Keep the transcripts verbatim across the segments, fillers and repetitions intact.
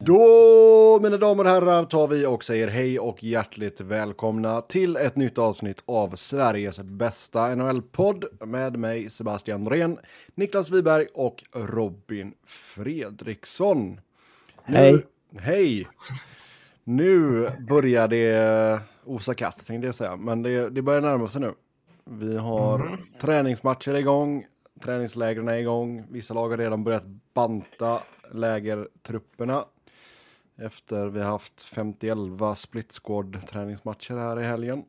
Då, mina damer och herrar, tar vi och säger hej och hjärtligt välkomna till ett nytt avsnitt av Sveriges bästa N H L-podd med mig, Sebastian Norén, Niklas Wiberg och Robin Fredriksson. Hej. Nu, hej! Nu börjar det osa katt, tänkte jag säga, men det, det börjar närma sig nu. Vi har mm. träningsmatcher igång, träningslägren är igång, vissa lag har redan börjat banta lägertrupperna. Efter vi har haft femtioelva split squad träningsmatcher här i helgen.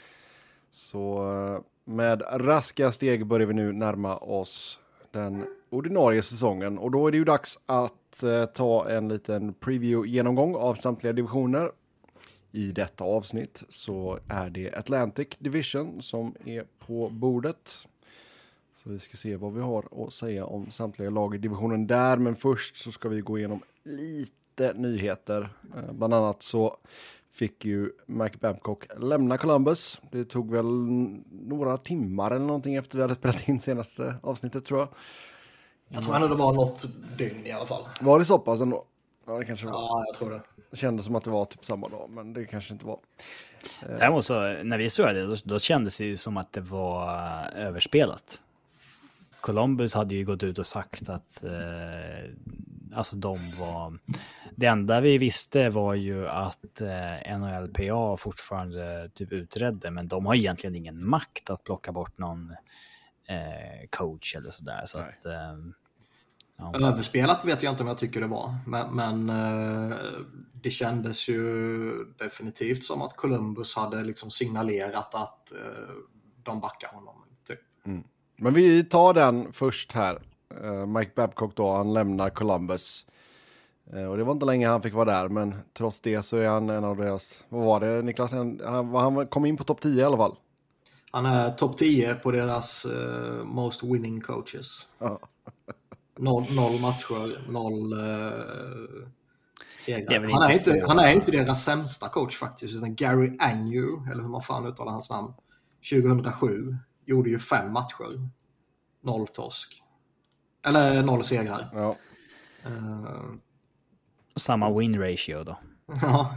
Så med raska steg börjar vi nu närma oss den ordinarie säsongen. Och då är det ju dags att eh, ta en liten preview-genomgång av samtliga divisioner. I detta avsnitt så är det Atlantic Division som är på bordet. Så vi ska se vad vi har att säga om samtliga lag i divisionen där. Men först så ska vi gå igenom lite nyheter. Bland annat så fick ju Mike Babcock lämna Columbus. Det tog väl några timmar eller någonting efter vi hade spelat in senaste avsnittet, tror jag. Jag tror ändå det var något dygn i alla fall. Var det så pass ändå? Ja, det kanske var. Ja, jag tror det. Det kändes som att det var typ samma dag, men det kanske inte var. Däremot så, när vi såg det, då, då kändes det ju som att det var överspelat. Columbus hade ju gått ut och sagt att eh, alltså de var... Det enda vi visste var ju att eh, N H L P A fortfarande typ utredde, men de har egentligen ingen makt att plocka bort någon eh, coach eller sådär. Så att, eh, ja. Överspelat vet jag inte om jag tycker det var, men, men eh, det kändes ju definitivt som att Columbus hade liksom signalerat att eh, de backar honom. Typ. Mm. Men vi tar den först här. Uh, Mike Babcock då, han lämnar Columbus. Uh, och det var inte länge han fick vara där, men trots det så är han en av deras... Vad var det, Niklas? Han, han kom in på topp tio i alla fall. Han är topp tio på deras uh, most winning coaches. Uh. noll, noll matcher, noll uh, segrar. Han är, inte, han är inte deras sämsta coach faktiskt, utan Gary Agnew, eller hur man fan uttalar hans namn, tjugohundrasju. Gjorde ju fem matcher. Noll torsk. Eller noll segrar. Ja. Uh... Samma win ratio då. Ja.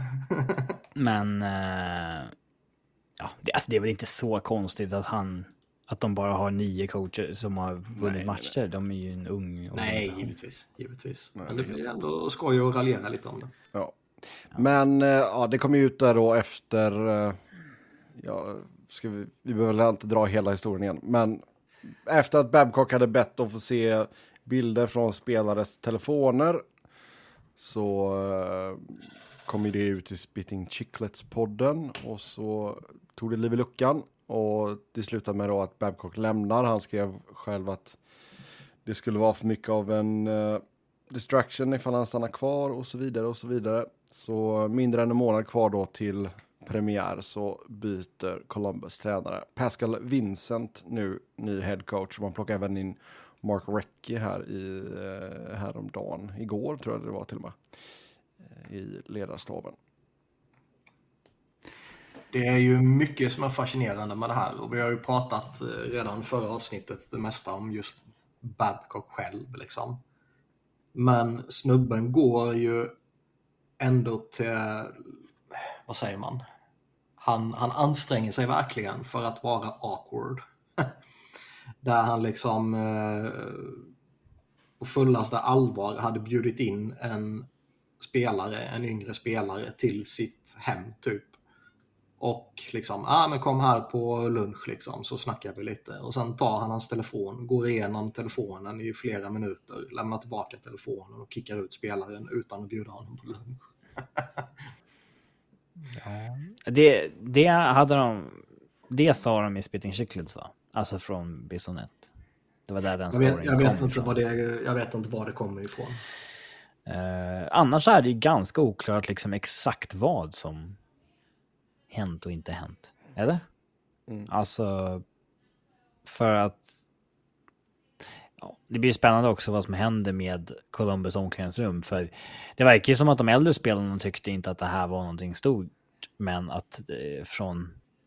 Men uh, ja, det, alltså det är väl inte så konstigt att han att de bara har nio coacher som har vunnit nej, matcher. Nej. De är ju en ung... Nej, givetvis. givetvis. Nej, Men det blir ändå skoj att raljera lite om det. Ja. Ja. Men uh, ja, det kom ju ut där då efter... Uh, ja... Ska vi, vi behöver inte dra hela historien igen. Men efter att Babcock hade bett att få se bilder från spelares telefoner så uh, kom det ut i Spitting Chicklets-podden. Och så tog det liv i luckan. Och det slutade med då att Babcock lämnar. Han skrev själv att det skulle vara för mycket av en uh, distraction ifall han stannar kvar och så vidare och så vidare. Så mindre än en månad kvar då till premiär så byter Columbus tränare. Pascal Vincent nu ny head coach. Man plockar även in Mark Recchi här i eh, häromdagen. Igår tror jag det var till och med. Eh, I ledarstaben. Det är ju mycket som är fascinerande med det här. Och vi har ju pratat eh, redan förra avsnittet det mesta om just Babcock själv liksom. Men snubben går ju ändå till... Vad säger man? Han, han anstränger sig verkligen för att vara awkward. Där han liksom eh, på fullaste allvar hade bjudit in en spelare, en yngre spelare till sitt hem typ. Och liksom, ah, men kom här på lunch liksom, så snackar vi lite. Och sen tar han hans telefon, går igenom telefonen i flera minuter, lämnar tillbaka telefonen och kickar ut spelaren utan att bjuda honom på lunch. Ja. Det, det hade de det sa de i Spitting Chicklets, va? Alltså från Bisonet. Det var där den storyn jag vet, jag vet kom inte vad det jag vet inte var det kommer ifrån. Uh, annars är det ju ganska oklart liksom exakt vad som hänt och inte hänt. Eller? Mm. Alltså för att ja, det blir spännande också vad som händer med Columbus omklädningsrum, för det verkar ju som att de äldre spelarna tyckte inte att det här var någonting stort, men att eh, från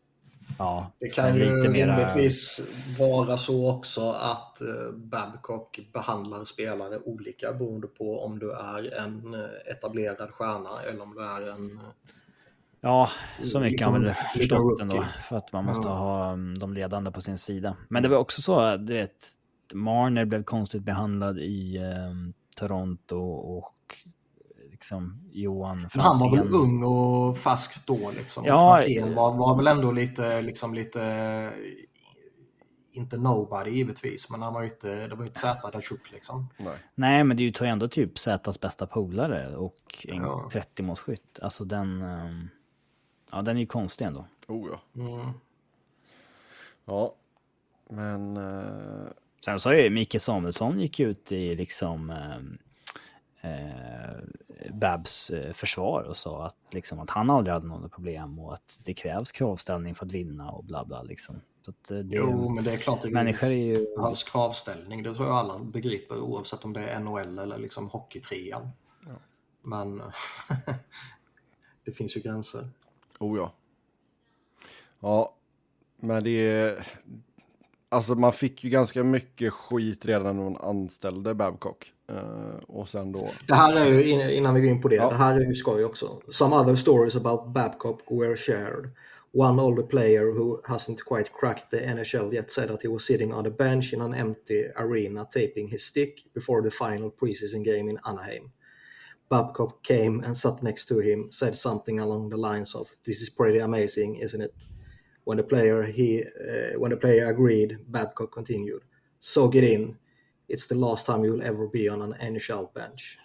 Ja, Det kan ju lite mera... rimligtvis vara så också att Babcock behandlar spelare olika beroende på om du är en etablerad stjärna eller om du är en... Ja, så mycket liksom, har väl förstått ändå, för att man måste ja. ha de ledande på sin sida. Men det var också så, du vet, Marner blev konstigt behandlad i um, Toronto och liksom Johan Franzén. Han var väl ung och färsk då liksom. Ja, Franzén var, var väl ändå lite, liksom lite, inte nobody givetvis, men han var ju inte, det var ju inte Zäta där tjock liksom. Nej. Nej, men det är ju ändå typ Zätas bästa polare och en ja. trettio-målsskytt. Alltså den, um, ja, den är ju konstig ändå. Oh ja. Mm. Ja, men... Uh... Sen så är ju Micke Samuelsson gick ut i liksom... Um, Eh, Babs eh, försvar och sa att, liksom, att han aldrig hade några problem och att det krävs kravställning för att vinna och bla bla liksom. Så att, eh, det, jo, men det är klart det människor är ju... behövs kravställning. Det tror jag alla begriper oavsett om det är N H L eller liksom hockeytrean. Ja. Men det finns ju gränser. Oh ja. Ja, men det är... Alltså man fick ju ganska mycket skit redan när man anställde Babcock. Uh, och sen då... Det här är ju, innan vi går in på det, ja. det här är ju skoj också. Some other stories about Babcock were shared. One older player who hasn't quite cracked the N H L yet said that he was sitting on the bench in an empty arena taping his stick before the final preseason game in Anaheim. Babcock came and sat next to him, said something along the lines of, "This is pretty amazing, isn't it?" When the player he uh, when the player agreed, Babcock continued, "So get in. It's the last time you will ever be on an N H L bench."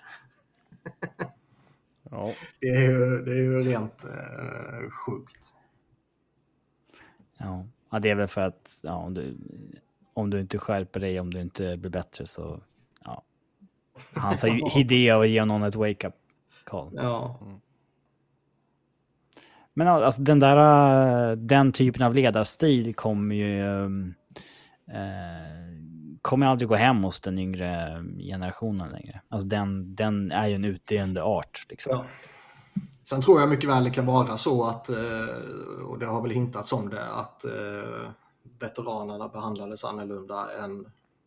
Ja. Det är ju, det är ju rent uh, sjukt. Ja. ja, det är väl för att ja, om, du, om du inte skärper dig, om du inte blir bättre så ja. Hans idé att ge någon ett wake-up call. Ja. Mm. Men alltså den där den typen av ledarstil kommer ju eh, kommer aldrig gå hem hos den yngre generationen längre. Alltså den, den är ju en utdöende art liksom. Ja. Sen tror jag mycket väl det kan vara så att, och det har väl hintats om det, att veteranerna behandlades annorlunda än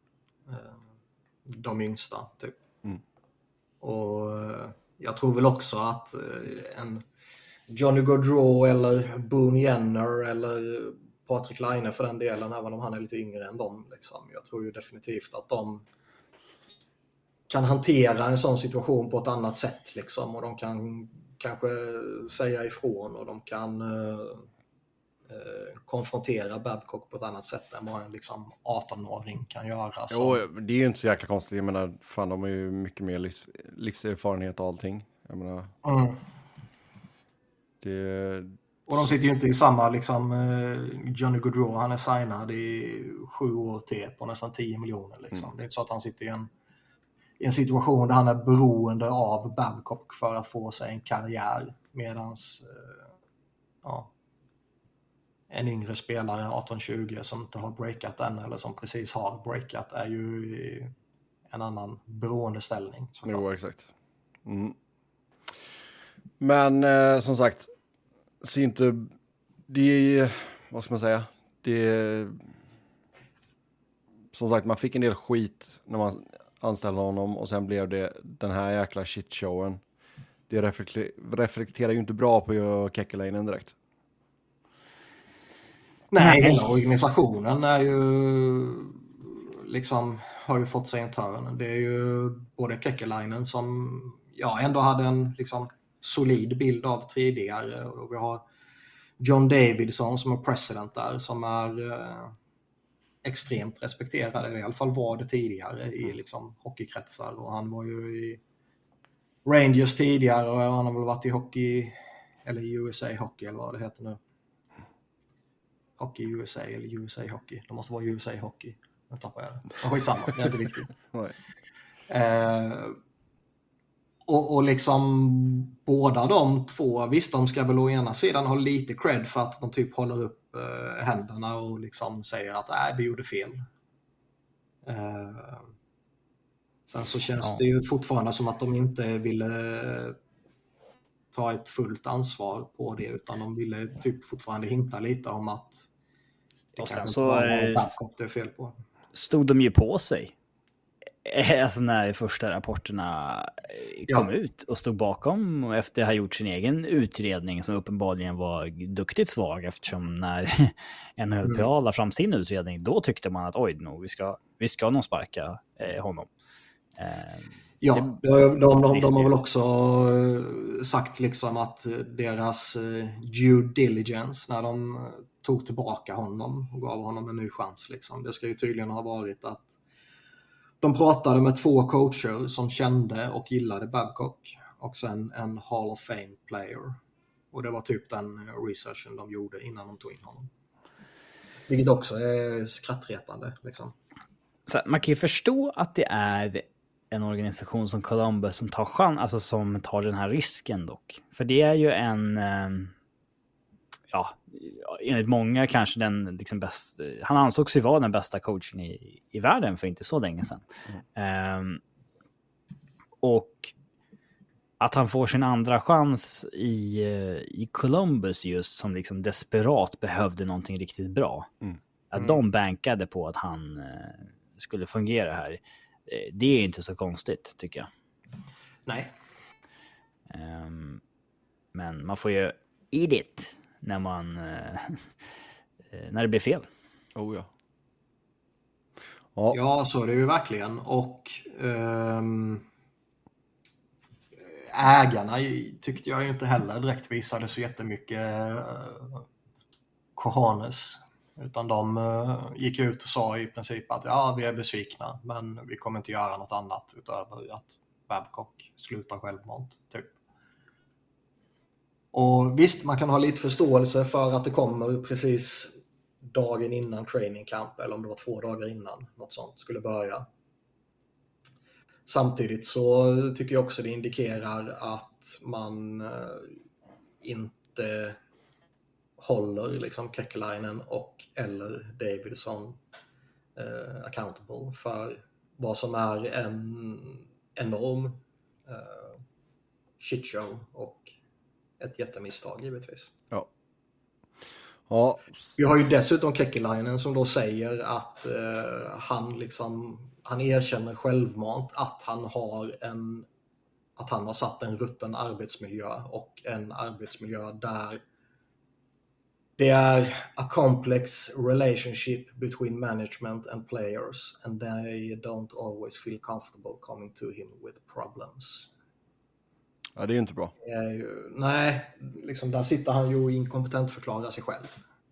de yngsta typ. Mm. Och jag tror väl också att en Johnny Gaudreau eller Boone Jenner eller Patrik Laine för den delen, även om han är lite yngre än dem liksom. Jag tror ju definitivt att de kan hantera en sån situation på ett annat sätt liksom, och de kan kanske säga ifrån och de kan eh, eh, konfrontera Babcock på ett annat sätt än vad en liksom arton-åring kan göra. Jo, det är ju inte så jäkla konstigt. Jag menar, fan, de har ju mycket mer livs, livserfarenhet och allting. Jag menar, mm. det... Och de sitter ju inte i samma liksom, Johnny Gaudreau, han är signad i sju år till på nästan tio miljoner liksom. Mm. Det är inte så att han sitter i en i en situation där han är beroende av Babcock för att få sig en karriär, medans eh, ja, en yngre spelare, arton tjugo, som inte har breakat än eller som precis har breakat, är ju i en annan beroendeställning. Jo, exakt. Mm. Men eh, som sagt, så inte det är, vad ska man säga, det är, som sagt, man fick en del skit när man anställde honom och sen blev det den här jäkla shitshowen. Det reflekter- reflekterar ju inte bra på Kekäläinen direkt. Nej, hela organisationen är ju liksom har ju fått sig en törn. Det är ju både Kekäläinen som ja, ändå hade en liksom solid bild av tidigare, och vi har John Davidson som är president där, som är eh, extremt respekterad, i alla fall var det tidigare i liksom hockeykretsar, och han var ju i Rangers tidigare och han har väl varit i hockey eller i U S A hockey eller vad det heter nu. Hockey U S A eller U S A hockey. Det måste vara U S A hockey. Nu tappar jag det. Men skitsamma, det är inte viktigt. eh, och, och liksom båda de två, visst, de ska väl å ena sidan ha lite cred för att de typ håller upp eh, händerna och liksom säger att nej, vi gjorde fel. Eh, sen så känns ja. det ju fortfarande som att de inte ville ta ett fullt ansvar på det, utan de ville typ fortfarande hinta lite om att det och kanske sen inte så var Babcock det är fel på. Stod de ju på sig. Alltså när första rapporterna kom Ja. ut och stod bakom och efter att ha gjort sin egen utredning som uppenbarligen var duktigt svag, eftersom när N H L P A mm. la fram sin utredning, då tyckte man att oj, no, vi ska, vi ska nog sparka eh, honom. Eh, ja, det, de, de, de, de har väl också sagt liksom att deras due diligence när de tog tillbaka honom och gav honom en ny chans liksom, det ska ju tydligen ha varit att de pratade med två coacher som kände och gillade Babcock och sen en Hall of Fame player. Och det var typ den researchen de gjorde innan de tog in honom. Vilket också är skrattretande. Liksom. Så man kan ju förstå att det är en organisation som Columbus som tar chans, alltså som tar den här risken dock. För det är ju en... Ja, enligt många kanske den liksom bästa, han ansågs ju vara den bästa coachen i, i världen för inte så länge sedan. Mm. Um, och att han får sin andra chans i, i Columbus just som liksom desperat behövde någonting riktigt bra. Mm. Att mm. de bankade på att han uh, skulle fungera här. Det är inte så konstigt tycker jag. Nej. Um, men man får ju eat it. När man eh, när det blir fel. Oh ja. Ja, ja så är det ju verkligen. Och ähm, ägarna tyckte jag ju inte heller direkt visade så jättemycket äh, cojones. Utan de äh, gick ut och sa i princip att ja, vi är besvikna, men vi kommer inte göra något annat utöver att Babcock slutar självmant, typ. Och visst, man kan ha lite förståelse för att det kommer precis dagen innan training camp, eller om det var två dagar innan något sånt skulle börja. Samtidigt så tycker jag också det indikerar att man eh, inte håller liksom Kekalainen och eller Davidson eh, accountable för vad som är en enorm eh, shitshow och ett jättemisstag givetvis. Ja. Ja. Vi har ju dessutom Kekalainen som då säger att eh, han liksom han erkänner självmant att han har en att han har satt en rutten arbetsmiljö och en arbetsmiljö där det är a complex relationship between management and players and they don't always feel comfortable coming to him with problems. Ja, det är ju inte bra. Är ju, nej, liksom där sitter han ju och inkompetent förklarar sig själv.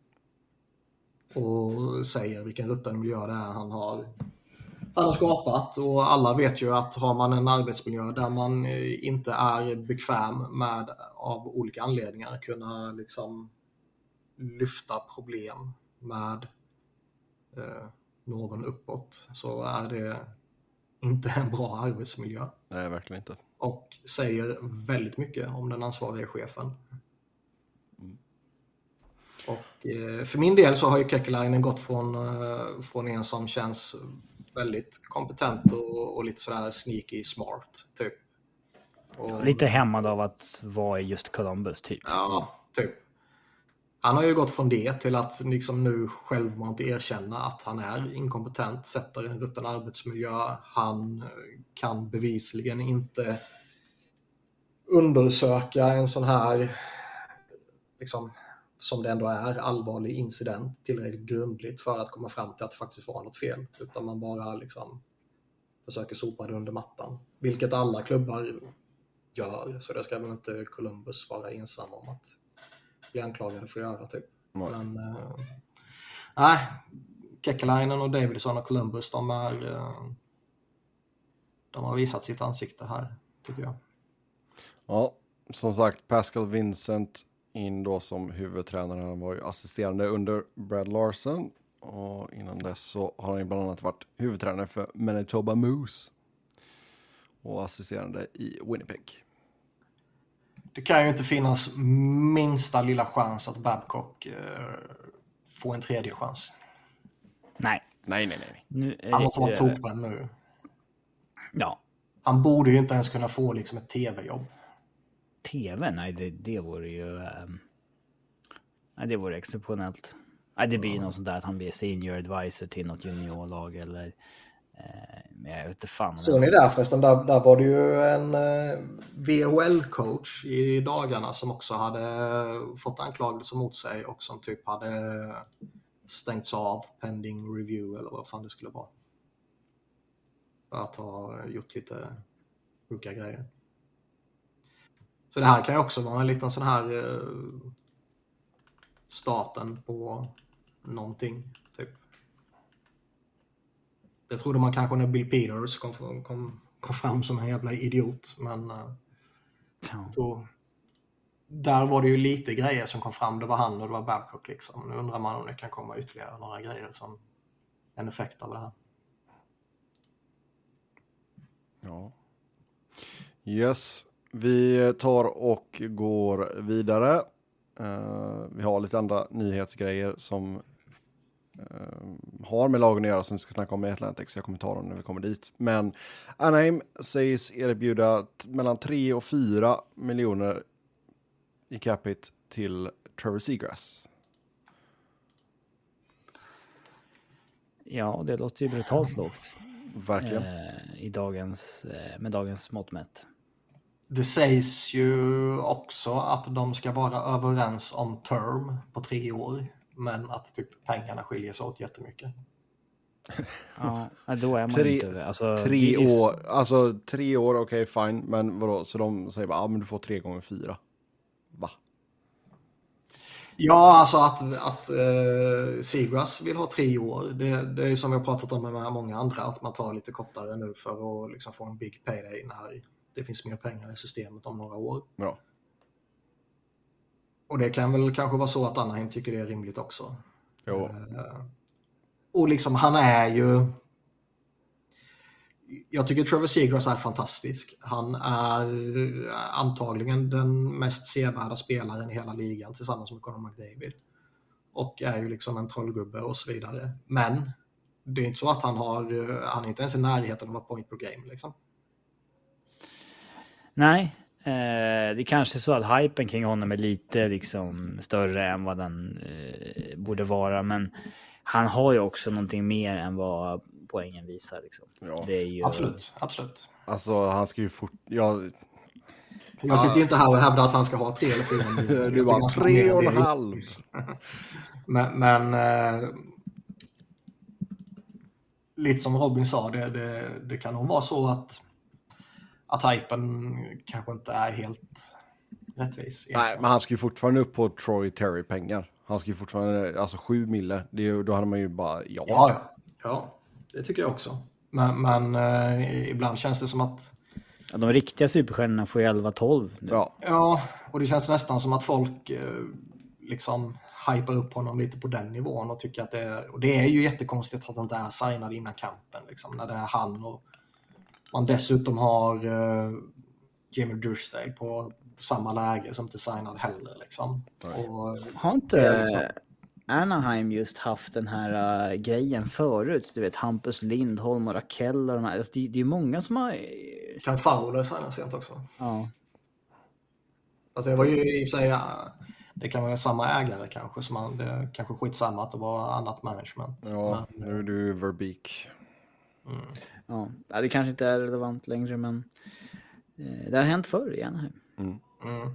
Och säger vilken rutten miljö det är han har, han har skapat. Och alla vet ju att har man en arbetsmiljö där man inte är bekväm med av olika anledningar kunna liksom lyfta problem med eh, någon uppåt, så är det inte en bra arbetsmiljö. Nej, verkligen inte. Och säger väldigt mycket om den ansvariga chefen. Mm. Och eh, för min del så har ju Kekalainen gått från, eh, från en som känns väldigt kompetent och, och lite sådär sneaky smart typ. Och, lite hämmad av att vara i just Columbus typ. Ja, typ. Han har ju gått från det till att liksom nu självmant erkänna att han är inkompetent, sätter en rutten arbetsmiljö. Han kan bevisligen inte undersöka en sån här, liksom, som det ändå är, allvarlig incident tillräckligt grundligt för att komma fram till att det faktiskt var något fel. Utan man bara liksom försöker sopa det under mattan. Vilket alla klubbar gör, så det ska väl inte Columbus vara ensam om att bli anklagade för att göra typ. Nej. Men uh, nej, Kekalainen och Davidson och Columbus, de är uh, de har visat sitt ansikte här, tycker jag. Ja, som sagt, Pascal Vincent in då som huvudtränare. Han var ju assisterande under Brad Larson och innan dess så har han ju bland annat varit huvudtränare för Manitoba Moose och assisterande i Winnipeg. Det kan ju inte finnas minsta lilla chans att Babcock eh, får en tredje chans. Nej. Nej, nej, nej. Nu är han måste vara det... tokbränd nu. Ja. Han borde ju inte ens kunna få liksom ett tv-jobb. tv, nej det, det vore ju... Um, nej, det vore exceptionellt. Nej, det blir ja. något sånt där att han blir senior advisor till något juniorlag eller... Eh, men jag vet inte fan. Så ni där förresten, där, där var det ju en eh, V H L-coach i dagarna som också hade fått anklagelser mot sig och som typ hade stängts av pending review eller vad fan det skulle vara. För att ha gjort lite sjuka grejer. Så det här kan ju också vara en liten sån här eh, starten på någonting typ. Det trodde man kanske när Bill Peters kom, kom, kom fram som en jävla idiot. Men ja. då, där var det ju lite grejer som kom fram. Det var han och det var Babcock liksom. Nu undrar man om det kan komma ytterligare några grejer som en effekt av det här. Ja. Yes. Vi tar och går vidare. Uh, vi har lite andra nyhetsgrejer som Uh, har med lagen att göra som vi ska snacka om i Atlantic, så jag kommer ta dem när vi kommer dit. Men Anaheim sägs erbjuda t- mellan tre och fyra miljoner i capita till Trevor Seagrass. Ja, det låter ju brutalt lågt. Verkligen. Eh, i dagens, eh, med dagens mått mätt. Det sägs ju också att de ska vara överens om term på tre år. Men att typ pengarna skiljer sig åt jättemycket. Ja, då är man tre, inte... Alltså, tre är... år, alltså tre år, okej, okay, fine. Men vadå? Så de säger bara, ja ah, men du får tre gånger fyra. Va? Ja, alltså att, att uh, Seagrass vill ha tre år. Det, det är ju som vi har pratat om med många andra. Att man tar lite kortare nu för att liksom få en big payday när det finns mer pengar i systemet om några år. Ja. Och det kan väl kanske vara så att Anaheim tycker det är rimligt också. Jo. Uh, och liksom han är ju... Jag tycker Trevor Seagrass är fantastisk. Han är antagligen den mest sevärda spelaren i hela ligan tillsammans med Connor McDavid. Och är ju liksom en trollgubbe och så vidare. Men det är inte så att han har... Han är inte ens i närheten av att point per game liksom. Nej. Eh, det kanske är så att hypen kring honom är lite liksom större än vad den eh, borde vara, men han har ju också någonting mer än vad poängen visar liksom. Ja. Det är ju... Absolut, absolut. Alltså han ska ju fort... Ja... Jag sitter ju inte här och hävdar att han ska ha tre eller fyra miljoner. Du var tre och en halv. men men eh, lite som Robin sa, det, det, det kan nog vara så att att hypen kanske inte är helt rättvis. Nej, men han ska ju fortfarande upp på Troy Terry-pengar. Han ska ju fortfarande, alltså sju mille. Det är, då hade man ju bara, ja. Ja, ja, det tycker jag också. Men, men eh, ibland känns det som att... Ja, de riktiga superstjärnorna får ju elva tolv nu. Ja. Ja, och det känns nästan som att folk eh, liksom hypar upp honom lite på den nivån och tycker att det är... Och det är ju jättekonstigt att han inte är signad innan kampen, liksom, när det är han och man dessutom har uh, Jamie Drysdale på samma läge som inte signad heller. Liksom. Och, har inte liksom... Anaheim just haft den här uh, grejen förut? Du vet, Hampus Lindholm och Rakell och de här. Alltså, det, det är många som har... Kan Fowler signa sent också? Ja. Alltså, det var ju i och för sig... Uh, det kan vara samma ägare kanske. Så man, det är kanske skitsamma att det var annat management. Ja, men, nu är du Verbeek. Mm. Ja, det kanske inte är relevant längre, men eh, det har hänt förr igen här. Mm. Mm.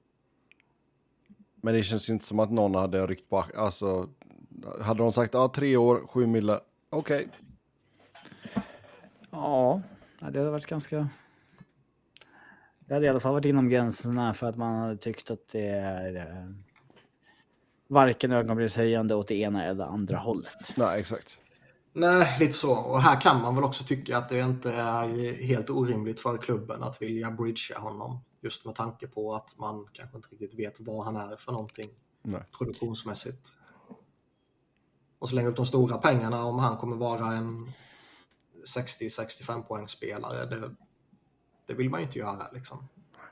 Men det känns ju inte som att någon hade ryckt bak. Alltså, hade de sagt ah, tre år, sju mille, okej. Okay. Ja, det hade varit ganska... Det hade i alla fall varit inom gränserna för att man hade tyckt att det är varken ögonbrynshöjande åt det ena eller andra hållet. Nej, exakt. Nej, lite så. Och här kan man väl också tycka att det inte är helt orimligt för klubben att vilja bridgea honom. Just med tanke på att man kanske inte riktigt vet vad han är för någonting. Nej. Produktionsmässigt. Och så länge upp de stora pengarna, om han kommer vara en sextio till sextiofem poäng spelare, det, det vill man ju inte göra liksom.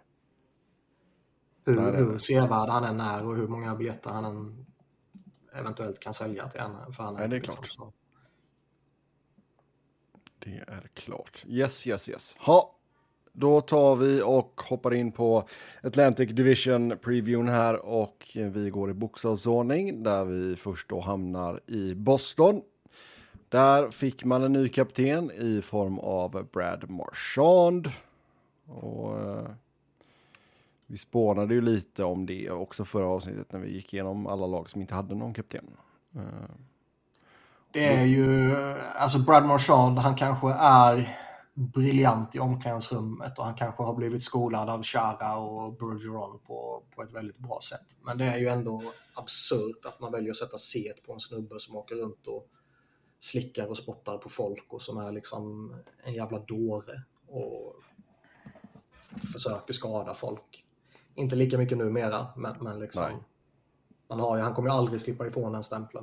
Hur, nej, hur sevärd han än är och hur många biljetter han än eventuellt kan sälja till henne. För han nej, det är liksom, klart. Så. Det är klart. Yes, yes, yes. Ha. då tar vi och hoppar in på Atlantic Division previewn här och vi går i bokstavsordning där vi först då hamnar i Boston. Där fick man en ny kapten i form av Brad Marchand. Och eh, vi spånade ju lite om det också förra avsnittet när vi gick igenom alla lag som inte hade någon kapten. Eh, det är ju, alltså Brad Marchand, han kanske är briljant i omklädningsrummet och han kanske har blivit skolad av Chara och Bergeron på, på ett väldigt bra sätt. Men det är ju ändå absurt att man väljer att sätta set på en snubbe som åker runt och slickar och spottar på folk och som är liksom en jävla dåre och försöker skada folk. Inte lika mycket numera, men, men liksom man har ju, han kommer ju aldrig slippa ifrån den stämpeln.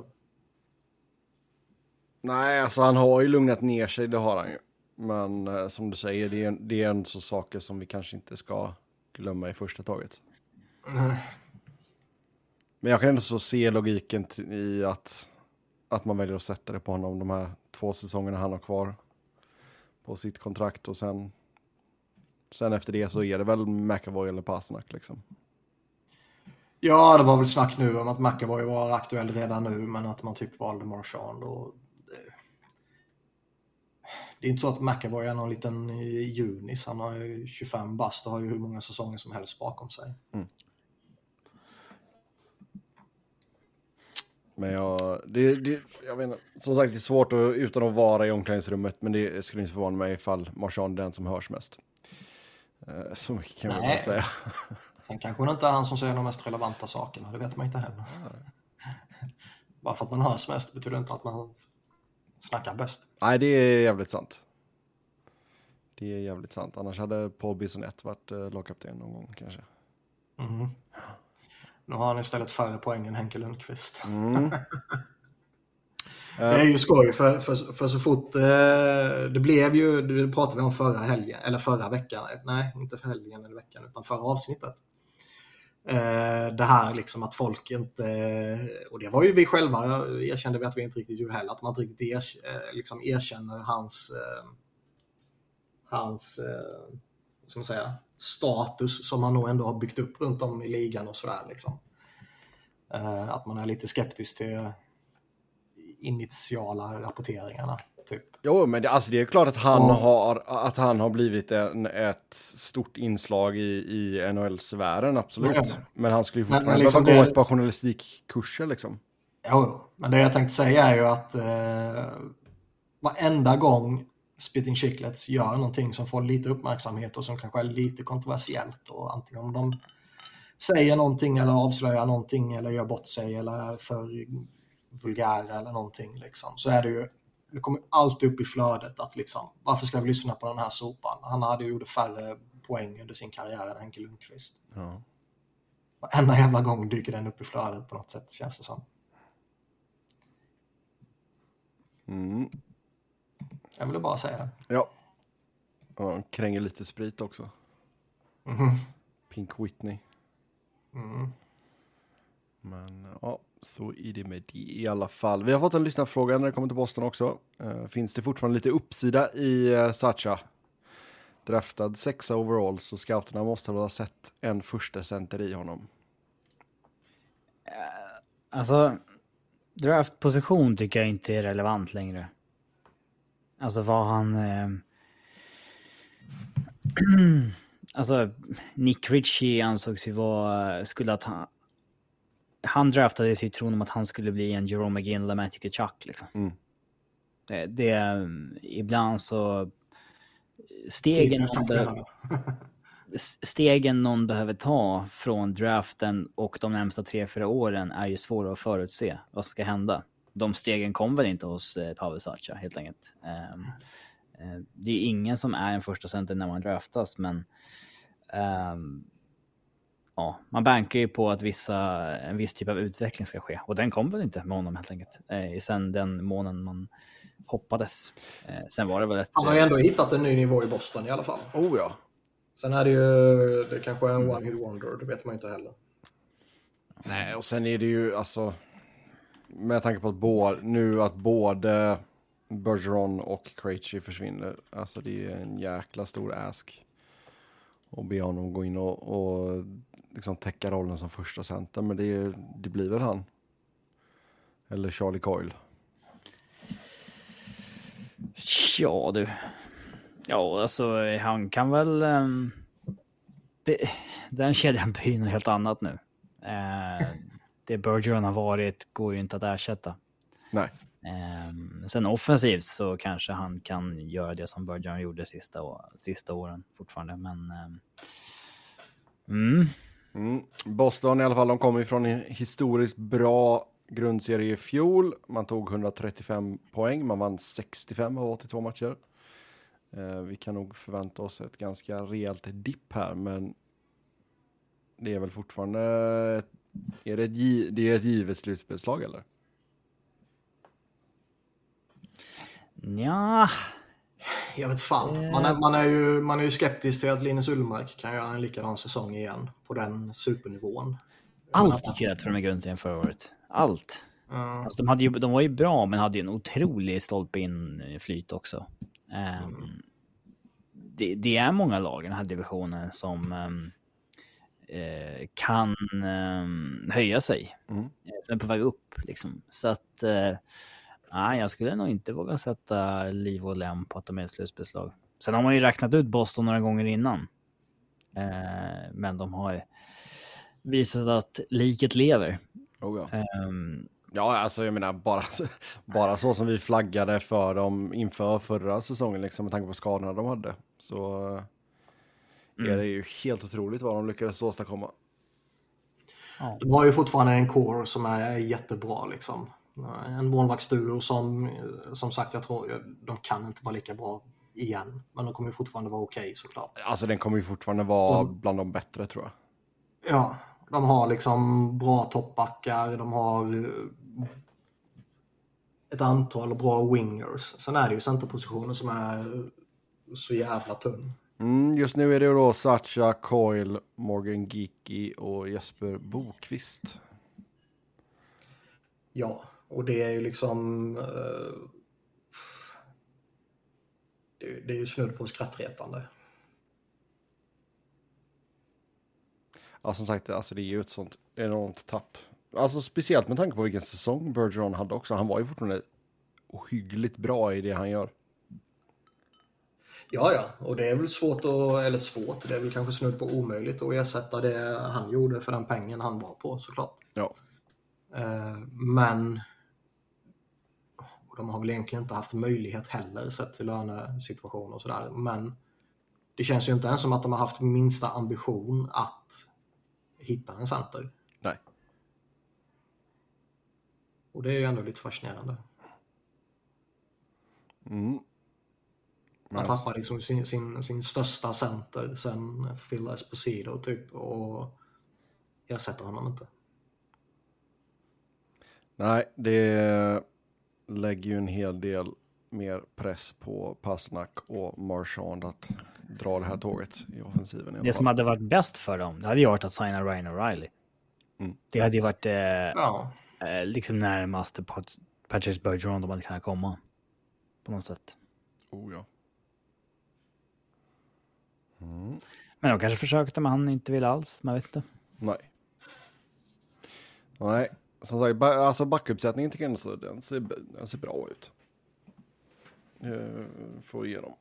Nej, alltså han har ju lugnat ner sig, det har han ju. Men eh, som du säger, det är, det är en så saker som vi kanske inte ska glömma i första taget. Mm. Men jag kan ändå så se logiken t- i att, att man väljer att sätta det på honom de här två säsongerna han har kvar på sitt kontrakt. Och sen, sen efter det så är det väl McAvoy eller Pasternak liksom. Ja, det var väl snack nu om att McAvoy var aktuell redan nu, men att man typ valde Marchand. Och det, det är inte så att McAvoy är någon liten junis. Han har ju tjugofem bast och har ju hur många säsonger som helst bakom sig. Mm. Men jag, det, det, jag vet inte, som sagt det är svårt att, utan att vara i omklädningsrummet, men det skulle inte förvåna mig ifall Marchand är den som hörs mest. Så mycket kan jag bara säga. Sen kanske det inte är han som säger de mest relevanta sakerna, det vet man inte heller. Bara för att man hörs mest betyder inte att man snackar bäst. Nej, det är jävligt sant. Det är jävligt sant. Annars hade Paul Bissonnette varit eh, lagkapten någon gång kanske. Mm. Nu har han istället färre poäng än Henke Lundqvist. Mm. Det är ju skoj för, för, för så fort eh, det blev ju, det pratade vi om förra helgen, eller förra veckan, nej inte för helgen eller veckan utan förra avsnittet. Eh, det här liksom att folk inte, och det var ju vi själva, erkände vi att vi inte riktigt gjorde heller, att man inte riktigt er, eh, liksom erkänner hans eh, hans eh, ska man säga, status som han nog ändå har byggt upp runt om i ligan och sådär liksom. Eh, att man är lite skeptisk till initiala rapporteringarna typ. Jo, men det, alltså det är klart att han, ja. har, att han har blivit en, ett stort inslag i, i N H L-sfären, absolut. Ja. Men han skulle ju fortfarande men, men liksom behöva gå det... ett par journalistikkurser liksom. Jo, men det jag tänkte säga är ju att eh, varenda gång Spitting Chicklets gör någonting som får lite uppmärksamhet och som kanske är lite kontroversiellt, och antingen om de säger någonting eller avslöjar någonting eller gör bort sig eller är för vulgära eller någonting liksom, så är det ju, det kommer alltid upp i flödet att liksom, varför ska vi lyssna på den här sopan? Han hade ju gjort färre poäng under sin karriär än Henke Lundqvist. Ja. Varenda jävla gång dyker den upp i flödet på något sätt, känns det som. Mm. Jag ville bara säga det. Ja. Och han kränger lite sprit också. Mm. Pink Whitney. Mm. Men ja, så är det med det i alla fall. Vi har fått en lyssnarfråga när det kommer till Boston också. Uh, finns det fortfarande lite uppsida i uh, Sacha? Draftad sexa overall, så scouterna måste väl ha sett en första center i honom. Uh, alltså, draftposition tycker jag inte är relevant längre. Alltså vad han... Uh... alltså, Nick Ritchie ansågs ju vara... Skulle att han... Han draftade sig tron om att han skulle bli en Jerome McGinn eller Matthew Tkachuk liksom. Mm. Det, det ibland så stegen någon, be, stegen någon behöver ta från draften och de närmsta tre, fyra åren är ju svåra att förutse vad som ska hända. De stegen kommer väl inte hos eh, Pavel Sacha helt enkelt. Um, uh, det är ingen som är en första center när man draftas, men um, ja, man bankar ju på att vissa, en viss typ av utveckling ska ske. Och den kom väl inte med honom helt enkelt. Eh, sen den månaden man hoppades. Eh, sen var det väl ett... Han har ju ändå hittat en ny nivå i Boston i alla fall. Oh ja. Sen är det ju, det kanske är en one hit wonder, det vet man inte heller. Nej, och sen är det ju alltså, med tanke på att både, nu att både Bergeron och Krejci försvinner. Alltså det är en jäkla stor ask. och be honom gå in och, och liksom täcka rollen som första center. Men det, det blir väl han. Eller Charlie Coyle. Ja, du. Ja, alltså han kan väl... Um, det, den kedjan blir något helt annat nu. Uh, det Bergeron har varit går ju inte att ersätta. Nej. Um, sen offensivt så kanske han kan göra det som Bergeron gjorde sista, sista åren fortfarande. Men... Um, mm. Mm. Boston i alla fall, de kommer ifrån en historiskt bra grundserie i fjol. Man tog hundratrettiofem poäng, man vann sextiofem av åttiotvå matcher. Eh, vi kan nog förvänta oss ett ganska rejält dipp här, men det är väl fortfarande är det, ett, det är ett givet slutspelslag eller? Ja. Jag vet fan. Man är, man, är ju, man är ju skeptisk till att Linus Ullmark kan göra en likadan säsong igen på den supernivån. Allt gick rätt för de i grundserien förra året. Allt. Mm. Alltså de, hade ju, de var ju bra, men hade ju en otrolig stolpe in flyt också. Um, mm. det, det är många lag i den här divisionen som um, uh, kan um, höja sig. Mm. Som är på väg upp. Liksom. Så att... Uh, nej, jag skulle nog inte våga sätta liv och lem på att de är ett slutspelslag. Sen har man ju räknat ut Boston några gånger innan. Uh, men de har visat att liket lever. Oh ja. Um, ja, alltså jag menar bara, bara så som vi flaggade för dem inför förra säsongen liksom, med tanke på skadorna de hade. Så mm. är det ju helt otroligt vad de lyckades åstadkomma. Ja. De har ju fortfarande en core som är jättebra liksom. En målvaktsduo som, som sagt, jag tror de kan inte vara lika bra igen. Men de kommer ju fortfarande vara okej okay, såklart. Alltså den kommer ju fortfarande vara mm. bland de bättre tror jag. Ja, de har liksom bra toppbackar, de har ett antal bra wingers. Sen är det ju centerpositionen som är så jävla tunn. Mm, just nu är det då Sacha, Coyle, Morgan Geeky och Jesper Bokvist. Ja, och det är ju liksom uh, det, det är ju snudd på skrattretande. Ja, som sagt, alltså det är ju ett sånt enormt tapp. Alltså speciellt med tanke på vilken säsong Bergeron hade också. Han var ju fortfarande ohyggligt bra i det han gör. Ja, ja. Och det är väl svårt att, eller svårt, det är väl kanske snudd på omöjligt att ersätta det han gjorde för den pengen han var på, såklart. Ja. Uh, men och de har väl egentligen inte haft möjlighet heller sett till lönesituation och sådär. Men det känns ju inte ens som att de har haft minsta ambition att hitta en center. Nej. Och det är ju ändå lite fascinerande. Mm. Man tappar liksom sin, sin, sin största center sen Phil Esposito typ och ersätter honom inte. Nej, det lägger ju en hel del mer press på Pastrnak och Marchand att dra det här tåget i offensiven. I det som hade varit bäst för dem, det hade ju varit att signa Ryan O'Reilly. Mm. Det hade ju varit eh, ja. eh, liksom närmast Pat- Patrice Bergeron de hade kunnat komma på något sätt. Oh ja. Mm. Men de kanske försökte, men han inte vill alls, man vet inte. Nej. Nej, som sagt, ba- alltså backuppsättningen tycker jag så, den ser, den ser bra ut. Uh, får ge dem.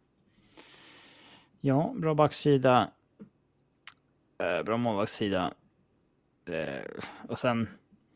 Ja, bra backsida. Uh, bra målvaktssida. Uh, och sen...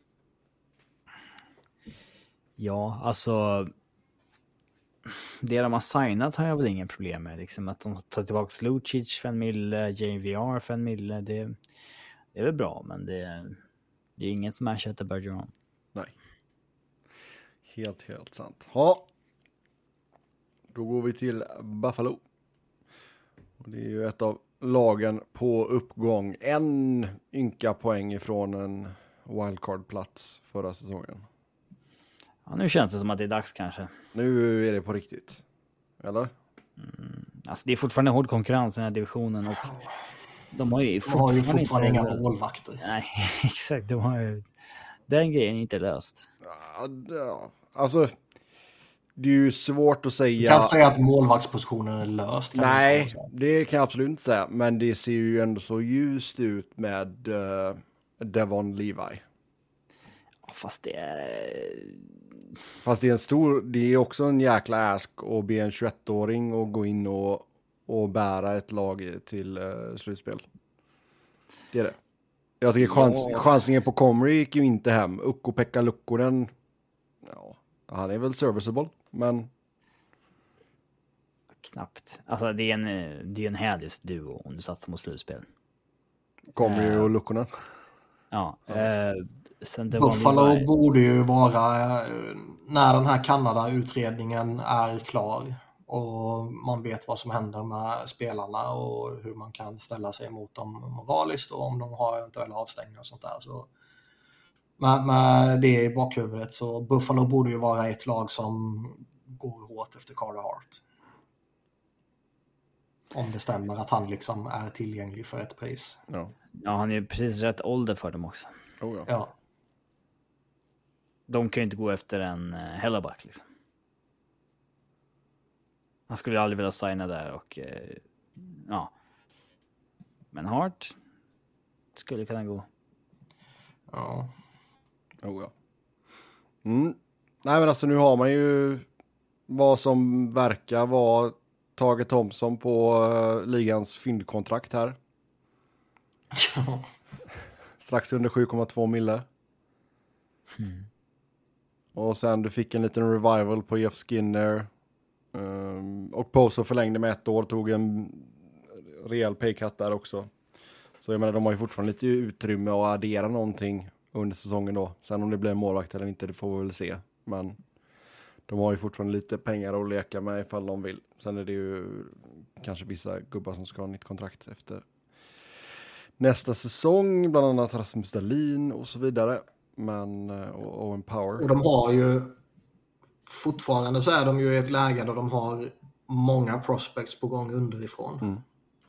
Ja, alltså... Det de har signat har jag väl ingen problem med. Liksom att de tar tillbaka Lucic för en mille, J V R för en mille. Det, det är väl bra, men det, det är inget som ersätter Bergeron. Nej. Helt, helt sant. Ja. Då går vi till Buffalo. Och det är ju ett av lagen på uppgång. En ynka poäng ifrån en wildcard-plats förra säsongen. Ja, nu känns det som att det är dags kanske. Nu är det på riktigt. Eller? Mm, alltså det är fortfarande hård konkurrens i den här divisionen. Och de har ju fortfarande, har ju fortfarande inte... inga målvakter. Nej, exakt. De har ju... Den grejen är inte löst. Ja, ja. Alltså... det är ju svårt att säga. Jag kan inte säga att målvaktspositionen är löst. Nej, det kan jag absolut inte säga. Men det ser ju ändå så ljust ut med uh, Devon Levi. Fast det är... Fast det är en stor, det är också en jäkla ask att be en tjugoett-åring och gå in och, och bära ett lag till uh, slutspel. Det är det. Jag tycker chans, ja. chansningen på Comrie gick ju inte hem. Ukko-Pekka Lukkonen, ja, han är väl serviceable, men... Knappt. Alltså det är en, det är en härlig duo om du satsar mot slutspel. Comrie uh, och Lukkonen. Ja. Uh, sen det Buffalo var... borde ju vara, när den här Kanada-utredningen är klar och man vet vad som händer med spelarna och hur man kan ställa sig emot dem moraliskt och om de har eventuella avstängningar och sånt där. Så med, med det i bakhuvudet så Buffalo borde ju vara ett lag som går hårt efter Carter Hart. Om det stämmer att han liksom är tillgänglig för ett pris. Ja, ja han är precis rätt ålder för dem också. Oh, ja. Ja. De kan ju inte gå efter en uh, Hellebuck liksom. Han skulle ju aldrig vilja signa där och uh, ja. Men Hart skulle kunna gå. Ja. Oh, ja. Mm. Nej men alltså nu har man ju vad som verkar vara Tage Thompson på uh, ligans fyndkontrakt här. Ja. Strax under sju komma två mille. Mm. Och sen du fick en liten revival på Jeff Skinner. Um, och Poso förlängde med ett år. Tog en rejäl paycut där också. Så jag menar de har ju fortfarande lite utrymme att addera någonting under säsongen då. Sen om det blir en målvakt eller inte, det får vi väl se. Men de har ju fortfarande lite pengar att leka med ifall de vill. Sen är det ju kanske vissa gubbar som ska ha nytt kontrakt efter nästa säsong. Bland annat Rasmus Dahlin och så vidare. Men, och Owen Power. Och de har ju fortfarande så är de ju i ett läge där de har många prospects på gång underifrån. Mm.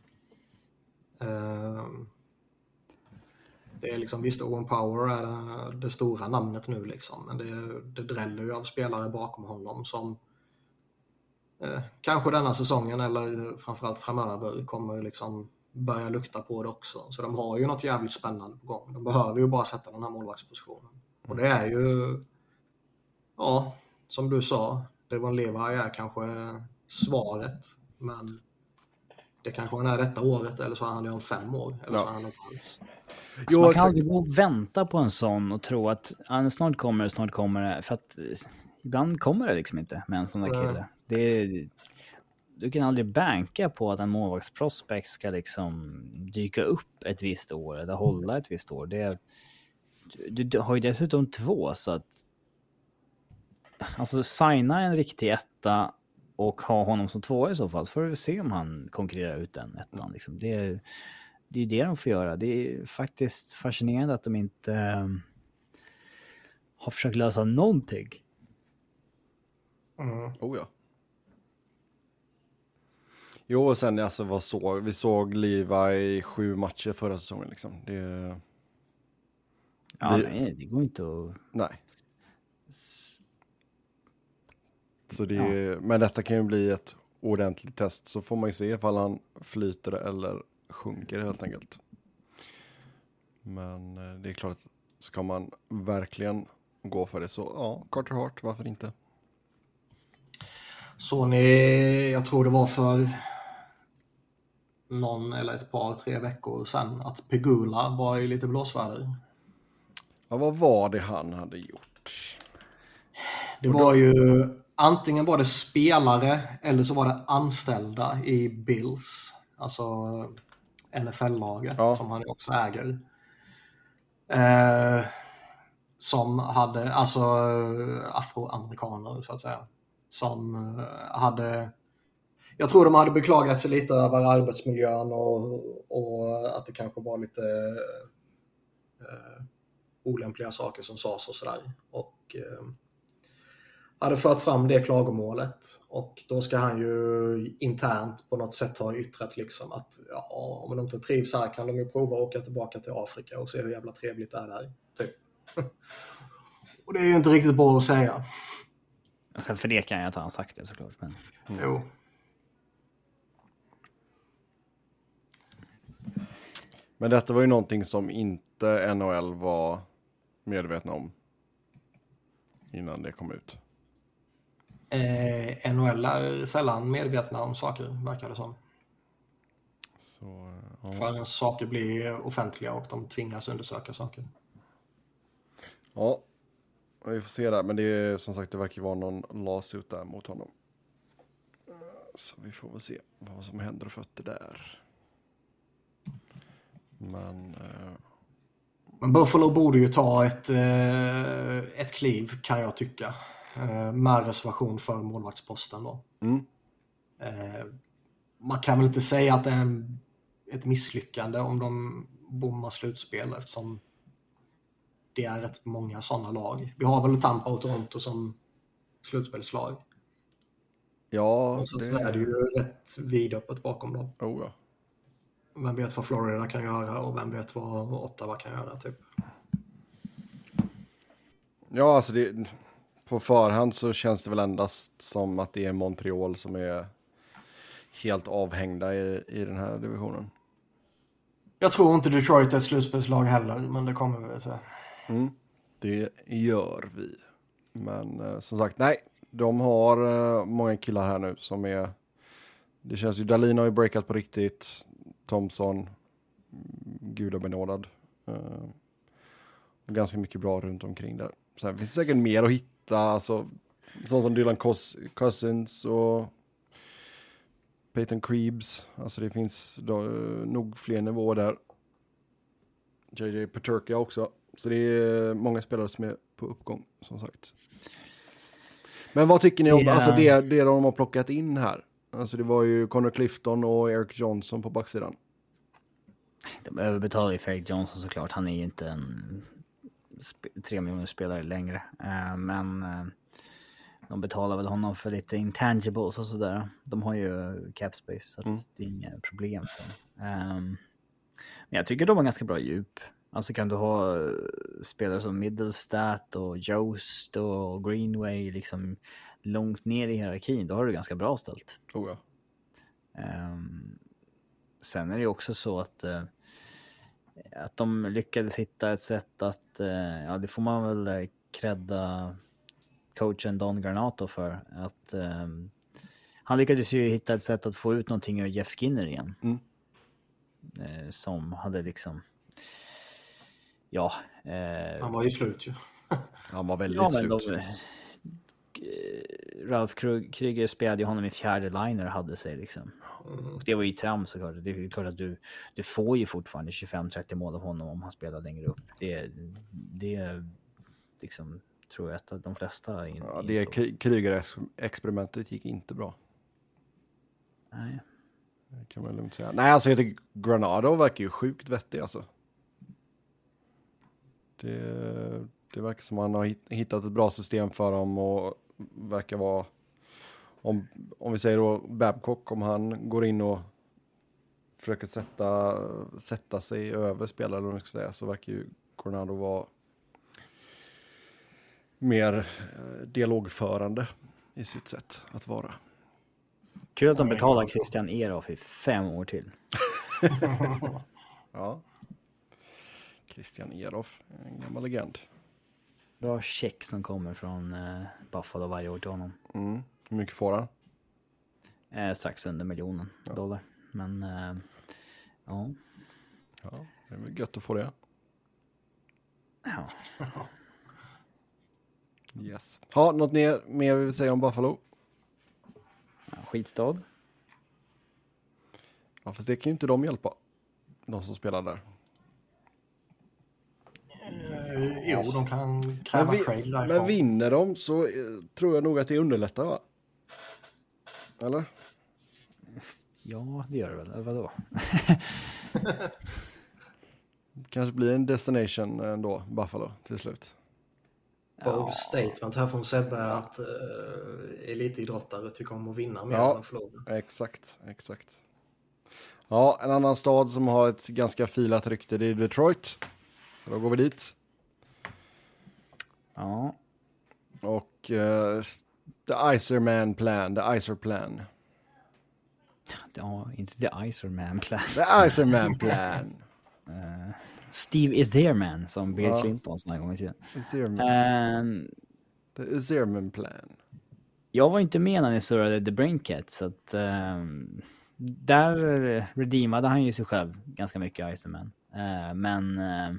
Uh, det är liksom, visst Owen Power är det, det stora namnet nu liksom. Men det, det dräller ju av spelare bakom honom som uh, kanske denna säsongen eller framförallt framöver kommer liksom börja lukta på det också. Så de har ju något jävligt spännande på gång. De behöver ju bara sätta den här målvaktspositionen. Och det är ju, ja, som du sa, Devon Levi är kanske svaret, men det kanske han är detta året eller så är han det om fem år. Eller ja. så är han inte alls. Alltså jo, man kan aldrig gå och vänta på en sån och tro att ah, snart kommer det, snart kommer det. För att ibland kommer det liksom inte med en sån där kille. Det är, du kan aldrig banka på att en målvaktsprospect ska liksom dyka upp ett visst år eller hålla ett visst år. Det är, du, du har ju dessutom två så att alltså signa en riktig etta och ha honom som två i så fall så får vi se om han konkurrerar ut den ettan. Liksom. Det är det är det de får göra. Det är faktiskt fascinerande att de inte um, har försökt lösa någonting. Mm. Oh ja. Jo, och sen alltså vad såg vi såg Levi i sju matcher förra säsongen liksom. Det Ja, det, nej, det går inte att... Nej. Så det ja. Men detta kan ju bli ett ordentligt test så får man ju se ifall han flyter eller sjunker helt enkelt. Men det är klart att ska man verkligen gå för det så ja, Carter Hart, varför inte? Så ni, jag tror det var för någon eller ett par, tre veckor sedan att Pegula var i lite blåsväder. Ja, vad var det han hade gjort? Det var ju antingen var det spelare eller så var det anställda i Bills, alltså N F L-laget ja. Som han också äger. Eh, som hade, alltså afroamerikaner så att säga, som hade, jag tror de hade beklagat sig lite över arbetsmiljön och, och att det kanske var lite eh, olämpliga saker som sades och sådär. Och eh, hade fört fram det klagomålet och då ska han ju internt på något sätt ha yttrat liksom att ja, om de inte trivs här kan de ju prova att åka tillbaka till Afrika och se hur jävla trevligt det är där typ. Och det är ju inte riktigt bra att säga. Sen förnekar jag att han sagt det såklart. Men... Mm. Jo. Men detta var ju någonting som inte N H L var medvetna om innan det kom ut. Eh, N H L är sällan medvetna om saker, verkar det som. Så, ja. Förrän saker blir offentliga och de tvingas undersöka saker. Ja, vi får se där. Men det är som sagt, det verkar vara någon lawsuit där mot honom. Så vi får väl se vad som händer och fötter där. Men... Eh... Men Buffalo borde ju ta ett, eh, ett kliv, kan jag tycka. Eh, med reservation för målvaktsposten då. Mm. Eh, man kan väl inte säga att det är en, ett misslyckande om de bommar slutspel, eftersom det är rätt många sådana lag. Vi har väl Tampa och Toronto som slutspelslag. Ja, och så det är det ju rätt vidöppet bakom dem. Oh, ja. Vem vet vad Florida kan göra och vem vet vad Ottawa kan göra typ. Ja, alltså det, på förhand så känns det väl endast som att det är Montreal som är helt avhängda i, i den här divisionen. Jag tror inte Detroit är ett slutspelslag heller, men det kommer vi att säga. Mm, det gör vi. Men eh, som sagt, nej. De har eh, många killar här nu som är... Det känns ju, Dahlin har ju breakat på riktigt. Thompson, gudabenådad. Eh, och ganska mycket bra runt omkring där. Sen finns det säkert mer att hitta. Alltså, sånt som Dylan Cous- Cousins och Peyton Krebs. Alltså det finns då, nog fler nivåer där. J J Peterka också. Så det är många spelare som är på uppgång, som sagt. Men vad tycker ni om yeah. alltså det, det de har plockat in här? Alltså det var ju Connor Clifton och Eric Johnson på backsidan. De överbetalar ju för Eric Johnson såklart. Han är ju inte en sp- tre miljoner spelare längre. Uh, men uh, de betalar väl honom för lite intangibles och sådär. De har ju cap space, så att mm. det är inga problem för dem. Um, men jag tycker de har ganska bra djup. Alltså kan du ha spelare som Middlestat och Jost och Greenway liksom långt ner i hierarkin, då har du ganska bra ställt. Oh ja. Um, sen är det ju också så att uh, att de lyckades hitta ett sätt att, uh, ja det får man väl credda coachen Don Granato för, att um, han lyckades ju hitta ett sätt att få ut någonting ur Jeff Skinner igen. Mm. Uh, som hade liksom Ja. Eh, han var ju slut ju. Han var väldigt ja, slut. De, Ralph Kryger spelade ju honom i fjärde liner och hade sig liksom. Mm. Och det var ju trams såklart. Det är klart att du, du får ju fortfarande tjugofem trettio mål av honom om han spelar längre upp. Det, det liksom tror jag att de flesta in, ja, det Kryger-experimentet gick inte bra. Nej. Det kan man lugnt säga. Nej, alltså jag tycker Granado verkar ju sjukt vettig alltså. Det, det verkar som att han har hittat ett bra system för dem och verkar vara, om, om vi säger då Babcock, om han går in och försöker sätta, sätta sig över spelare, eller vad man ska säga, så verkar ju Granado vara mer eh, dialogförande i sitt sätt att vara. Kul att de betalar Christian Eroff i fem år till. Ja. Christian Eroff, en gammal legend. Bra check som kommer från eh, Buffalo varje år till honom. Mm. Hur mycket får han? Eh, strax under miljonen ja. dollar. Men eh, ja. Ja, det är väl gött att få det. Ja. Yes. Ha, något mer, mer vi vill säga om Buffalo? Ja, skitstad. Ja, fast det kan ju inte de hjälpa. De som spelar där. Eh, jo, de kan kräva men, trade därifrån. Men vinner de så eh, tror jag nog att det underlättar, va? Eller? Ja, det gör det väl. Vadå? Kanske blir en destination ändå, Buffalo, till slut. Bold ja. statement här från Sebbe att uh, elitidrottare tycker om att vinna mer ja, än att förlora. Exakt, exakt. Ja, en annan stad som har ett ganska filat rykte, det är Detroit. Så då går vi dit. Ja. Och eh, The Iserman plan, the Iser plan. Ja, inte The Iserman plan. The Iserman plan. uh, Steve is there man, som Bill ja. Clinton sa en gång i tiden. Um, the Iserman plan. Jag var inte med när ni surrade The Brinkett, så att um, där redeemade han ju sig själv ganska mycket, Iserman. Uh, men uh,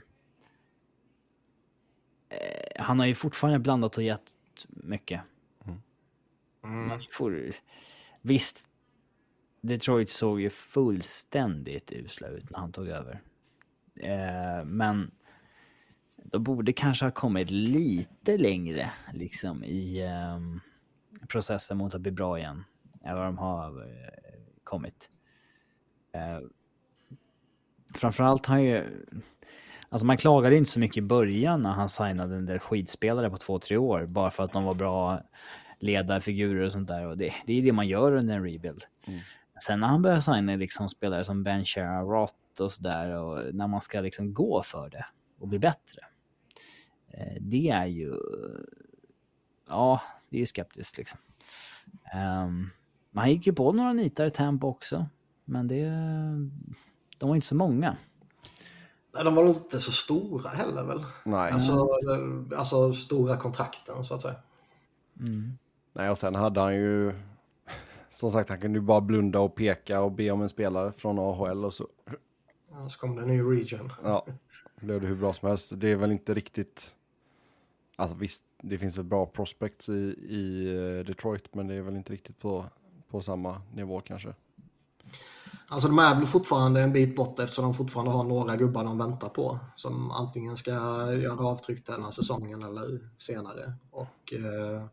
han har ju fortfarande blandat och gett mycket. Mm. Man får, visst, Detroit såg ju fullständigt usla ut när han tog över. Uh, men de borde kanske ha kommit lite längre liksom i um, processen mot att bli bra igen än vad de har uh, kommit. Uh, framförallt har ju, alltså man klagade inte så mycket i början när han signade en del skitspelare på två, tre år bara för att de var bra ledarfigurer och sånt där, och det, det är det man gör under en rebuild. Mm. Sen när han börjar signa liksom spelare som Ben Sherratt och sådär, och när man ska liksom gå för det och bli bättre, det är ju, ja, det är ju skeptiskt liksom. Um, man gick ju på några nitar i Tampa också, men det, de var inte så många. Nej, de var nog inte så stora heller väl? Nej. Alltså, alltså stora kontrakten så att säga. Mm. Nej, och sen hade han ju, som sagt, han kunde ju bara blunda och peka och be om en spelare från A H L och så. Ja, så kom det en ny region. Ja, det blev det hur bra som helst. Det är väl inte riktigt, alltså visst, det finns väl bra prospects i, i Detroit, men det är väl inte riktigt på, på samma nivå kanske. Alltså de är väl fortfarande en bit bort, eftersom de fortfarande har några gubbar de väntar på som antingen ska göra avtryck den här säsongen eller senare. Och eh,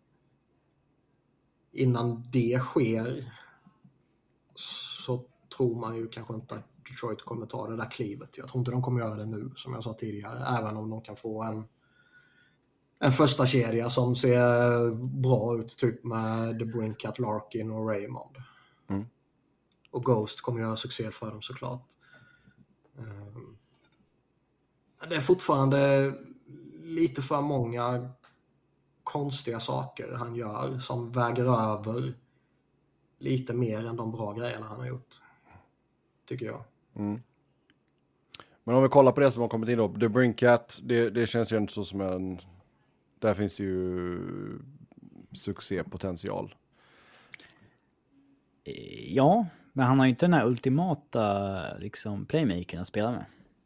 innan det sker så tror man ju kanske inte att Detroit kommer ta det där klivet. Jag tror inte de kommer göra det nu, som jag sa tidigare, även om de kan få en en första kedja som ser bra ut, typ med The Brinkett, Larkin och Raymond. Mm. Och Ghost kommer göra succé för dem såklart. Um, det är fortfarande lite för många konstiga saker han gör som väger över lite mer än de bra grejerna han har gjort, tycker jag. Mm. Men om vi kollar på det som har kommit in då, The Brinkett, det, det känns ju inte så som en, där finns det ju succépotential. Ja, men han har ju inte den här ultimata liksom playmakern att spela med.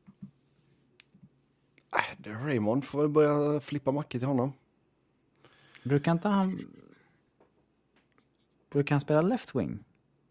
Äh, det Raymond får väl börja flippa mackor till honom. Brukar inte han Brukar han spela left wing?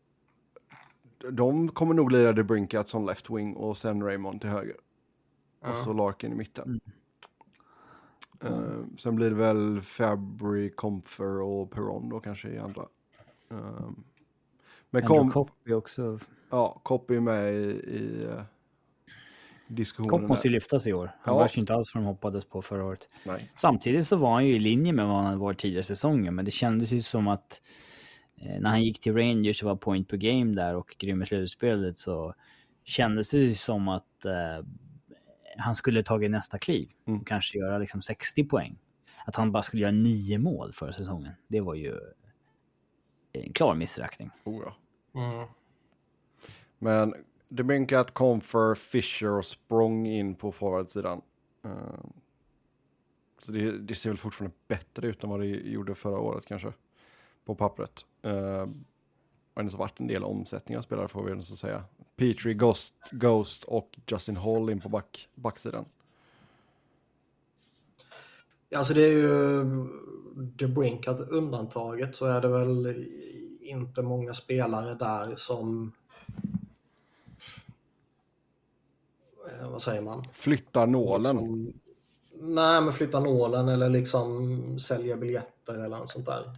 De kommer nog lira The Brinkett som left wing och sen Raymond till höger. Ja. Och så Larkin i mitten. Mm. Uh, sen blir det väl Fabry, Comfer och Perron då kanske i andra. Uh, men kom Kopp också. Ja, Kopp är med i, i uh, diskussionen. Kopp måste ju lyftas i år. Han ja. var ju inte alls vad de hoppades på förra året. Nej. Samtidigt så var han ju i linje med vad han var tidigare säsonger, men det kändes ju som att eh, när han gick till Rangers och var point per game där och grym i slutspelet, så kändes det ju som att eh, han skulle tagit nästa kliv och mm. kanske göra liksom sextio poäng. Att han bara skulle göra nio mål för säsongen. Det var ju en klar missräkning. Oh ja. Mm. Men det bänkar att Comfer, Fisher och Sprong in på forwardsidan. Uh, så det, det ser väl fortfarande bättre ut än vad det gjorde förra året kanske. På pappret. Uh, och det har varit en del omsättningar av spelare, får vi nog så säga. Petrie, Ghost, Ghost och Justin Hall in på back, backsidan. Ja, alltså det är ju The Brink att undantaget, så är det väl inte många spelare där som eh, vad säger man? Flyttar nålen. Liksom, nej, men flyttar nålen eller liksom säljer biljetter eller något sånt där.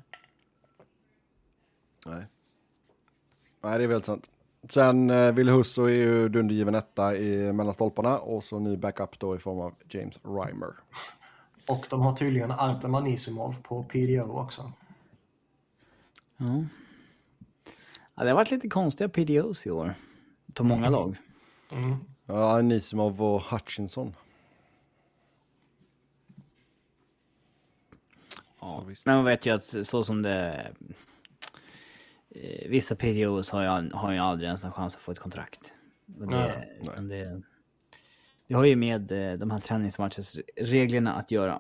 Nej. Nej, det är väldigt sant. Sen eh, Ville Husso är ju dundergiven etta i mellan stolparna och så ny backup då i form av James Reimer. Och de har tydligen Artem Anisimov på P D O också. Ja. Ja, det har varit lite konstiga P D Os i år. På många lag. Mm. Ja, Anisimov och Hutchinson. Ja, men man vet ju att så som det... Vissa P T Os har ju, har ju aldrig ens en chans att få ett kontrakt. Och det, Nej. det, det har ju med de här träningsmatchsreglerna att göra.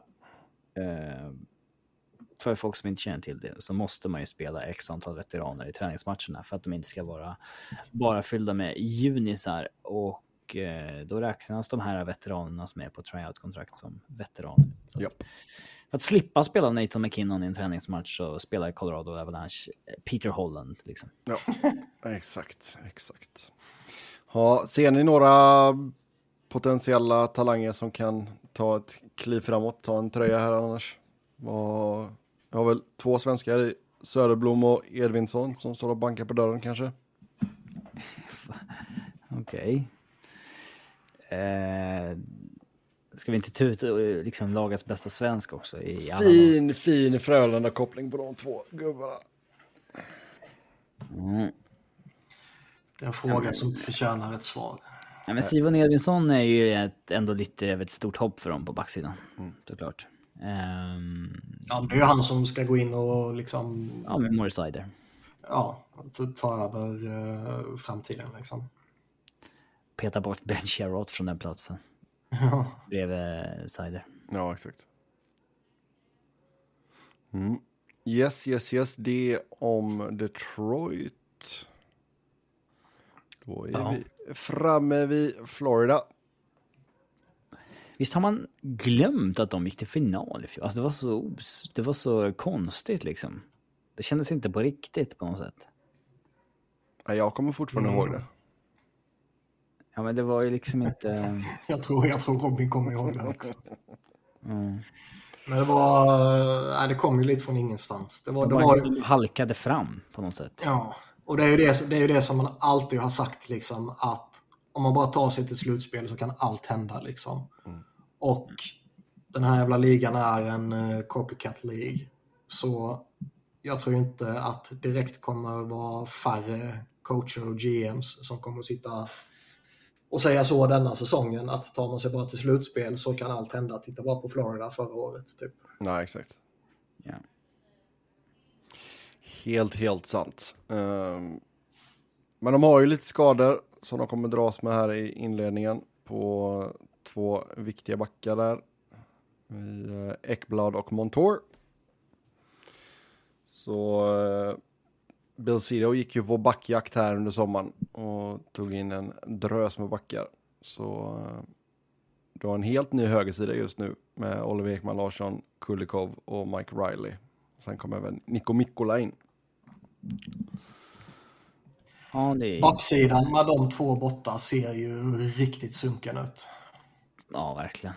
För folk som inte känner till det så måste man ju spela x antal veteraner i träningsmatcherna för att de inte ska vara bara fyllda med junisar. Och då räknas de här veteranerna som är på tryout-kontrakt som veteraner. Yep. För att slippa spela Nathan McKinnon i en träningsmatch och spela i Colorado Avalanche Peter Holland liksom. Ja, exakt, exakt. Ja, ser ni några potentiella talanger som kan ta ett kliv framåt, ta en tröja här annars? Och jag har väl två svenskar i Söderblom och Edvinsson som står och bankar på dörren kanske. Okej. Okay. Eh... Ska vi inte ta ut liksom lagets bästa svensk också? I alla fin, lag? fin Frölunda-koppling på de två gubbarna. Mm. Det är en fråga ja, men... som inte förtjänar ett svar. Ja, men Simon Edvinsson är ju ett, ändå lite ett stort hopp för dem på backsidan. Mm. Såklart. Um... Ja, det är ju han som ska gå in och liksom... Ja, med Morsider. Ja, ta över uh, framtiden liksom. Peta bort Ben Sherratt från den platsen. Ja. Bredvid Sider. Ja, exakt. Mm. Yes, yes, yes. Det om Detroit. Då är ja. vi framme vid Florida. Visst har man glömt att de gick till final i fjol? Alltså det var så, det var så konstigt liksom. Det kändes inte på riktigt på något sätt. Ja, jag kommer fortfarande mm. ihåg det. Ja, men det var ju liksom inte... jag, tror, jag tror Robin kommer ihåg det också. Mm. Men det var... Nej, det kom ju lite från ingenstans. Det var, det det var var... halkade fram på något sätt. Ja, och det är ju det, det, är ju det som man alltid har sagt liksom, att om man bara tar sig till slutspel så kan allt hända liksom. Mm. Och den här jävla ligan är en uh, copycat League. Så jag tror inte att direkt kommer vara färre coacher och G Ms som kommer att sitta och säga så denna säsongen, att tar man sig bara till slutspel så kan allt hända. Titta bara på Florida förra året typ. Nej, exakt. Ja. Helt, helt sant. Um, men de har ju lite skador som de kommer dras med här i inledningen på två viktiga backar där. I, uh, Ekblad och Montour. Så uh, Bill Cito gick ju på backjakt här under sommaren och tog in en drös med backar. Så uh, du har en helt ny högersida just nu med Oliver Ekman Larsson, Kulikov och Mike Riley. Sen kommer även Nico Mikkola in. Ja, det är... Backsidan med de två borta ser ju riktigt sunken ut. Ja, verkligen.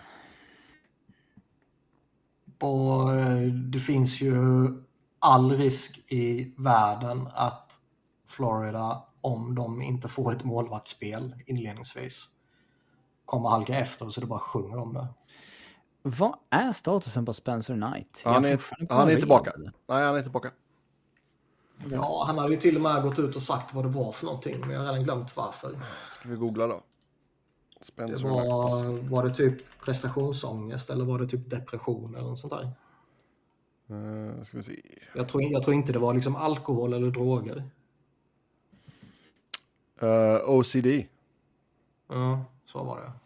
Och det finns ju all risk i världen att Florida, om de inte får ett målvaktsspel inledningsvis, kommer halka efter så det bara sjunger om det. Vad är statusen på Spencer Knight? Han är, han är tillbaka. Nej, han är tillbaka. Ja, han hade ju till och med gått ut och sagt vad det var för någonting, men jag har redan glömt varför. Ska vi googla då? Spencer det var, var det typ prestationsångest eller var det typ depression eller något sånt där? Uh, ska vi se. Jag tror, jag tror inte det var liksom alkohol eller droger. Uh, O C D. Ja, så var det.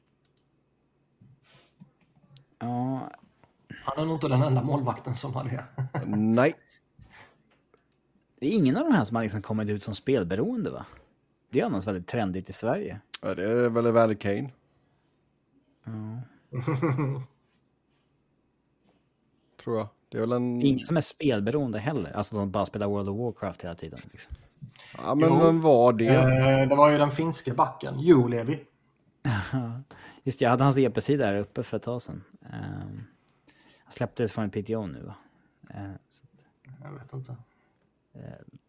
Ja. Han är nog inte den enda målvakten som har det. Nej. Det är ingen av de här som har liksom kommit ut som spelberoende, va? Det är annars väldigt trendigt i Sverige. Ja, det är väl Evander Kane. Ja. Tror jag. Det är väl en... Ingen som är spelberoende heller. Alltså de bara spelar World of Warcraft hela tiden. Liksom. Ja, men vem var det? Eh, det var ju den finska backen. Jo, Levi. Just det, jag hade hans E P-sida där uppe för ett tag sedan. Um, han släpptes från en P T O nu, va? Uh, så att, jag vet inte. Uh,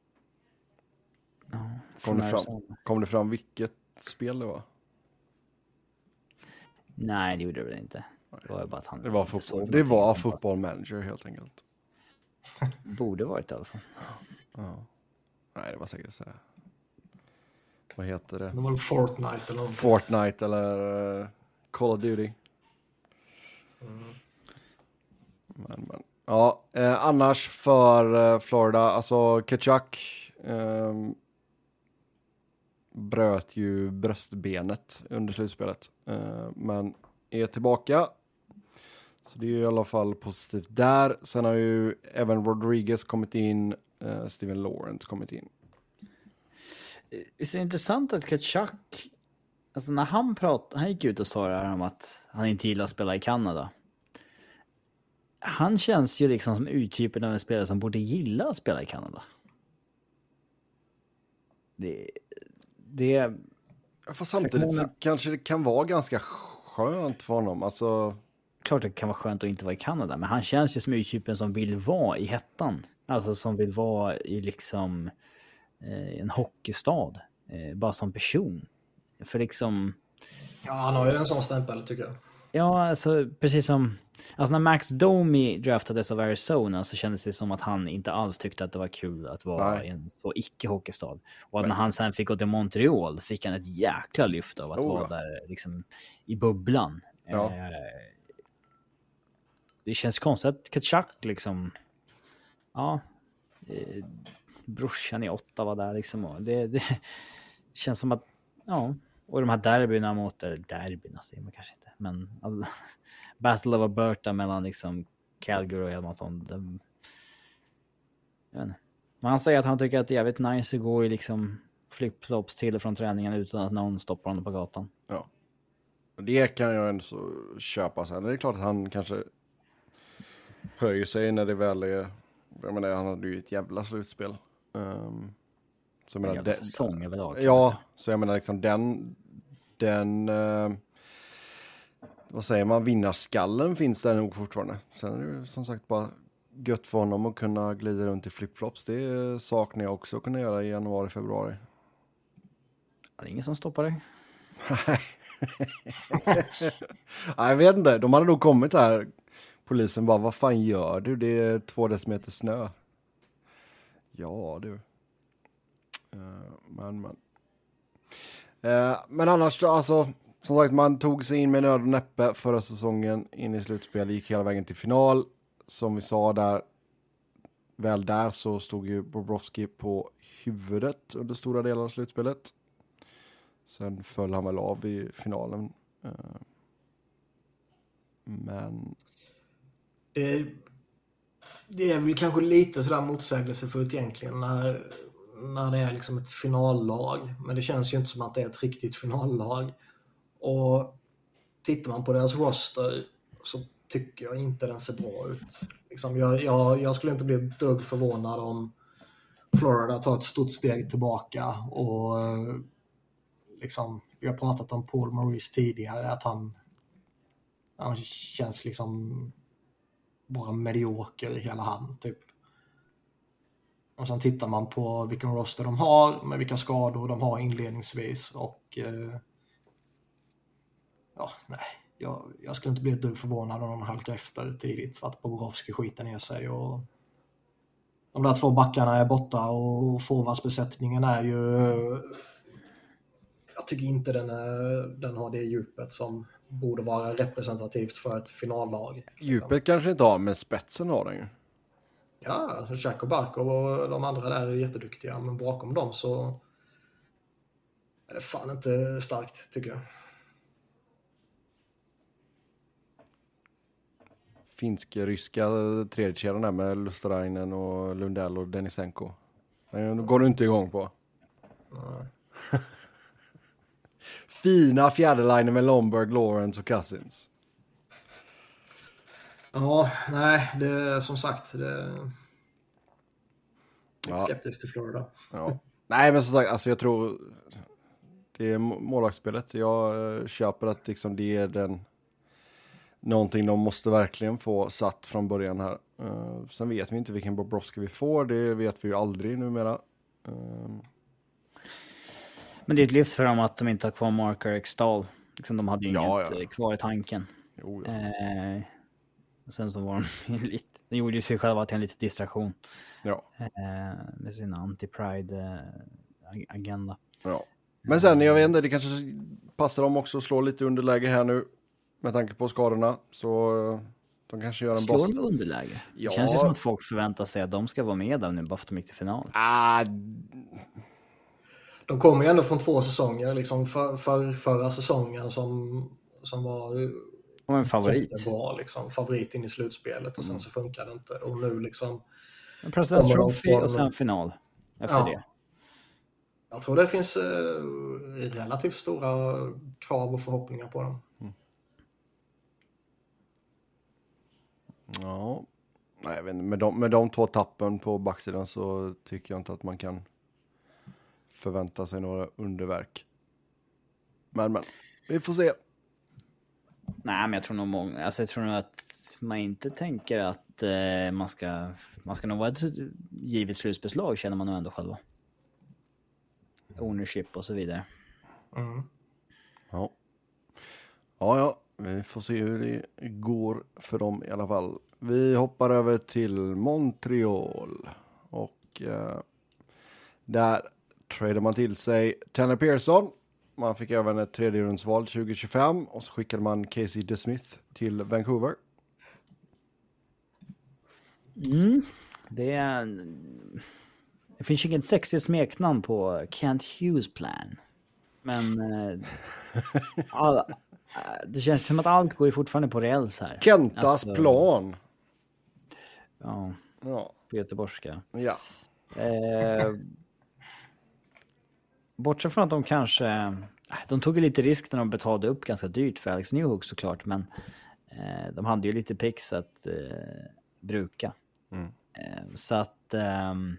ja, kom, det fram, kom det fram vilket spel det var? Nej, det gjorde det inte. Det var bara att han det var fotboll. Det var Football Manager helt enkelt. Borde varit i alla fall. Ja. Nej, det var säkert så här. Vad heter det? Det var Fortnite eller något. Fortnite eller uh, Call of Duty. Mm. Men, men Ja, eh, annars för eh, Florida, alltså Tkachuk eh, bröt ju bröstbenet under slutspelet. Eh, men är tillbaka. Så det är ju i alla fall positivt där. Sen har ju Evan Rodriguez kommit in, eh, Steven Lawrence kommit in. Det är intressant att Tkachuk, alltså när han pratade, han gick ut och sa det här om att han inte gillar att spela i Kanada. Han känns ju liksom som uttypen av en spelare som borde gilla att spela i Kanada. Det, det Fast samtidigt många... så kanske det kan vara ganska skönt för honom. Alltså... Klart det kan vara skönt att inte vara i Kanada, men han känns ju som uttypen som vill vara i hettan. Alltså som vill vara i liksom eh, en hockeystad. Eh, bara som person. För liksom... Ja, han har ju en sån stämpel tycker jag. Ja, alltså precis som... Alltså när Max Domi draftades av Arizona så kändes det som att han inte alls tyckte att det var kul att vara Nej. i en så icke-hockeystad. Och att Nej. när han sen fick gå till Montreal fick han ett jäkla lyft av att oh. vara där liksom i bubblan. Ja. Eh, det känns konstigt att Tkachuk liksom... Ja... Eh, brorsan i Ottawa där liksom. Och det, det känns som att... Ja... Och de här derbyna mot, eller derbyna säger man kanske inte, men all, Battle of Alberta mellan liksom Calgary och Edmonton. De, jag vet inte. Men han säger att han tycker att det är jävligt nice att gå i liksom flip-flops till och från träningen utan att någon stoppar honom på gatan. Ja. Det kan jag ändå så köpa sen. Det är klart att han kanske höjer sig när det väl är, jag menar han hade ju ett jävla slutspel. Um, Så jag menar, jävla säsong överlag. Ja, så jag menar liksom den, den eh, vad säger man, vinnarskallen finns där nog fortfarande. Sen är det ju som sagt bara gött för honom att kunna glida runt i flipflops. Det saknar jag också att kunna göra i januari, februari. Det är ingen som stoppar dig. Nej, jag vet inte, de hade nog kommit här. Polisen bara, vad fan gör du? Det är två decimeter snö. Ja, du. Men, men. Eh, men annars då, alltså, som sagt, man tog sig in med nöd och näppe förra säsongen in i slutspel, gick hela vägen till final. Som vi sa där, väl där så stod ju Bobrovsky på huvudet under stora delar av slutspelet. Sen föll han väl av i finalen. Eh, men... Det, det är väl kanske lite sådär motsägelsefullt egentligen när... när det är liksom ett finallag. Men det känns ju inte som att det är ett riktigt finallag. Och tittar man på deras roster så tycker jag inte den ser bra ut. Liksom jag, jag, jag skulle inte bli ett dugg förvånad om Florida tar ett stort steg tillbaka. Och liksom, vi har pratat om Paul Maurice tidigare, att han, han känns liksom bara medioker i hela hand typ. Och sen tittar man på vilken roster de har, med vilka skador de har inledningsvis. Och eh, ja, nej. Jag, jag skulle inte bli ett dugg förvånad om de halkar efter tidigt för att Bobrovsky skiter ner sig. Och de där två backarna är borta och forwardsbesättningen är ju... Jag tycker inte den, är, den har det djupet som borde vara representativt för ett finallag. Djupet kanske inte har, men spetsen har den ju. Ja, Jack och Barkov och de andra där är jätteduktiga. Men bakom dem så är det fan inte starkt, tycker jag. Finsk-ryska tredjekedjan där med Luosterainen och Lundell och Denisenko. Den går du inte igång på. Nej. Fina fjärdeliner med Lomberg, Lawrence och Cousins. Ja, nej, det är som sagt, det är ja. skeptisk till Florida. Ja. Nej, men som sagt, alltså jag tror det är målvaktsspelet. Jag köper att liksom det är den någonting de måste verkligen få satt från början här. Uh, sen vet vi inte vilken Bobrovsky vi får. Det vet vi ju aldrig numera. Uh. Men det är ett lyft för dem att de inte har kvar Mark Eric Stahl. Liksom de hade ju ja, inget ja. kvar i tanken. Jo, ja. Eh, och sen så var de lite... De gjorde ju sig själva till en liten distraktion. Ja. Eh, med sin anti-pride-agenda. Ja. Men sen, jag vet inte, det kanske passar dem också att slå lite underläge här nu. Med tanke på skadorna. Så De kanske gör en Slår boss. de underläge? Ja. Det känns ju som att folk förväntar sig att de ska vara med där nu bara för att de gick till final. Ah, De kommer ju ändå från två säsonger, liksom för, för, förra säsongen som, som var Och en favorit. bra, liksom, favorit in i slutspelet och sen så funkar det inte. Och nu liksom... President's kommer de Trophy från- och sen final efter Ja. det. Jag tror det finns eh, relativt stora krav och förhoppningar på dem. ja. Nej, jag vet inte. Med, de, med de två tappen på backsidan så tycker jag inte att man kan förvänta sig några underverk. Men, men. Vi får se. Nej, men jag tror nog många, alltså jag tror nog att man inte tänker att eh, man ska man ska nog vara ett givet slutspelslag, känner man nog ändå själva. Ownership och så vidare. Mm. Ja. Ja, ja. Vi får se hur det går för dem i alla fall. Vi hoppar över till Montreal. Och eh, där tradar man till sig Tanner Pearson. Man fick även ett tredje rundsval tjugo tjugofem. Och så skickade man Casey DeSmith till Vancouver. Mm. Det är... Det finns ju inget sexigt smeknamn på Kent Hughes plan. Men... Eh, all, eh, det känns som att allt går ju fortfarande på räls här. Kentas Alltså- plan. Ja, Ja. på göteborgska. Ja. Eh, bortsett från att de kanske... eh, De tog ju lite risk när de betalade upp ganska dyrt för Alex Newhook såklart. Men eh, de hade ju lite picks att eh, bruka. Mm. Eh, så att... ehm,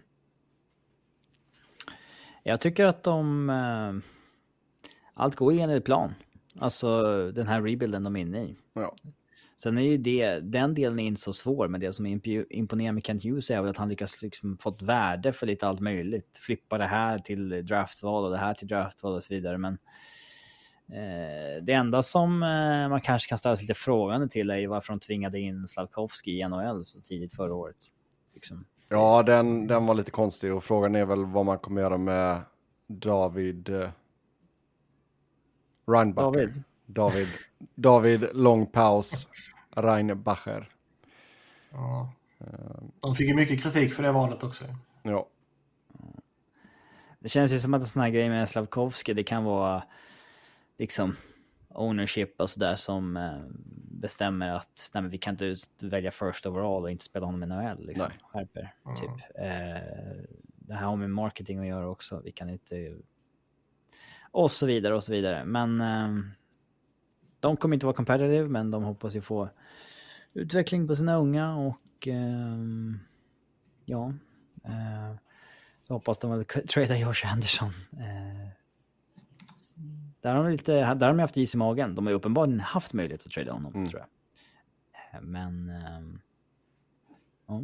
jag tycker att de... Eh, allt går enligt plan. Alltså den här rebuilden de är inne i. Ja. Sen är ju det, den delen är inte så svår, men det som imp- imponerar med Kent Hughes är väl att han lyckas liksom fått värde för lite allt möjligt. Flippa det här till draftval och det här till draftval och så vidare. Men eh, det enda som eh, man kanske kan ställa sig lite frågande till är ju varför de tvingade in Slavkovski i N H L så tidigt förra året. Liksom. Ja, den, den var lite konstig. Och frågan är väl vad man kommer göra med David eh, Reinbacher. David. David. David lång paus. Reinbacher. Ja. De fick ju mycket kritik för det valet också. Ja. Det känns ju som att en sån här grej med Slavkovski, det kan vara liksom ownership och sådär som eh, bestämmer att nej, men vi kan inte välja first overall och inte spela honom i N H L. Liksom. Nej. Skärper, Mm. typ. Eh, det här har med marketing att göra också. Vi kan inte... Och så vidare och så vidare. Men eh, de kommer inte vara competitive, men de hoppas ju få utveckling på sina unga och eh, ja... Eh, så hoppas de väl trada Josh Anderson. Eh, där har de lite, där har de haft is i magen. De har ju uppenbarligen haft möjlighet att trada honom, Mm. tror jag. Eh, men... Eh, ja.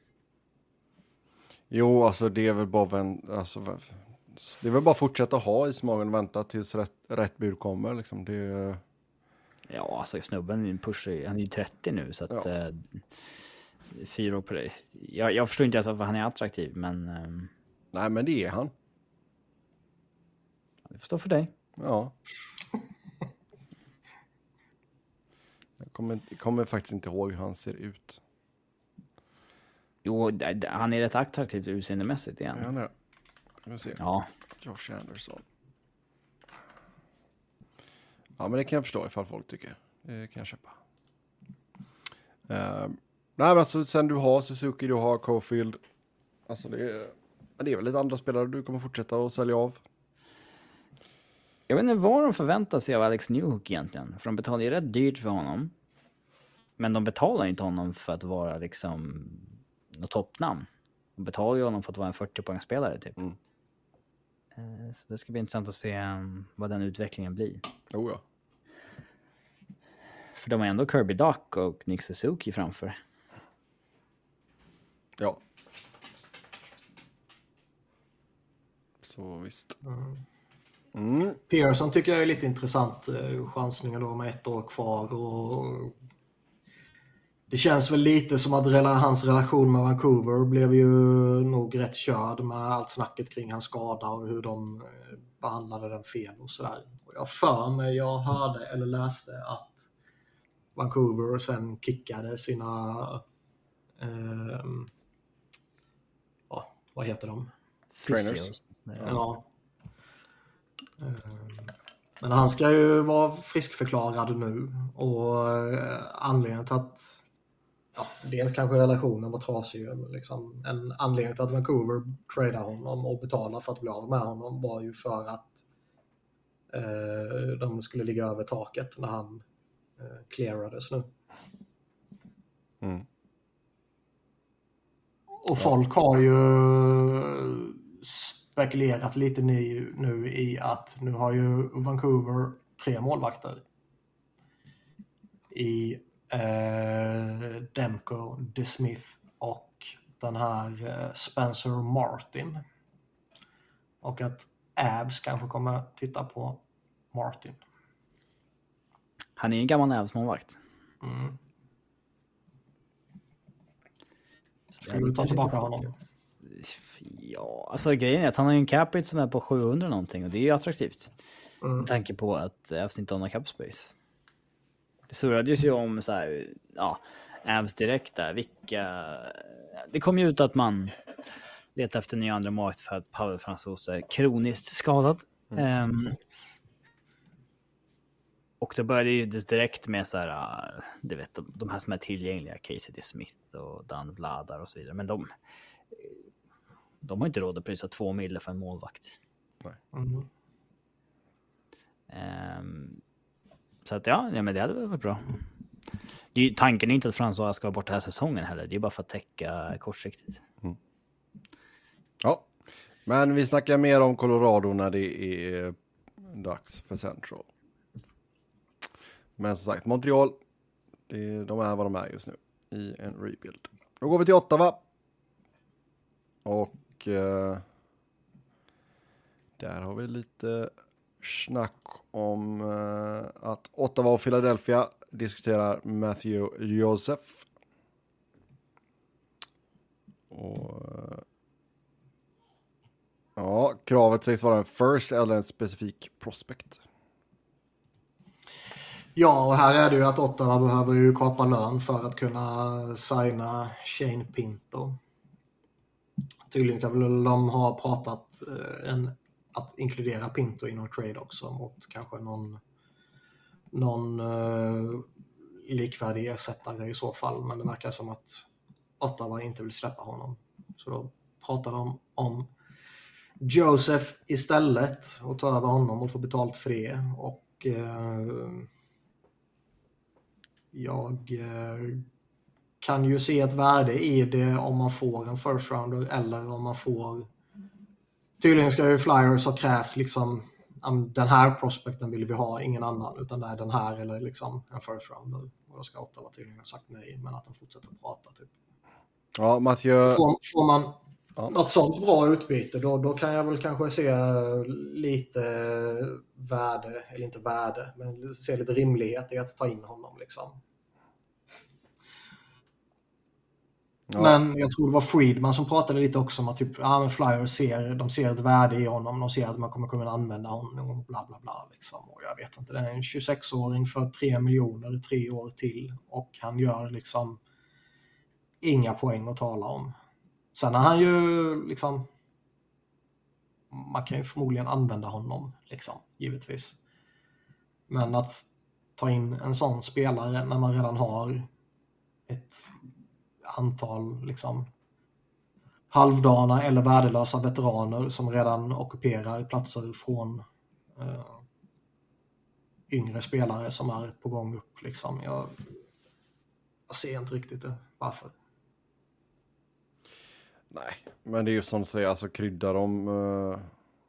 Jo, alltså det är väl bara vän, alltså, det är väl bara fortsätta ha is i magen och vänta tills rätt, rätt bud kommer. Liksom. Det är, Ja, alltså snubben pushar ju, han är ju trettio nu, så att... Ja. Eh, fyra år på det. Jag, jag förstår inte ens varför han är attraktiv, men... Eh, nej, men det är han. det förstår för dig. Ja. Jag kommer, kommer faktiskt inte ihåg hur han ser ut. Jo, d- d- han är rätt attraktiv utseendemässigt igen. Ja, nej. Ska vi se. Ja. Josh Anderson. Ja, men det kan jag förstå ifall folk tycker. Det kan jag köpa. Uh, nej, men alltså sen du har Suzuki, du har Caulfield. Alltså det är, det är väl lite andra spelare du kommer fortsätta att sälja av. Jag vet inte vad de förväntar sig av Alex Newhook egentligen. För de betalar ju rätt dyrt för honom. Men de betalar ju inte honom för att vara liksom något toppnamn. De betalar ju honom för att vara en fyrtio-poängsspelare typ. Mm. Eh, Så det ska bli intressant att se um, vad den utvecklingen blir. Oh ja. För de har ändå Kirby Duck och Nick Suzuki framför. Ja. Så visst. Mm. Pearson tycker jag är lite intressant. eh, Chansningar då med ett år kvar. Och det känns väl lite som att rela- hans relation med Vancouver blev ju nog rätt körd med allt snacket kring hans skada och hur de eh, behandlade den fel och sådär. Och jag för mig, jag hörde eller läste att Vancouver och sen kickade sina eh, ja, vad heter de? Trainers. Ja. Men han ska ju vara friskförklarad nu och anledningen till att ja, dels kanske relationen var trasig, liksom. En anledning till att Vancouver tradade honom och betalade för att bli av med honom var ju för att eh, de skulle ligga över taket när han eh, clearades nu. Mm. Och folk har ju spekulerat lite nu, nu i att nu har ju Vancouver tre målvakter i eh, Demko, DeSmith och den här eh, Spencer Martin. Och att Avs kanske kommer titta på Martin. Han är en gammal Avs-målvakt. Mm. Ska du ta tillbaka honom? Ja, alltså grejen är att han har ju en cap hit som är på sjuhundra någonting och det är ju attraktivt. Mm. Med tanke på att Avs inte har någon cap space. Det surrades ju om så här, ja, Avs direkt där, vilka... Det kom ju ut att man letar efter nya andra målvakt för att Pavel Francouz är kroniskt skadad. Mm. Um, och det började ju direkt med så här, du vet, de, de här som är tillgängliga, Casey DeSmith och Dan Vladar och så vidare. Men de, de har inte råd att prisa två mille för en målvakt. Nej. Mm. Um, så att ja, ja, men det hade väl varit bra. Det är ju, tanken är inte att François ska vara borta här säsongen heller. Det är bara för att täcka kortsiktigt. Mm. Ja, men vi snackar mer om Colorado när det är dags för Central. Men som sagt, Montreal, det, de är vad de är just nu i en rebuild. Då går vi till Ottawa. Och eh, där har vi lite snack om eh, att Ottawa och Philadelphia diskuterar Matthew Joseph. Och eh, ja, kravet sägs vara en first eller en specifik prospect. Ja, och här är det ju att Ottawa behöver ju kapa lön för att kunna signa Shane Pinto. Tydligen kan väl de ha pratat eh, en, att inkludera Pinto i någon trade också mot kanske någon, någon eh, likvärdig ersättare i så fall. Men det verkar som att Ottawa inte vill släppa honom. Så då pratar de om Joseph istället och ta över honom och få betalt för det. Och eh, jag eh, kan ju se ett värde i det om man får en first rounder eller om man får... Tydligen ska ju Flyers ha krävt liksom den här prospekten vill vi ha, ingen annan, utan det är den här eller liksom en first rounder. Och då ska Ottawa tydligen ha sagt nej, men att de fortsätter prata typ. Ja, Mathieu... Får, får man ja. något sånt bra utbyte, då, då kan jag väl kanske se lite värde, eller inte värde, men se lite rimlighet i att ta in honom liksom. Ja. Men jag tror det var Friedman som pratade lite också om att typ, ja, men Flyers ser, de ser ett värde i honom, de ser att man kommer kunna använda honom, bla bla bla liksom. Och jag vet inte, det är en tjugosex-åring för tre miljoner, tre år till, och han gör liksom inga poäng att tala om. Sen har han ju liksom, man kan ju förmodligen använda honom liksom, givetvis. Men att ta in en sån spelare när man redan har ett antal liksom halvdana eller värdelösa veteraner som redan ockuperar platser från eh, yngre spelare som är på gång upp liksom. Jag, jag ser inte riktigt det. Varför? Nej, men det är ju som du säger, alltså kryddar de uh,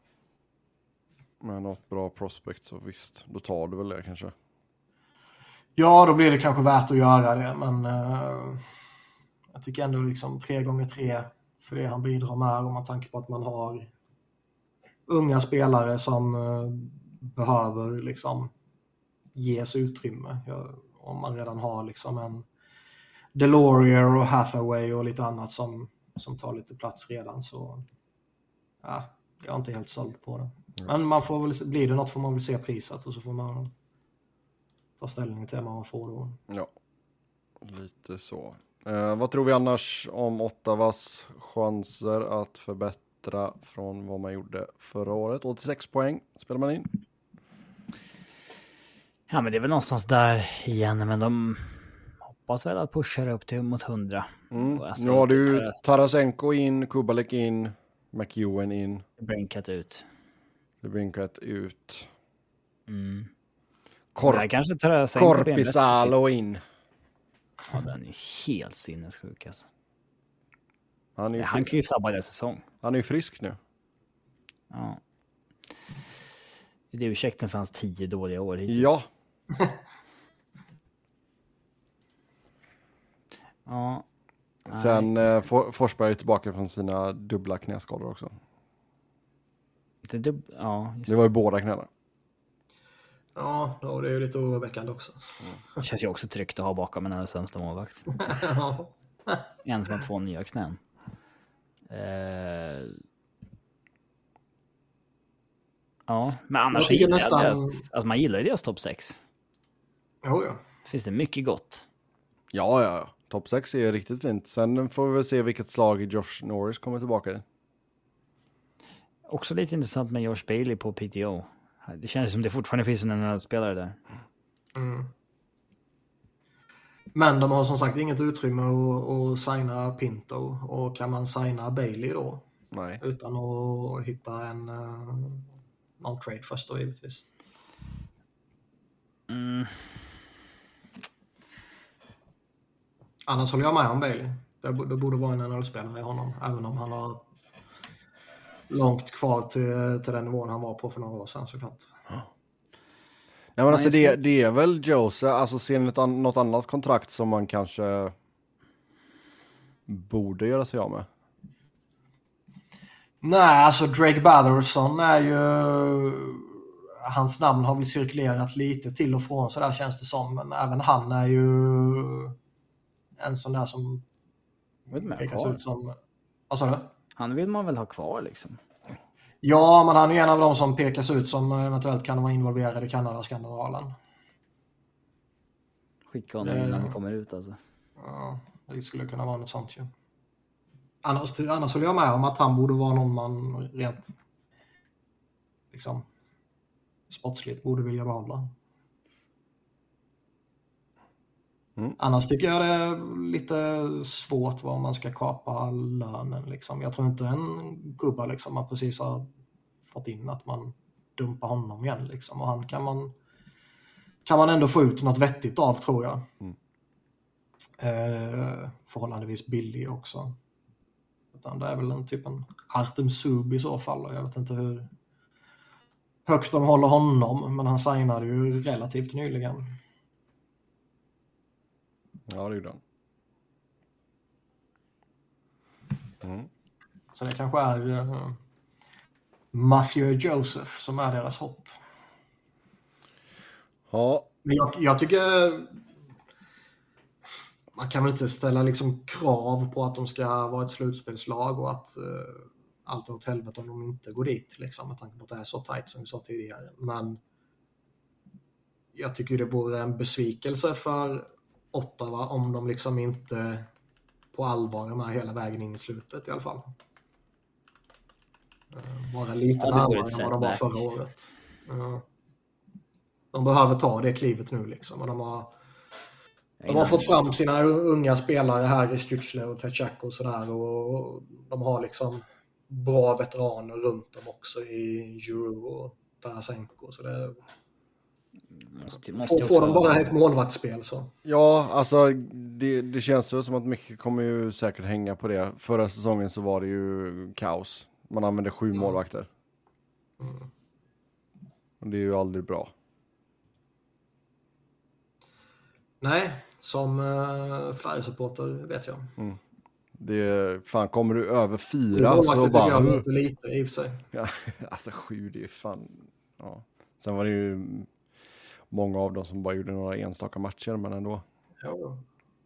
med något bra prospect så visst, då tar du väl det kanske. Ja, då blir det kanske värt att göra det, men uh, jag tycker ändå liksom tre gånger tre för det han bidrar med, om man tänker på att man har unga spelare som uh, behöver liksom ges utrymme. Ja, om man redan har liksom en Delorier och Hathaway och lite annat som som tar lite plats redan, så ja, jag är inte helt såld på det. Mm. Men man får väl, blir det något får man väl se priset och så får man ta ställning till vad man får då. Ja, lite så. Eh, vad tror vi annars om Ottawas chanser att förbättra från vad man gjorde förra året? åttiosex poäng spelar man in. Ja, men det är väl någonstans där igen, men de hoppas väl att pusha upp till mot hundra. Mm. Alltså, nu har du Tarasenko in, Kubalek in, McEwen in. Brinkat ut. Brinkat ut. Mm. Kor- kanske Tarasenko Korpisalo in. Ja, den är helt sinnessjuk alltså. Han, är ju Han kan ju sabba den säsong. Han är ju frisk nu. Ja. Det är ursäkten för hans tio dåliga år hittills. Ja. Ja. Sen eh, For- Forsberg är tillbaka från sina dubbla knäskador också. Det, dub- ja, just det var ju båda knäna. Ja, då, det är ju lite oroväckande också. Det känns ju också tryggt att ha bakom en av sämsta målvakt. Ja. En som har två nya knän. Eh... Ja, men annars Jag tycker gillar nästan- jag deras, alltså man gillar ju deras topp sex. Jo, ja. Finns det mycket gott. Ja, ja, ja. Topp sex är riktigt fint. Sen får vi väl se vilket slag Josh Norris kommer tillbaka i. Också lite intressant med Josh Bailey på P T O. Det känns som det fortfarande finns en N H L-spelare där. Mm. Men de har som sagt inget utrymme att, att signa Pinto. Och kan man signa Bailey då? Nej. Utan att hitta en uh, någon trade först då givetvis. Mm. Annars håller jag med om Bailey. Det, det borde vara en N H L-spelare i honom. Även om han har långt kvar till, till den nivån han var på för några år sedan såklart. Nej, men alltså det, det är väl Jose. Alltså ser ni ett, något annat kontrakt som man kanske borde göra sig av med? Nej, alltså Drake Batherson är ju... Hans namn har väl cirkulerat lite till och från så där känns det som. Men även han är ju en sån där som pekas ut som... Vad sa du? Han vill man väl ha kvar liksom. Ja, men han är en av dem som pekas ut som eventuellt kan vara involverad i Kanada-skandalen. Skicka honom innan vi kommer ut alltså. Ja, det skulle kunna vara något sånt ju. Annars, annars håller jag med om att han borde vara någon man rent liksom sportsligt borde vilja behålla. Mm. Annars tycker jag det är lite svårt vad man ska kapa lönen liksom. Jag tror inte en gubba liksom man precis har fått in att man dumpar honom igen liksom. Och han kan man kan man ändå få ut något vettigt av tror jag. Mm. Eh, förhållandevis billig också. Utan det är väl en typ en Artem Sub i så fall. Och jag vet inte hur högt de håller honom. Men han signade ju relativt nyligen. Ja, det är den. Mm. Så det kanske är uh, Matthew Joseph som är deras hopp. Ja. Men jag, jag tycker man kan väl inte ställa liksom krav på att de ska vara ett slutspelslag och att uh, allt är åt helvete om de inte går dit liksom, med tanke på att det är så tajt som vi sa tidigare. Men jag tycker det vore en besvikelse för Ottawa om de liksom inte på allvar är med hela vägen in i slutet i alla fall. Vara lite ja, närmare än vad de var förra året. Uh, de behöver ta det klivet nu liksom. Och de har, de har fått fram sina unga spelare här i Stützle och Tchak och sådär. Och de har liksom bra veteraner runt dem också i Euro och Tarasenko. Så det måste, måste får, får de bara ett målvaktsspel så. Ja, alltså det, det känns ju som att mycket kommer ju säkert hänga på det. Förra säsongen så var det ju kaos. Man använde sju mm. målvakter. Mm. Och det är ju aldrig bra. Nej, som uh, Flyers-supporter vet jag. Mm. Det, fan, kommer du över fyra så så bara... Jag inte lite i och för sig. Ja, alltså sju, det är fan... Ja. Sen var det ju många av dem som bara gjorde några enstaka matcher, men ändå. Ja.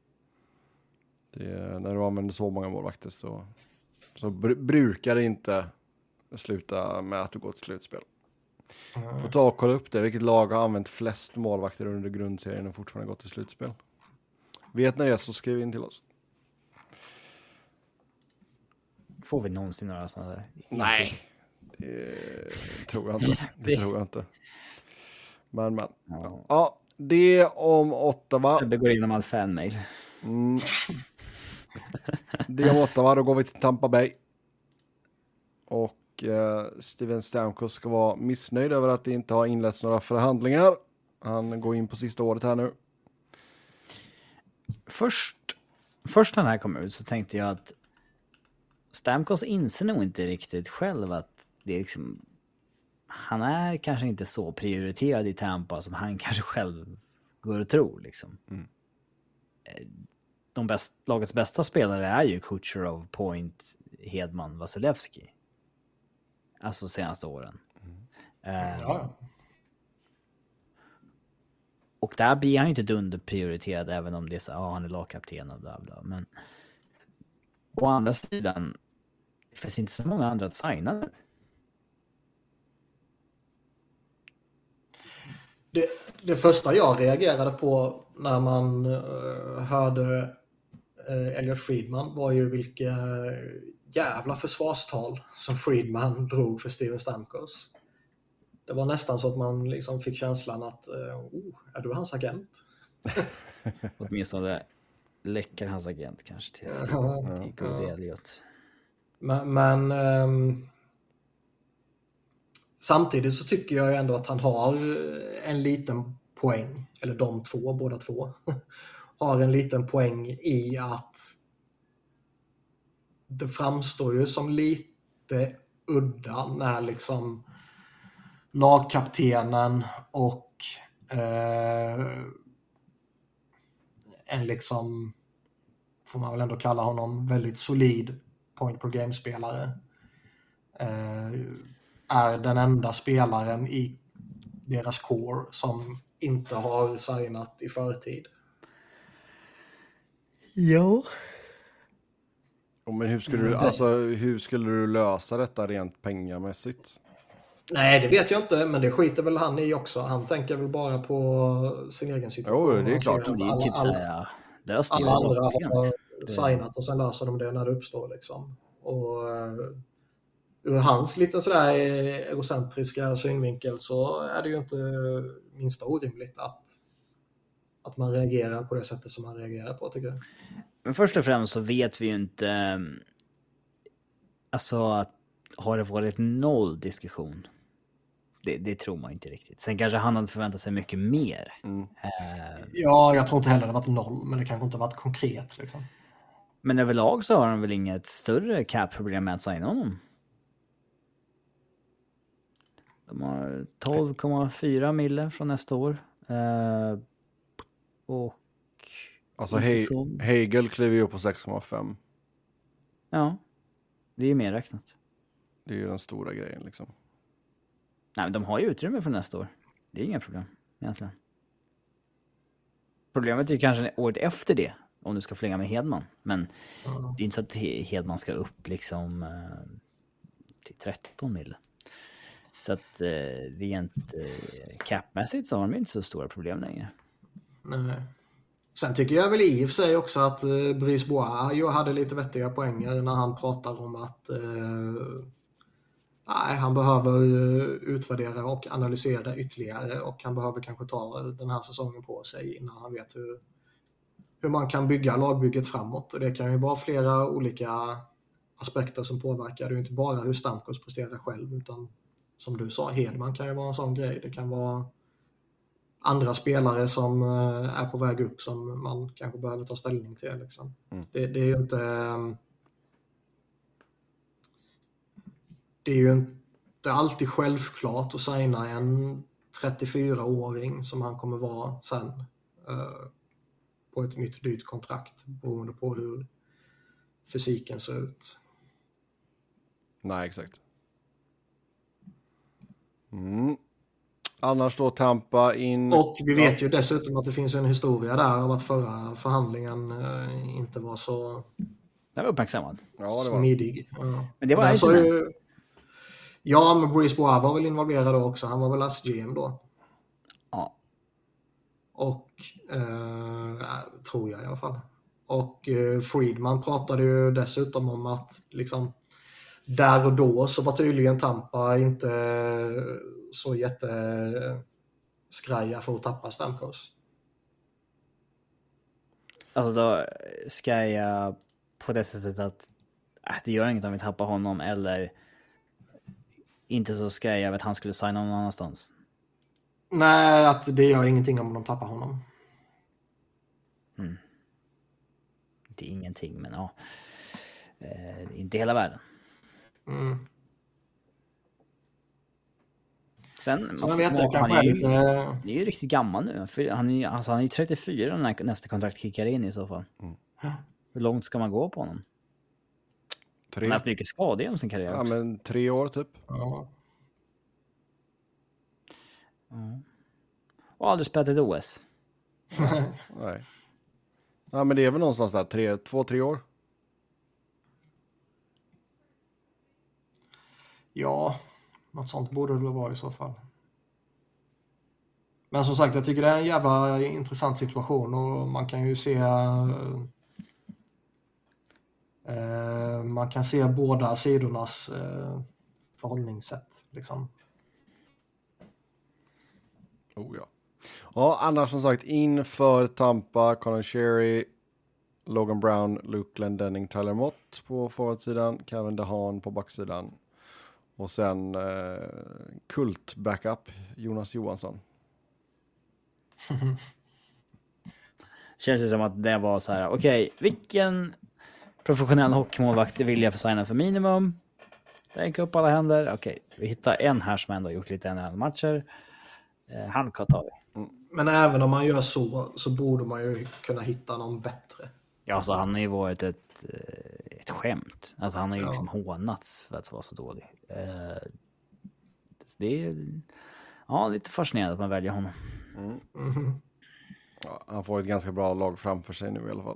Det, när du använder så många målvakter så, så br- brukar det inte sluta med att du går till slutspel. Får ta och kolla upp det. Vilket lag har använt flest målvakter under grundserien och fortfarande gått till slutspel? Vet ni det så skriv in till oss. Får vi någonsin några sådana där? Nej, det tror jag inte. Det tror jag inte. Men, men. Ja, ja det om Ottawa. Sebbe går igenom all fanmail. Mm. Det om Ottawa, då går vi till Tampa Bay. Och eh, Steven Stamkos ska vara missnöjd över att det inte har inletts några förhandlingar. Han går in på sista året här nu. Först, först när den här kom ut så tänkte jag att Stamkos inser nog inte riktigt själv att det är liksom, han är kanske inte så prioriterad i Tampa som han kanske själv går och tror. Liksom. Mm. De bäst, lagets bästa spelare är ju Kucherov, Point, Hedman, Vasilevski. Alltså senaste åren. Mm. Uh, ja. Och där blir han ju inte underprioriterad även om det är så, ja, han är lagkapten och bla bla. Men å andra sidan det finns inte så många andra att signa nu. Det, det första jag reagerade på när man uh, hörde uh, Elliot Friedman var ju vilka jävla försvarstal som Friedman drog för Steven Stamkos. Det var nästan så att man liksom fick känslan att uh, oh, är du hans agent? Åtminstone läcker hans agent kanske till Steven, till Goody Elliot. Men, men um, samtidigt så tycker jag ändå att han har en liten poäng, eller de två, båda två, har en liten poäng i att det framstår ju som lite udda när liksom lagkaptenen och eh, en liksom, får man väl ändå kalla honom, väldigt solid point per game-spelare eh, är den enda spelaren i deras core som inte har signat i förtid. Jo. Oh, men hur skulle, du, alltså, hur skulle du lösa detta rent pengamässigt? Nej, det vet jag inte, men det skiter väl han i också. Han tänker väl bara på sin egen situation. Jo, det är klart. Det är typ så här, löst alla andra har signat och sen löser de det när det uppstår liksom. Och ur hans lite sådär egocentriska synvinkel så är det ju inte minsta orimligt att, att man reagerar på det sättet som man reagerar på, tycker jag. Men först och främst så vet vi ju inte, alltså har det varit noll diskussion? Det, det tror man inte riktigt. Sen kanske han hade förväntat sig mycket mer. Mm. Uh, ja, jag tror inte heller det varit noll, men det kanske inte varit konkret liksom. Men överlag så har han väl inget större cap-problem med att signa honom. De har tolv komma fyra mille från nästa år. Uh, och... Alltså He- så... Hegel kliver ju upp på sex komma fem. Ja, det är ju mer räknat. Det är ju den stora grejen liksom. Nej, men de har ju utrymme för nästa år. Det är inga problem egentligen. Problemet är ju kanske året efter det. Om du ska flänga med Hedman. Men mm. det är inte så att Hedman ska upp liksom uh, till tretton mille. Så att uh, rent uh, capmässigt så har de inte så stora problem längre. Nej. Sen tycker jag väl i och för sig också att uh, Brice Bois ju hade lite vettiga poänger när han pratar om att uh, nej, han behöver uh, utvärdera och analysera ytterligare och han behöver kanske ta den här säsongen på sig innan han vet hur hur man kan bygga lagbygget framåt. Och det kan ju vara flera olika aspekter som påverkar. Det är ju inte bara hur Stamkos presterar själv, utan som du sa, Hedman kan ju vara en sån grej. Det kan vara andra spelare som är på väg upp som man kanske behöver ta ställning till. Liksom. Mm. Det, det är ju inte det är ju inte alltid självklart att signa en trettiofyra-åring som han kommer vara sen på ett nytt dyrt kontrakt beroende på hur fysiken ser ut. Nej, exakt. Mm. Annars då Tampa in... Och vi vet ju dessutom att det finns en historia där av att förra förhandlingen eh, inte var så... Det var uppmärksammad. Ja, det var smidig. Ja. Men det var så ju... Ja, men Breeze Bois var väl involverad då också. Han var väl S G M då. Ja. Och, eh, tror jag i alla fall. Och eh, Friedman pratade ju dessutom om att liksom, där och då så var tydligen Tampa inte så jätteskraja för att tappa Stamkos. Alltså då ska jag på det sättet att äh, det gör inget om vi tappar honom, eller inte så ska jag att han skulle signa någon annanstans. Nej, att det gör ingenting om de tappar honom. Mm. Inte ingenting, men ja. Eh, inte hela världen. Mm. Sen, Så man vet det, han är ju, lite... han är ju riktigt gammal nu. För han är, alltså han är ju trettiofyra när nästa kontrakt kickar in i så fall. Mm. Hur långt ska man gå på honom? Tre. Han har haft mycket skador genom sin karriär Ja, också. men tre år typ. Ja. Mm. Och aldrig spelat ett O S. Nej. Ja, men det är väl någonstans där, tre, två, tre år. Ja, något sånt borde det väl vara i så fall. Men som sagt, jag tycker det är en jävla intressant situation och man kan ju se eh, man kan se båda sidornas eh, förhållningssätt liksom. Oh ja. Ja, annars som sagt inför Tampa, Conor Sherry, Logan Brown, Luke Glendening, Tyler Mott på forwardsidan, Kevin DeHaan på backsidan. Och sen eh, kult backup Jonas Johansson. Känns det som att det var så här, okej, okay, vilken professionell hockeymålvakt vill jag få signa för minimum? Räck upp alla händer. Okej, okay, vi hittar en här som ändå har gjort lite N H L-matcher. Eh, han kan ta vi. Mm. Men även om man gör så, så borde man ju kunna hitta någon bättre. Ja, alltså han har ju varit ett, ett skämt. Alltså han har ju ja. liksom hånats för att vara så dålig. Eh, det är ja, lite fascinerande att man väljer honom. Mm. Mm. Ja, han får ett ganska bra lag framför sig nu i alla fall.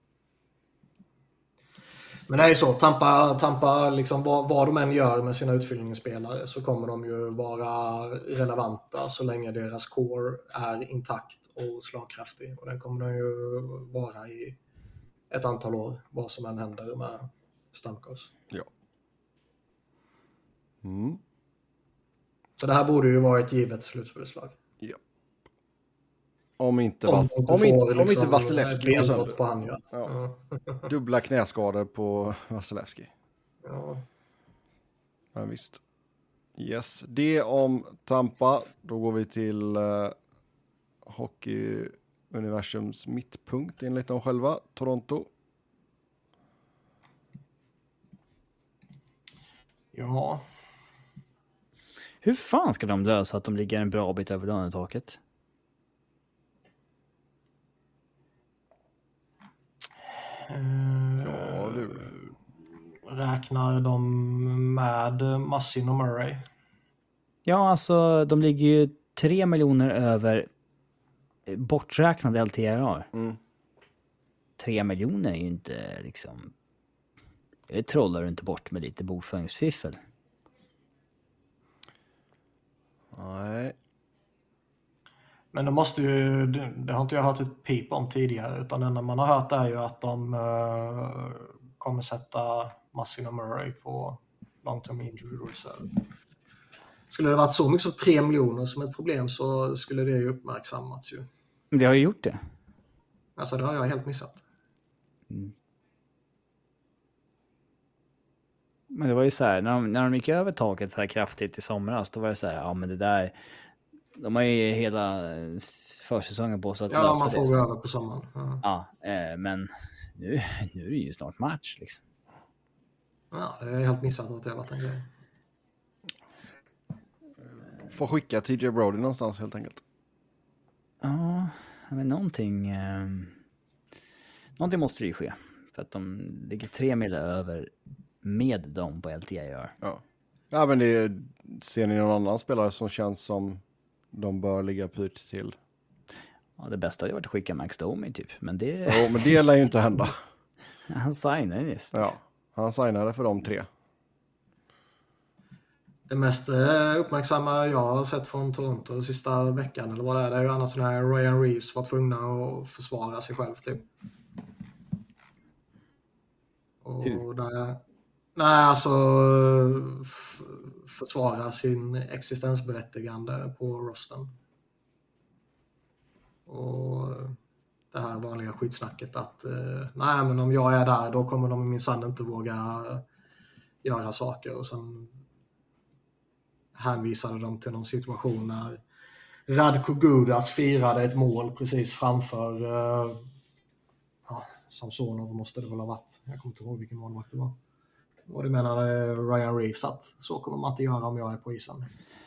Men det är ju så, Tampa, Tampa liksom, vad, vad de än gör med sina utfyllningsspelare så kommer de ju vara relevanta så länge deras core är intakt och slagkraftig. Och den kommer de ju vara i ett antal år, vad som än händer med Stamkos. Ja. Mm. Så det här borde ju vara ett givet slutspelslag. Ja. Om inte, Om, Vas- inte om, inte, får, om liksom, inte Vasilevski går sönder. på han, ja. Ja. Ja. Dubbla knäskador på Vasilevski. Ja. Men visst. Yes, det om Tampa. Då går vi till uh, hockeyuniversums mittpunkt enligt dem själva. Toronto. Ja. Hur fan ska de lösa att de ligger en bra bit över lönetaket? Ja, du. Räknar de med Massin och Murray? Ja, alltså de ligger ju tre miljoner över borträknade L T R R. Mm. Tre miljoner är ju inte liksom... Det trollar du inte bort med lite bokföringsfiffel. Nej. Men det måste ju, det, det har inte jag hört ett pip om tidigare, utan det enda man har hört är ju att de uh, kommer sätta Massin och Murray på long term injury reserve. Skulle det varit så mycket som tre miljoner som ett problem så skulle det ju uppmärksammats ju. Det har ju gjort det. Alltså det har jag helt missat. Mm. Men det var ju så här, när de, när de gick över taket så här kraftigt i somras, då var det så här, ja men det där, de har ju hela försäsongen på sig att ja, lösa man får det. gå över på sommaren. Ja, ja eh, men nu, nu är det ju snart match liksom. Ja, det är helt missat att det har varit en grej. Får skicka T J Brody någonstans helt enkelt. Ja, men någonting, eh, någonting måste det ju ske. För att de ligger tre mil över med dem på L T I R. Ja, ja men det är, ser ni någon annan spelare som känns som de bör ligga pyrt till? Ja, det bästa hade varit att skicka Max Domi typ. Men det... Jo, men det lär ju inte hända. Han signade just. Ja, han signade för de tre. Det mest eh, uppmärksamma jag har sett från Toronto den sista veckan eller vad det är, det är ju annars sån här Ryan Reeves var tvungna att försvara sig själv typ. Och där, nej, alltså f- försvara sin existensberättigande på rosten. Och det här vanliga skitsnacket att eh, nej, men om jag är där då kommer de minsann inte våga göra saker. Och sen hänvisade de till någon situation när Radko Gudas firade ett mål precis framför eh, ja, Samsonov måste det väl ha varit. Jag kommer inte ihåg vilken målvakt det var. Och det menade Ryan Reeves att så kommer man inte göra om jag är på isen.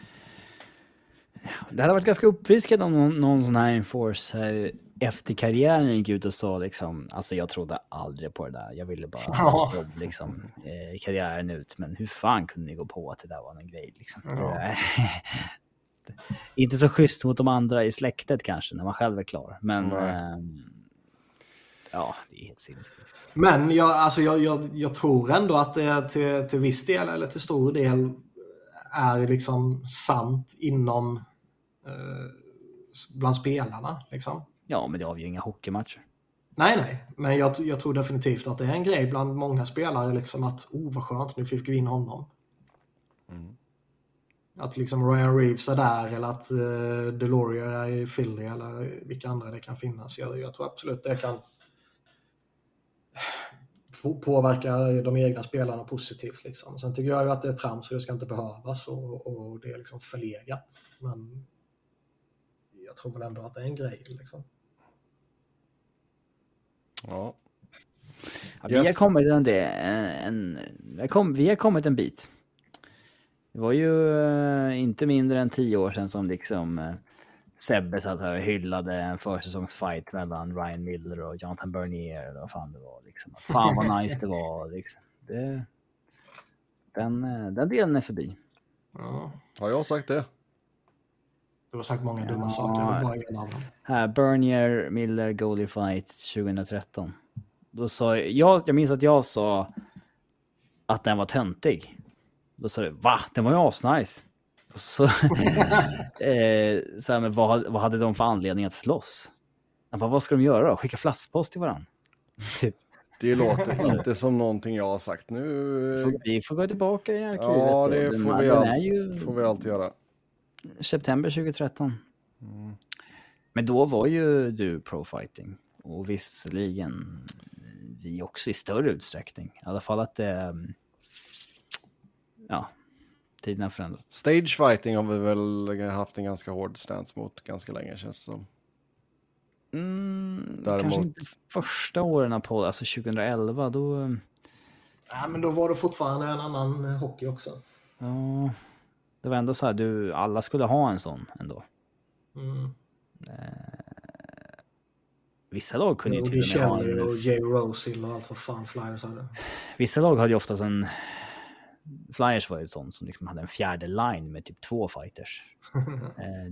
Det hade varit ganska uppfriskande om någon, någon sån här enforcer efter karriären gick ut och sa liksom, alltså jag trodde aldrig på det där. Jag ville bara ha jobb liksom, eh, karriären ut. Men hur fan kunde ni gå på att det där var en grej liksom? Ja. Det, inte så schysst mot de andra i släktet kanske, när man själv är klar. Men eh, ja, det är helt sinnessjukt. Men jag, alltså jag, jag, jag tror ändå att det till, till viss del eller till stor del är liksom sant inom eh, bland spelarna liksom. Ja, men det avgör inga hockeymatcher. Nej, nej. Men jag, jag tror definitivt att det är en grej bland många spelare liksom att, oh vad skönt, nu fick vi in honom. Mm. Att liksom Ryan Reeves är där eller att uh, Delorier är i Philly eller vilka andra det kan finnas. Jag, jag tror absolut det kan påverka de egna spelarna positivt liksom. Sen tycker jag ju att det är trams så det ska inte behövas och, och det är liksom förlegat. Men jag tror väl ändå att det är en grej liksom. Ja. Ja, vi, yes. har kommit en, en, en, kom, vi har kommit en bit. Det var ju uh, inte mindre än tio år sedan som liksom uh, Sebbe satt här och hyllade en försäsongsfight mellan Ryan Miller och Jonathan Bernier eller vad fan det var. Liksom. Fan vad nice det var. Liksom. Det, den, den delen är förbi. Ja. Har jag sagt det? Du har sagt många dumma ja. saker. Jag bara en av dem. Här, Bernier Miller goalie fight tjugohundratretton. Då sa jag, jag minns att jag sa att den var töntig. Då sa du, va? Den var ju asnice. Så, eh, så här, men vad, vad hade de för anledning att slåss? Jag bara, vad ska de göra? Skicka flaskpost till varandra? Typ. Det låter inte som någonting jag har sagt nu. Vi får gå tillbaka i arkivet. Ja, det den, får, vi den all, är ju får vi alltid göra. September tjugohundratretton. Mm. Men då var ju du profighting. Och visserligen vi också i större utsträckning. I alla fall att det... Ja, tiden har förändrats. Stage fighting har vi väl haft en ganska hård stance mot ganska länge, känns det som. Mm, Däremot... Kanske inte första åren på, alltså tjugohundraelva, då... Ja, men då var det fortfarande en annan hockey också. Ja, det var ändå så här, du, alla skulle ha en sån ändå. Mm. Eh, vissa lag kunde ju till och med ha en... och Jay Rosill och allt vad fan Flyers hade. Vissa lag hade ju oftast en... Flyers var ju ett sånt som liksom hade en fjärde line med typ två fighters. eh,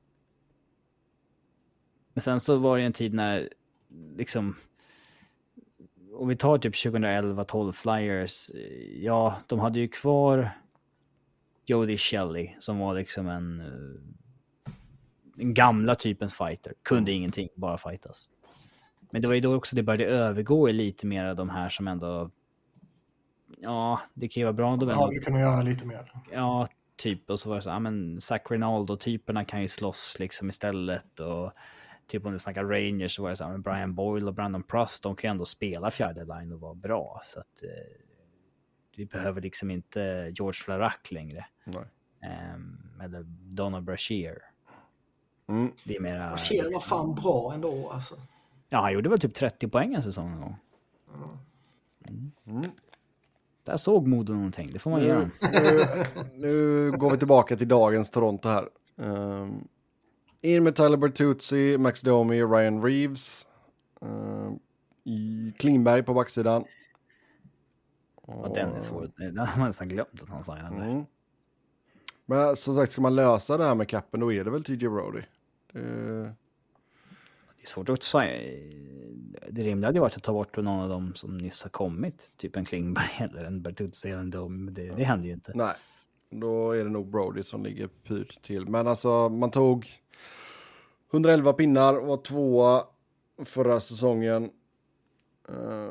men sen så var det en tid när liksom... Och vi tar typ tjugohundraelva tolv Flyers. Ja, de hade ju kvar Jody Shelley som var liksom en, en gamla typens fighter. Kunde ingenting, bara fightas. Men det var ju då också det började övergå i lite mer av de här som ändå... Ja, det kan ju vara bra om de ändå... Ja, vi kunde göra lite mer. Ja, typ. Och så var det så, ja men Zach Rinaldo-typerna kan ju slåss liksom istället och... Typ om du snackar Rangers så var det så här, men Brian Boyle och Brandon Prust, de kan ju ändå spela fjärde line och vara bra. Så att eh, vi behöver liksom inte George Flarac längre. Nej. Um, eller Donald Brashear. Mm. Det är mera... Brashear var liksom, fan bra ändå alltså. Ja, han gjorde väl typ trettio poäng en säsong en gång. Mm. Mm. Där såg Modo någonting, det får man nu, göra. Nu, nu går vi tillbaka till dagens Toronto här. Um... In med Tyler Bertuzzi, Max Domi, Ryan Reeves. Uh, i Klingberg på backsidan. Ja, den är svår. Den har man nästan glömt att han sa den där. Mm. Men som sagt, ska man lösa det här med kappen, då är det väl T J Brody. Det... det är svårt att säga. Det rimliga hade varit att ta bort någon av dem som nyss har kommit. Typ en Klingberg eller en Bertuzzi eller en Domi. Det, det händer ju inte. Nej. då är det nog Brody som ligger pyrt till. Men alltså, man tog hundraelva pinnar och var tvåa förra säsongen. Uh,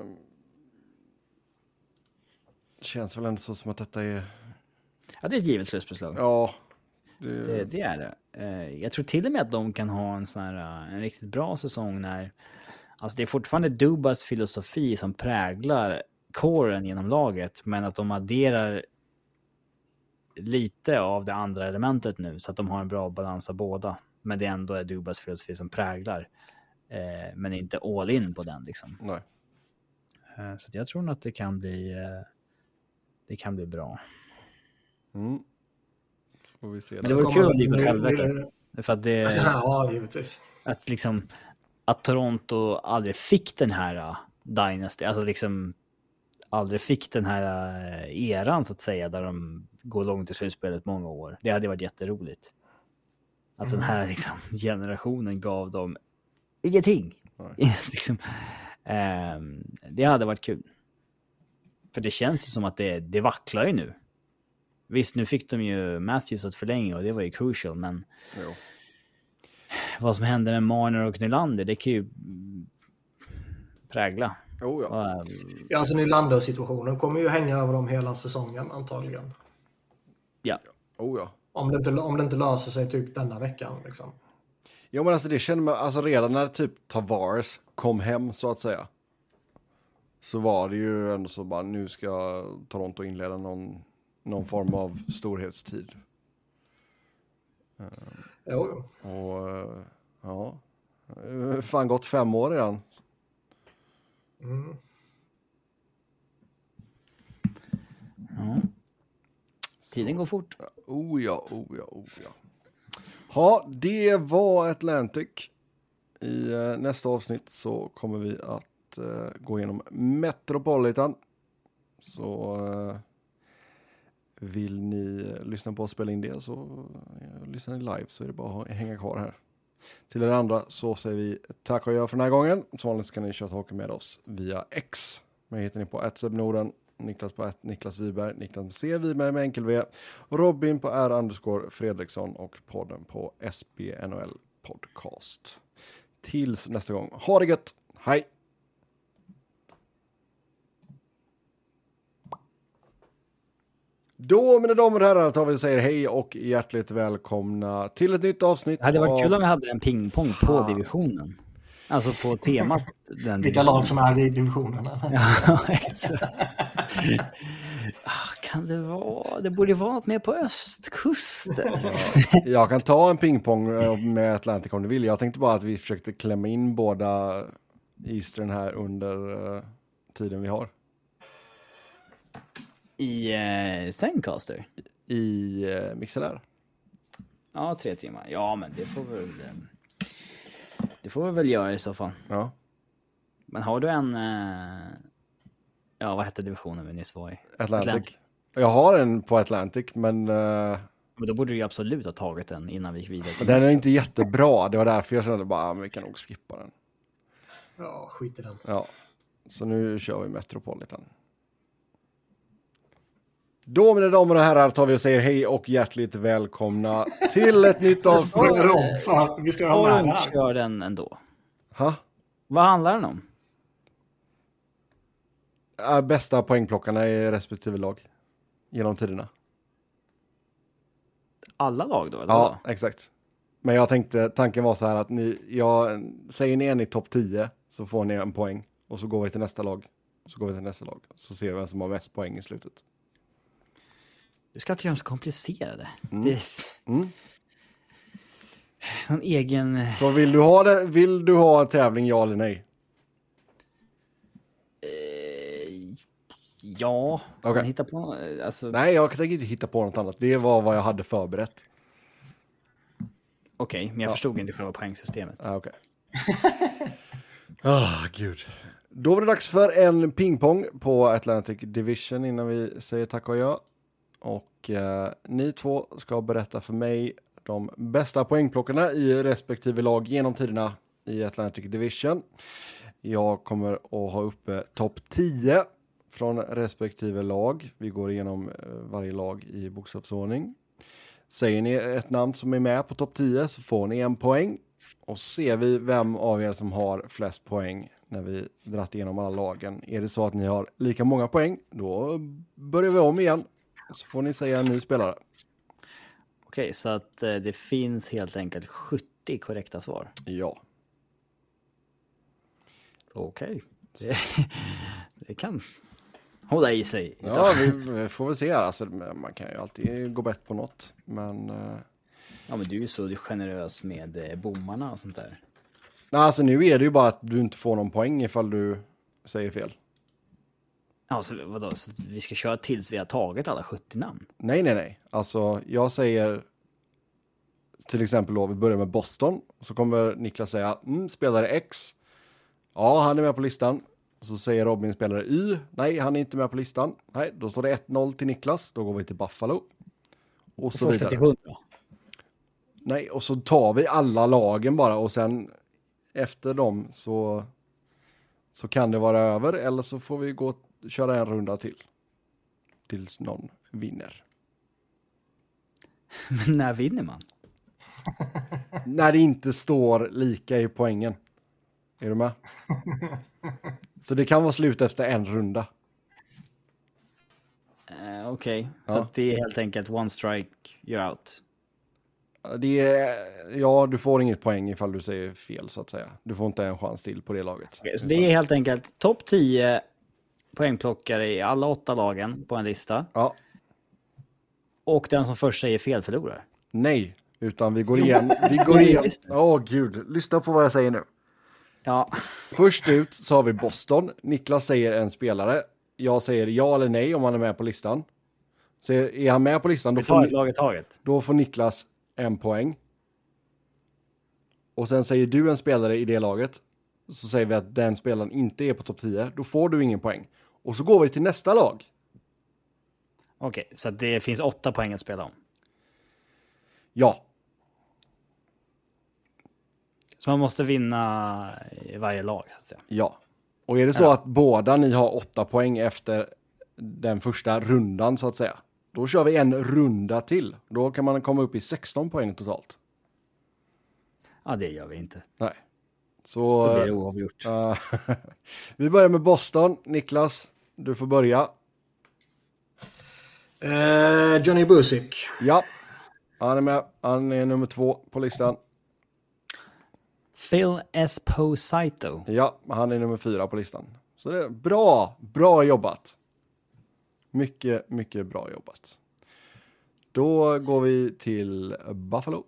känns väl ändå så som att detta är... Ja, det är ett givet slutbeslag. Ja. Det... Det, det är det. Uh, jag tror till och med att de kan ha en sån här, uh, en riktigt bra säsong när... Alltså det är fortfarande Dubas filosofi som präglar coren genom laget, men att de adderar lite av det andra elementet nu så att de har en bra balans av båda. Men det ändå är Dubas filosofi som präglar. Eh, men inte all in på den liksom. Nej. Eh, så jag tror nog att det kan bli eh, det kan bli bra. Mm. Får vi se. Men det var kul att det gick åt helvete. För att det... Ja, givetvis. Att liksom... Att Toronto aldrig fick den här uh, Dynasty. Alltså liksom... Aldrig fick den här uh, eran så att säga. Där de går långt i slutspelet många år. Det hade varit jätteroligt. Att mm. den här liksom, generationen gav dem ingenting. liksom, um, det hade varit kul. För det känns ju som att det, det vacklar ju nu. Visst, nu fick de ju Matthews att förlänga och det var ju crucial, men jo. Vad som hände med Marner och Nylander, det kan ju prägla. Oh, ja. Och, um... ja, alltså Nylander-situationen kommer ju hänga över dem hela säsongen antagligen. Ja. Oh, ja. Om det, inte, om det inte löser sig typ denna veckan liksom. Ja, men alltså det känner man, alltså redan när typ Tavares kom hem så att säga. Så var det ju ändå så bara, nu ska Toronto inleda någon, någon form av storhetstid. Uh, jo. Och uh, ja, fan gått fem år redan. Mm. Ja. Tiden går fort. Oh ja, oh ja, oh ja. Ja, det var Atlantic. I uh, nästa avsnitt så kommer vi att uh, gå igenom Metropolitan. Så uh, vill ni uh, lyssna på och spela in det så uh, lyssnar ni live så är det bara att hänga kvar här. Till er andra så säger vi tack och gör för den här gången. Som vanligt ska ni köra hockey med oss via X. Mig hittar ni på at sebnorden, Niklas på at Niklas Wiberg, Niklas med C, Wiberg med enkel V, Robin på R underscore Fredriksson och podden på S B N H L podcast. Tills nästa gång. Ha det gött. Hej! Då, mina damer och herrar, tar vi och säger hej och hjärtligt välkomna till ett nytt avsnitt. Det hade varit av... kul om vi hade en pingpong på divisionen. Alltså på temat. Den Vilka lag som är i divisionen. Ja, exakt. Kan det vara? Det borde vara något mer på östkusten. Jag kan ta en pingpong med Atlantic om du vill. Jag tänkte bara att vi försökte klämma in båda Eastern här under uh, tiden vi har. I uh, Zencaster? I uh, Mixlr. Ja, tre timmar. Ja, men det får väl um, det får vi väl göra i så fall. Ja. Men har du en uh, ja, vad hette divisionen vi nyss var i? Atlantic. Atlantic. Jag har en på Atlantic, men uh, men då borde du ju absolut ha tagit den innan vi gick vidare. Den är inte jättebra. Det var därför jag kände bara att vi kan nog skippa den. Ja, skit i den. Ja. Så nu kör vi Metropolitan. Då, mina damer och herrar, tar vi och säger hej och hjärtligt välkomna till ett nytt avsnitt. Vi ska ha med här. Kör den ändå. Ha? Vad handlar den om? Är bästa poängplockarna i respektive lag genom tiderna. Alla lag då? Eller ja, vad? Exakt. Men jag tänkte, tanken var så här att ni, jag, säger ni en i topp tio så får ni en poäng. Och så går vi till nästa lag. Så går vi till nästa lag. Så ser vi vem som har mest poäng i slutet. Du ska inte göra dem så komplicerade. Mm. Det är mm. någon egen... Så vill du ha det? Vill du ha en tävling, ja eller nej? Uh, ja. Okay. Hitta på, alltså... Nej, jag tänker inte hitta på något annat. Det var vad jag hade förberett. Okej, okay, men jag ja. förstod inte själva poängsystemet. Ah, okej. Ah, gud. Då var det dags för en pingpong på Atlantic Division innan vi säger tack och jag. Och eh, ni två ska berätta för mig de bästa poängplockarna i respektive lag genom tiderna i Atlantic Division. Jag kommer att ha uppe topp tio från respektive lag. Vi går igenom varje lag i bokstavsordning. Säger ni ett namn som är med på topp tio så får ni en poäng. Och så ser vi vem av er som har flest poäng när vi dratt igenom alla lagen. Är det så att ni har lika många poäng, då börjar vi om igen. Så får ni säga en ny spelare. Okej, så att eh, det finns helt enkelt sjuttio korrekta svar. Ja. Okej. Det, det kan hålla i sig. Ja, vi, vi får väl se här. Alltså, man kan ju alltid gå bett på något. Men... Eh... Ja, men du är ju så generös med eh, bommarna och sånt där. Nej, alltså nu är det ju bara att du inte får någon poäng ifall du säger fel. Ja, så vadå? Så vi ska köra tills vi har tagit alla sjuttio namn? Nej, nej, nej. Alltså, jag säger till exempel då, vi börjar med Boston. Så kommer Niklas säga, mm, spelare X. Ja, han är med på listan. Så säger Robin spelare Y. Nej, han är inte med på listan. Nej, då står det ett noll till Niklas. Då går vi till Buffalo. Och så Första vidare. till hundra. Nej, och så tar vi alla lagen bara. Och sen efter dem så, så kan det vara över. Eller så får vi gå köra en runda till. Tills någon vinner. Men när vinner man? När det inte står lika i poängen. Är du med? Så det kan vara slut efter en runda. Uh, Okej, okay. Ja. Så att det är helt enkelt one strike, you're out. Det är, ja, du får inget poäng ifall du säger fel så att säga. Du får inte en chans till på det laget. Okay, så det är helt enkelt topp tio poängplockare i alla åtta lagen på en lista. Ja. Och den som först säger fel förlorar. Nej, utan vi går igen. Vi går igen. Åh oh, gud, lyssna på vad jag säger nu. Ja. Först ut så har vi Boston. Niklas säger en spelare. Jag säger ja eller nej om han är med på listan. Så är han med på listan då får, lag i taget. då får Niklas en poäng. Och sen säger du en spelare i det laget. Så säger vi att den spelaren inte är på topp tio. Då får du ingen poäng. Och så går vi till nästa lag. Okej, okay, så det finns åtta poäng att spela om. Ja. Så man måste vinna i varje lag så att säga. Ja. Och är det så ja. att båda ni har åtta poäng efter den första rundan så att säga. Då kör vi en runda till. Då kan man komma upp i sexton poäng totalt. Ja, det gör vi inte. Nej. Så, det blir oavgjort. Uh, vi börjar med Boston. Niklas, du får börja. Uh, Johnny Busick. Ja, han är med. Han är nummer två på listan. Phil Esposito. Ja, han är nummer fyra på listan. Så det är bra, bra jobbat. Mycket, mycket bra jobbat. Då går vi till Buffalo.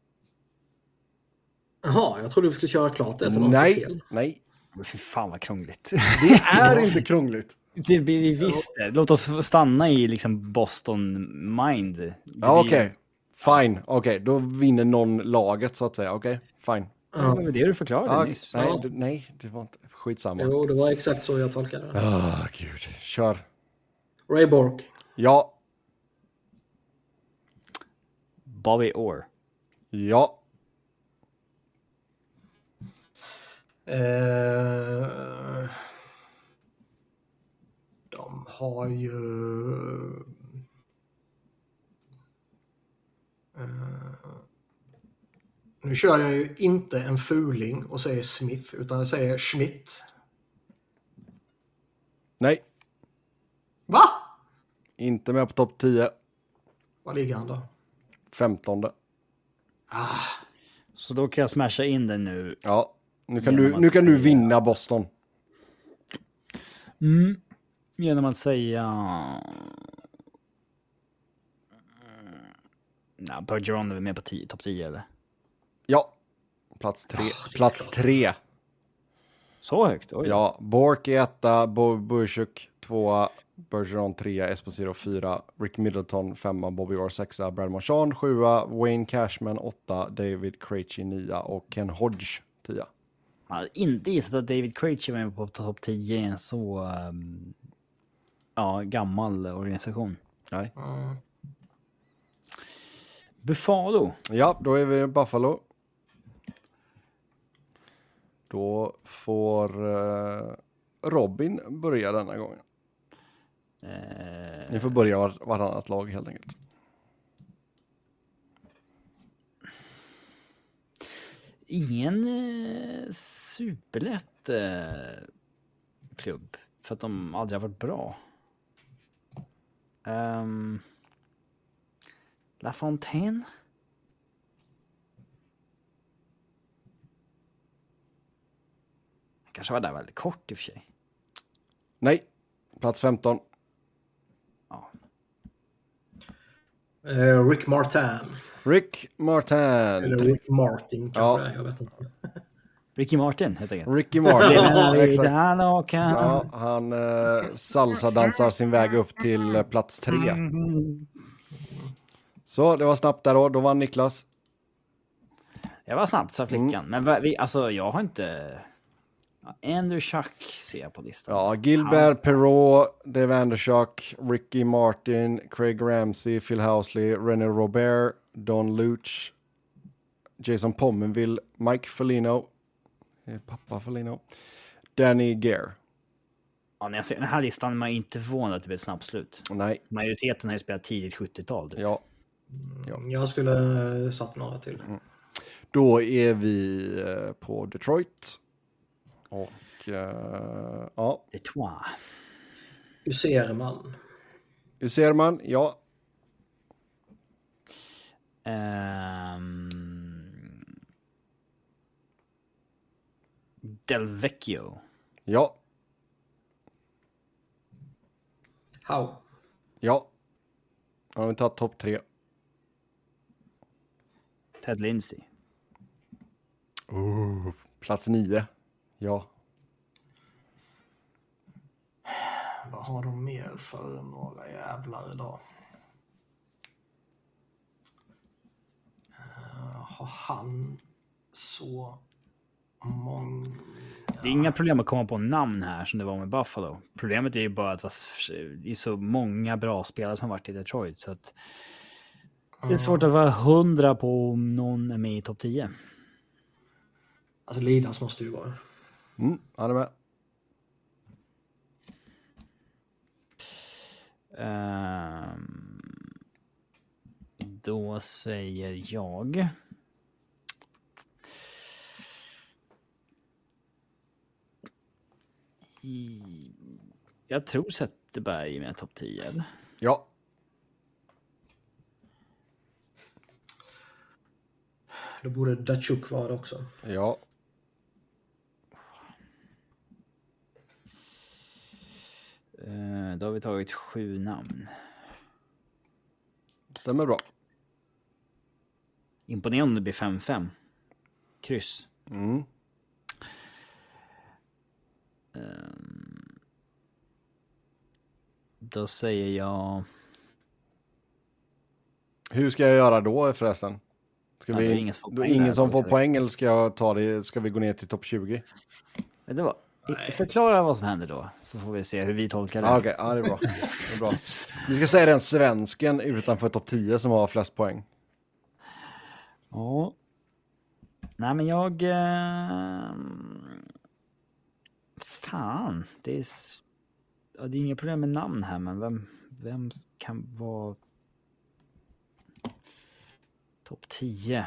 Jaha, jag trodde vi skulle köra klart ett. Nej, fel. nej. Men fy fan vad krångligt. Det är inte krångligt. Det blir visst det. Låt oss stanna i liksom Boston mind. Ja, okej. Okay. Fine. Okej, okay. Då vinner någon laget så att säga. Okej, okay. Fine. Ja, det var det du förklarade ja, nyss. Nej, det, nej, det var inte skitsamma. Jo, det var exakt så jag tolkade det. Åh, oh, gud. Kör. Ray Bork. Ja. Bobby Orr. Ja. Eh, de har ju... Eh, nu kör jag ju inte en fuling och säger Smith, utan jag säger Schmidt. Nej. Va? Inte med på topp tio. Var ligger han då? Femtonde. Ah. Så då kan jag smasha in den nu. Ja. Nu kan, du, nu kan du vinna Boston. Mm. Genom att säga... Nej, Bergeron är med på tio, topp tio eller? Ja. Plats tre. Oh, Plats tre. Så högt? Oj. Ja. Bork är etta. Bushuk tvåa. Bergeron trea. Esposito fyra. Rick Middleton femma. Bobby Orr sexa. Brad Marchand sjua. Wayne Cashman åtta. David Krejci nia. Och Ken Hodge tia. Jag hade inte gissat att David Krejci var med på topp tio i en så um, ja, gammal organisation. Nej. Mm. Buffalo. Ja, då är vi i Buffalo. Då får uh, Robin börja denna gången. Eh, Ni får börja var, varannat lag helt enkelt. ingen eh, superlätt eh, klubb. För att de aldrig har varit bra. Um, La Fontaine? Han kanske var där väldigt kort i och för sig. Nej, plats femton. Ja. Uh, Rick Martin. Rick Martin. Eller Rick Martin kanske, Ja. jag vet inte. Ricky Martin helt enkelt. Ricky Martin. Ja, Exakt. exakt. Ja, han eh, salsa-dansar sin väg upp till eh, plats tre. Så det var snabbt där då. Då vann Niklas. Jag var snabbt, sa flickan. Men va- vi, alltså, jag har inte... Andrew Schack ser jag på listan. Ja, Gilbert Perrault, Dave Anderschuck, Ricky Martin, Craig Ramsey, Phil Housley, René Robert, Don Luch, Jason Pominville, Mike Foligno, eh, pappa Foligno, Danny Gare. Ja, när jag ser den här listan är man inte förvånad att det blir snabbt slut. Nej, Majoriteten har ju spelat tidigt sjuttiotal. Typ. ja. Jag skulle eh, satt några till. Mm. Då är vi eh, på Detroit. Och eh, ja, Det är toi. Hur ser man? hur ser man? Ja, Um... Del Vecchio. ja, How? ja. Har vi tagit topp tre? Ted Lindsay. Oh, plats nio. Ja. Vad har de mer för några jävlar idag? Uh, har han så många... Det är inga problem att komma på namn här som det var med Buffalo. Problemet är ju bara att det är så många bra spelare som har varit i Detroit. Så att det är svårt att vara hundra på om någon är med i topp tio. Alltså Lidas måste ju vara. Mm, han är med. Um, då säger jag... I- Jag tror Zetterberg med topp tio. Eller? Ja. Då borde Datsjuk vara det också. Ja. Uh, då har vi tagit sju namn. Stämmer bra. Imponerande om det blir fem fem. Kryss. Mm. Um, då säger jag... Hur ska jag göra då förresten? Ska Ja, vi, det är ingen som får då poäng ingen där, som får får poäng eller ska jag ta det? Ska vi gå ner till topp tjugo? Men det var... Förklara vad som händer då, så får vi se hur vi tolkar det. Ah, Okej, okay. Ja, det är bra. Det är bra. Vi ska säga den svensken utanför topp tio som har flest poäng. Ja. Nej, men jag... Eh... Fan, det är... s- Ja, det är inga problem med namn här, men vem, vem kan vara... Topp tio?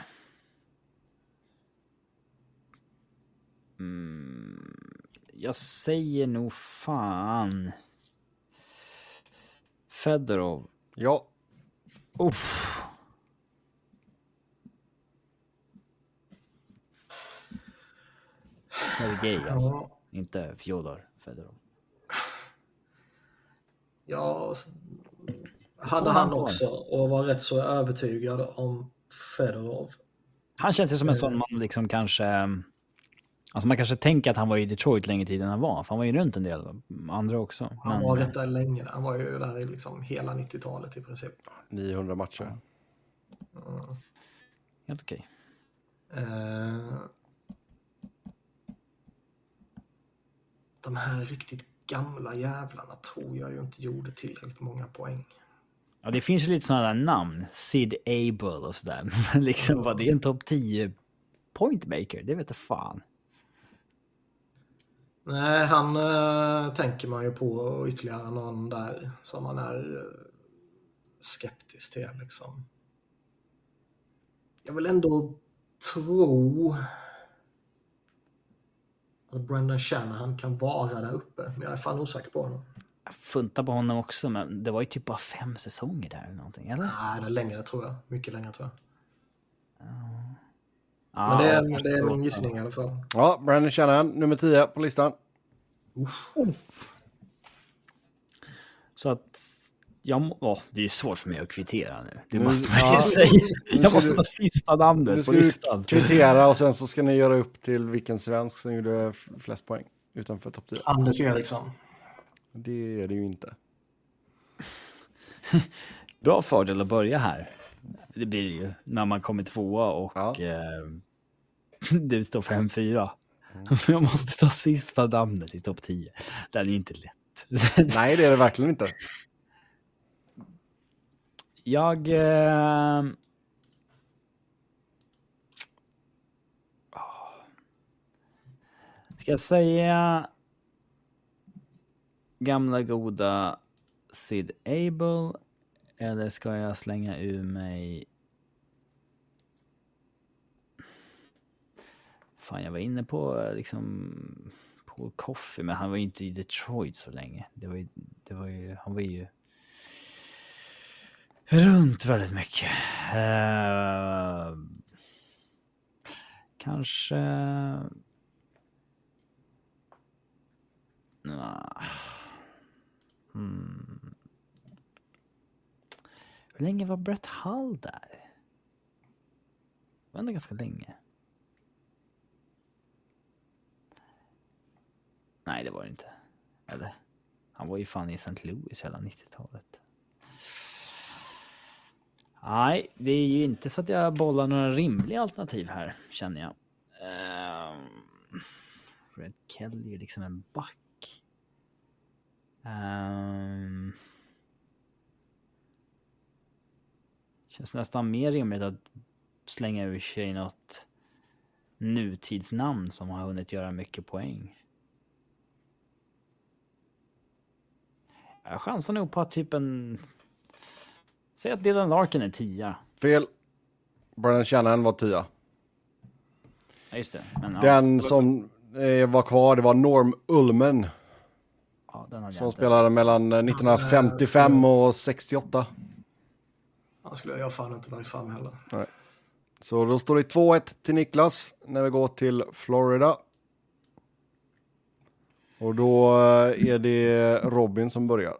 Mm. Jag säger nog fan... Fedorov. Ja. Uff. Sergej alltså. Ja, Inte Fjodor Fedorov. ja tror hade han han var. också och var rätt så övertygad om Fedorov. Han känns ju som en sån man liksom kanske... Alltså man kanske tänker att han var i Detroit längre tid än han var. För han var ju runt en del. Andra också. Han Men, var rätt där länge. Han var ju där i liksom hela nittiotalet i princip. niohundra matcher. Mm. helt okej. Eh, de här riktigt gamla jävlarna tror jag ju inte gjorde tillräckligt många poäng. Ja, det finns ju lite sådana där namn. Sid Abel och sådär. Men liksom vad det är en topp tio pointmaker. Det vet jag fan. Nej, han äh, tänker man ju på ytterligare någon där som man är äh, skeptisk till liksom. Jag vill ändå tro att Brendan Shanahan kan vara där uppe, men jag är fan osäker på honom. Jag funtar på honom också, men det var ju typ bara fem säsonger där eller någonting, eller? Nej, det är längre tror jag. Mycket längre tror jag. Ja. Men det är, det är min gissning i alla fall. Ja, Brendan Shanahan, nummer tio på listan. Uff. Så att jag må, åh, det är ju svårt för mig att kvittera nu. Det Nu- måste man ju ja. säga. Nu Jag ska måste du- ta sista Nu namnet på ska du listan. kvittera och sen så ska ni göra upp till vilken svensk som gjorde f- flest poäng utanför topp tio. Anders Eriksson. Det är det ju inte. Bra fördel att börja här. Det blir det ju när man kommer tvåa och Ja. eh, det står fem fyra. Jag måste ta sista namnet i topp tio. Det är inte lätt. Nej, det är det verkligen inte. Jag... Eh, ska jag säga gamla goda Sid Abel, eller ska jag slänga ur mig... Fan, jag var inne på liksom Paul Coffey, men han var ju inte i Detroit så länge. Det var ju, det var ju, han var ju runt väldigt mycket. Uh, kanske... Nah. Hmm. Hur länge var Brett Hull där? Det var ändå ganska länge. Nej, det var det inte. Eller? Han var ju fan i Saint Louis hela nittiotalet. Nej, det är ju inte så att jag bollar några rimliga alternativ här, känner jag. Um, Red Kelly är liksom en back. Um, känns nästan mer rimligt att slänga ur sig något nutidsnamn som har hunnit göra mycket poäng. Jag chansar nog på att typ en... Säg att Dylan Larkin är tia. Fel. Brendan Shanahan var tia. Ja, just det. Men, Den ja, som eh, var kvar, det var Norm Ullman. ja, den hade jag Som inte. spelade mellan eh, nittonhundrafemtiofem och sextioåtta. Han skulle jag fan inte varit fram heller. Så då står det två ett till Niklas när vi går till Florida. Och då eh, är det Robin som börjar.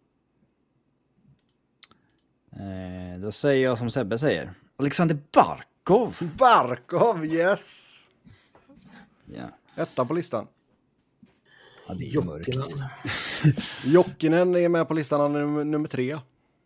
Eh, då säger jag som Sebbe säger. Alexander Barkov. Barkov, yes! Ja, Etta på listan. ja det är ju mörkt. Jokinen. Jokinen är med på listan, han är nummer, nummer tre.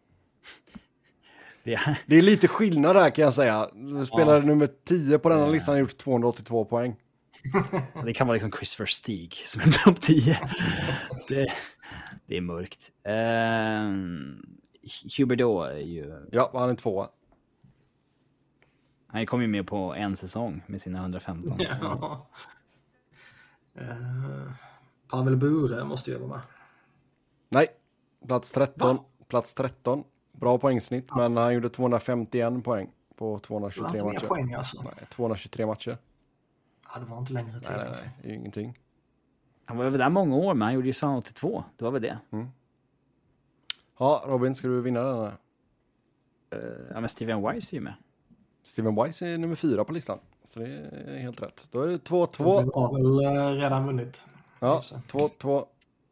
Det är, Det är lite skillnad där kan jag säga. Du spelade Ja. nummer tio på denna listan och gjort tvåhundraåttiotvå poäng. det kan vara liksom Christopher Stig som är topp tio. det, det är mörkt. Eh, Huberdeau är ju... Ja, han är tvåa. Han kom ju med på en säsong med sina hundrafemton. Ja. Uh, Pavel Bure måste ju vara med. Nej, plats tretton. Va? Plats tretton. Bra poängsnitt, ja. Men han gjorde tvåhundrafemtioen poäng på Det var tvåhundratjugotre inte mer matcher. poäng alltså. Nej, tvåhundratjugotre matcher. Ja, det var inte längre tid. Nej, nej, Alltså. nej, det är ju ingenting. Han var väl där många år, men han gjorde ju samma åttiotvå. Det var väl det. Ja, Robin, ska du vinna den här? Uh, ja, men Steven Weiss är ju med. Steven Weiss är nummer fyra på listan. Så det är helt rätt. Då är det två två. Du har väl uh, redan vunnit. Ja, två två.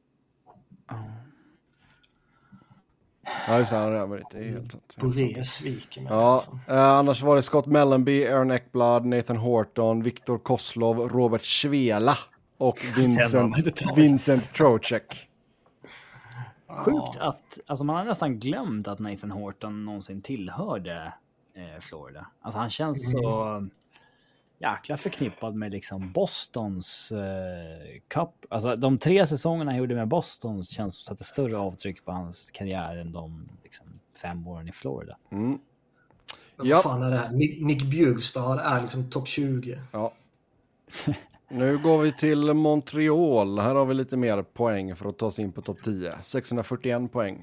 Ja, just det, han har redan vunnit. Det är helt sant. Boré sviker med. Ja, Alltså. eh, annars var det Scott Mellanby, Aaron Ekblad, Nathan Horton, Viktor Koslov, Robert Svela och Vincent, Vincent Trocheck. Sjukt att, alltså man har nästan glömt att Nathan Horton någonsin tillhörde eh, Florida. Alltså han känns mm. så jäkla förknippad med liksom Bostons eh, cup. Alltså de tre säsongerna han gjorde med Boston känns som att sätta större avtryck på hans karriär än de liksom, fem åren i Florida. Mm. Men Ja. vad fan är det här? Nick, Nick Bjurstad är liksom topp tjugo. Ja. Nu går vi till Montreal. Här har vi lite mer poäng för att ta oss in på topp tio. sexhundrafyrtioen poäng.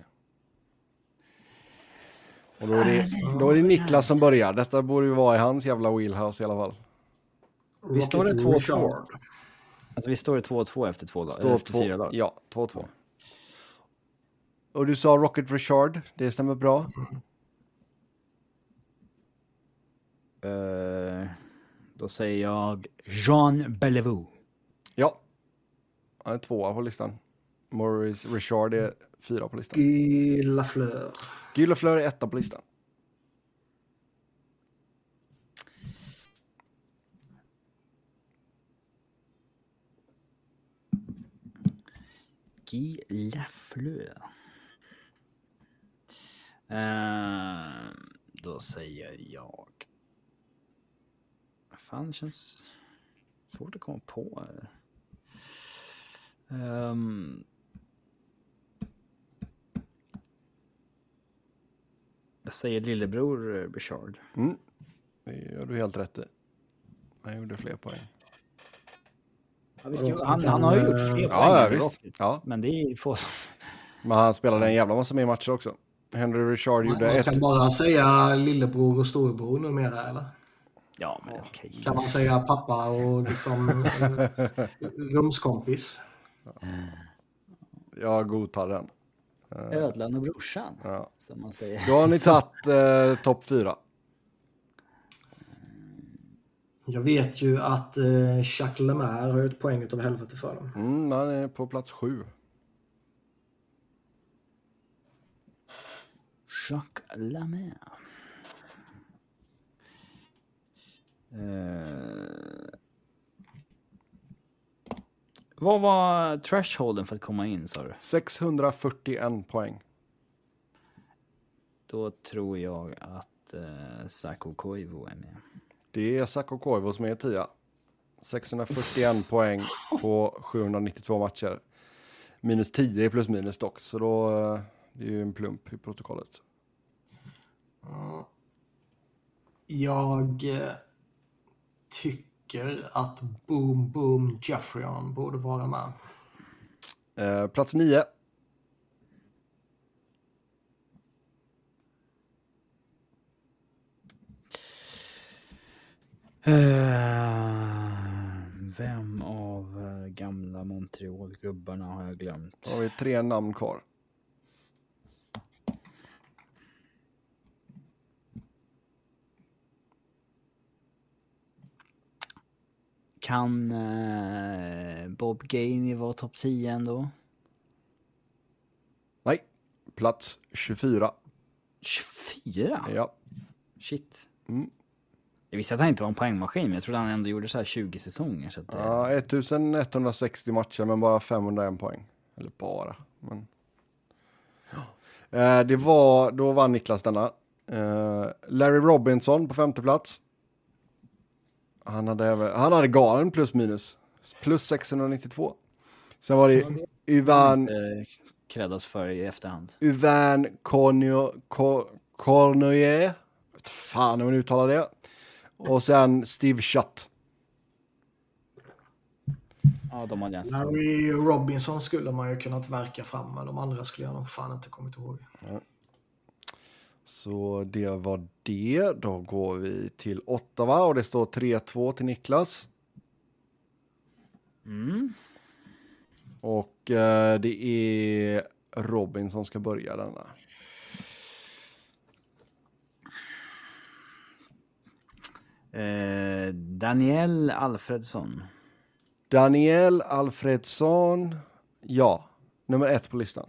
Och då är, det, då är det Niklas som börjar. Detta borde ju vara i hans jävla wheelhouse i alla fall. Vi står det Rocket två två. Richard. Alltså vi står det två två efter två lag. Står Efter två, fyra lag. ja, två två. Och du sa Rocket Richard. Det stämmer bra. Uh, då säger jag Jean Beliveau. Ja. Han är tvåa på listan. Maurice Richard är fyra på listan. Guy Lafleur. Guy Lafleur är etta på listan. Guy Lafleur. Uh, då säger jag... Fan, det känns svårt att komma på. Um... Jag säger lillebror Richard. Mm. Det gör du helt rätt i. Han gjorde fler poäng. Ja, visst, han, han har ju gjort fler Ja, poäng. ja, än visst. Rocket. Ja. Men det är få som... Men han spelade en jävla massa mer matcher också. Henry Richard Man, gjorde man ett... kan bara säga lillebror och storebror numera, eller? Ja, men okej. Kan man säga pappa och liksom eh, rumskompis? Jag godtar den. Ödlan och brorsan, Ja. som man säger. Då har ni tagit eh, topp fyra. Jag vet ju att eh, Jacques Lemaire har ett poäng utav helvete för dem. Mm, han är på plats sju. Jacques Lemaire. Uh, vad var thresholden för att komma in, sa du? sexhundrafyrtioen poäng. Då tror jag att uh, Sakko Koivu är med. Det är Sakko Koivu som är tia. sexhundrafyrtioen poäng på sjuhundranittiotvå matcher. Minus tio är plus minus dock. Så då, eh, det är ju en plump i protokollet. Jag eh, tycker att Boom Boom Jeffrion borde vara med. Eh, plats nio. Uh, vem av uh, gamla Montreal-gubbarna har jag glömt? Då har vi tre namn kvar. Kan uh, Bob Gainey vara topp tio ändå? Nej, plats tjugofyra. tjugofyra? Ja. Shit. Mm. Jag visste att han inte var en poängmaskin, men jag trodde han ändå gjorde så här tjugo säsonger. Så att det... Ja, ettusenetthundrasextio matcher men bara femhundraen poäng. Eller bara. Men... Eh, det var, då vann Niklas denna. Eh, Larry Robinson på femte plats. Han hade, även, han hade galen plus minus. Plus sexhundranittiotvå. Sen var det Yvan... Kreddas för i efterhand. Yvan Cornoyer. Fan om man uttalar det. Och sen Steve Shutt. Ja, de hade Larry Robinson skulle man ju kunnat verka fram, men de andra skulle jag nog fan inte kommit ihåg. Ja. Så det var det. Då går vi till Ottawa och det står tre två till Niklas. Mm. Och eh, det är Robin som ska börja denna. Eh, Daniel Alfredsson. Daniel Alfredsson. Ja, nummer ett på listan.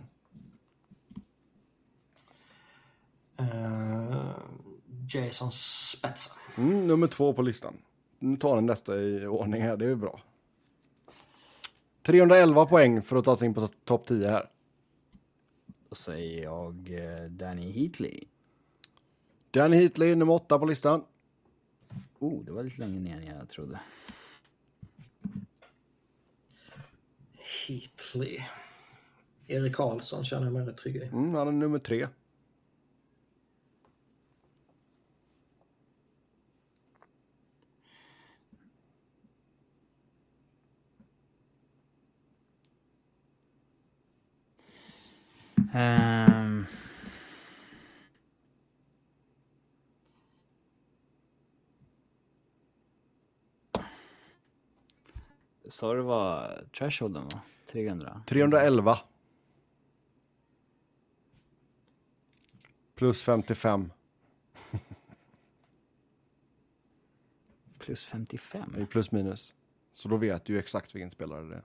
Uh, Jason Spezza. Mm, nummer två på listan. Nu tar den detta i ordning här, det är ju bra. trehundraelva poäng för att ta sig in på topp tio här. Då säger jag eh, Danny Heatley. Danny Heatley, nummer åtta på listan. Oh, det var lite längre ner än jag trodde. Heatley. Erik Karlsson känner jag mig rätt trygg i. Mm, han är nummer tre. Um, så det var thresholden va? trehundra. trehundraelva. Plus femtiofem. Plus femtiofem? Det är plus minus. Så då vet du ju exakt vilken spelare det är.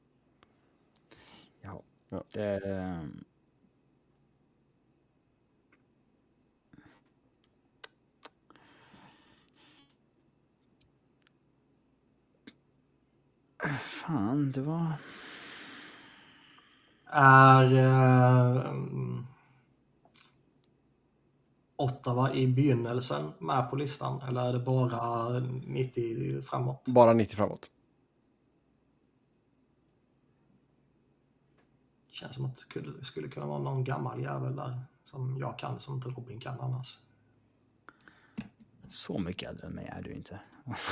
Ja. Ja. Det, um... Fan, det var... Är eh, Ottawa i begynnelsen med på listan? Eller är det bara nittio framåt? Bara nittio framåt. Känns som att det skulle, skulle kunna vara någon gammal jävel där. Som jag kan, som inte Robin kan annars. Så mycket äldre än mig är du inte.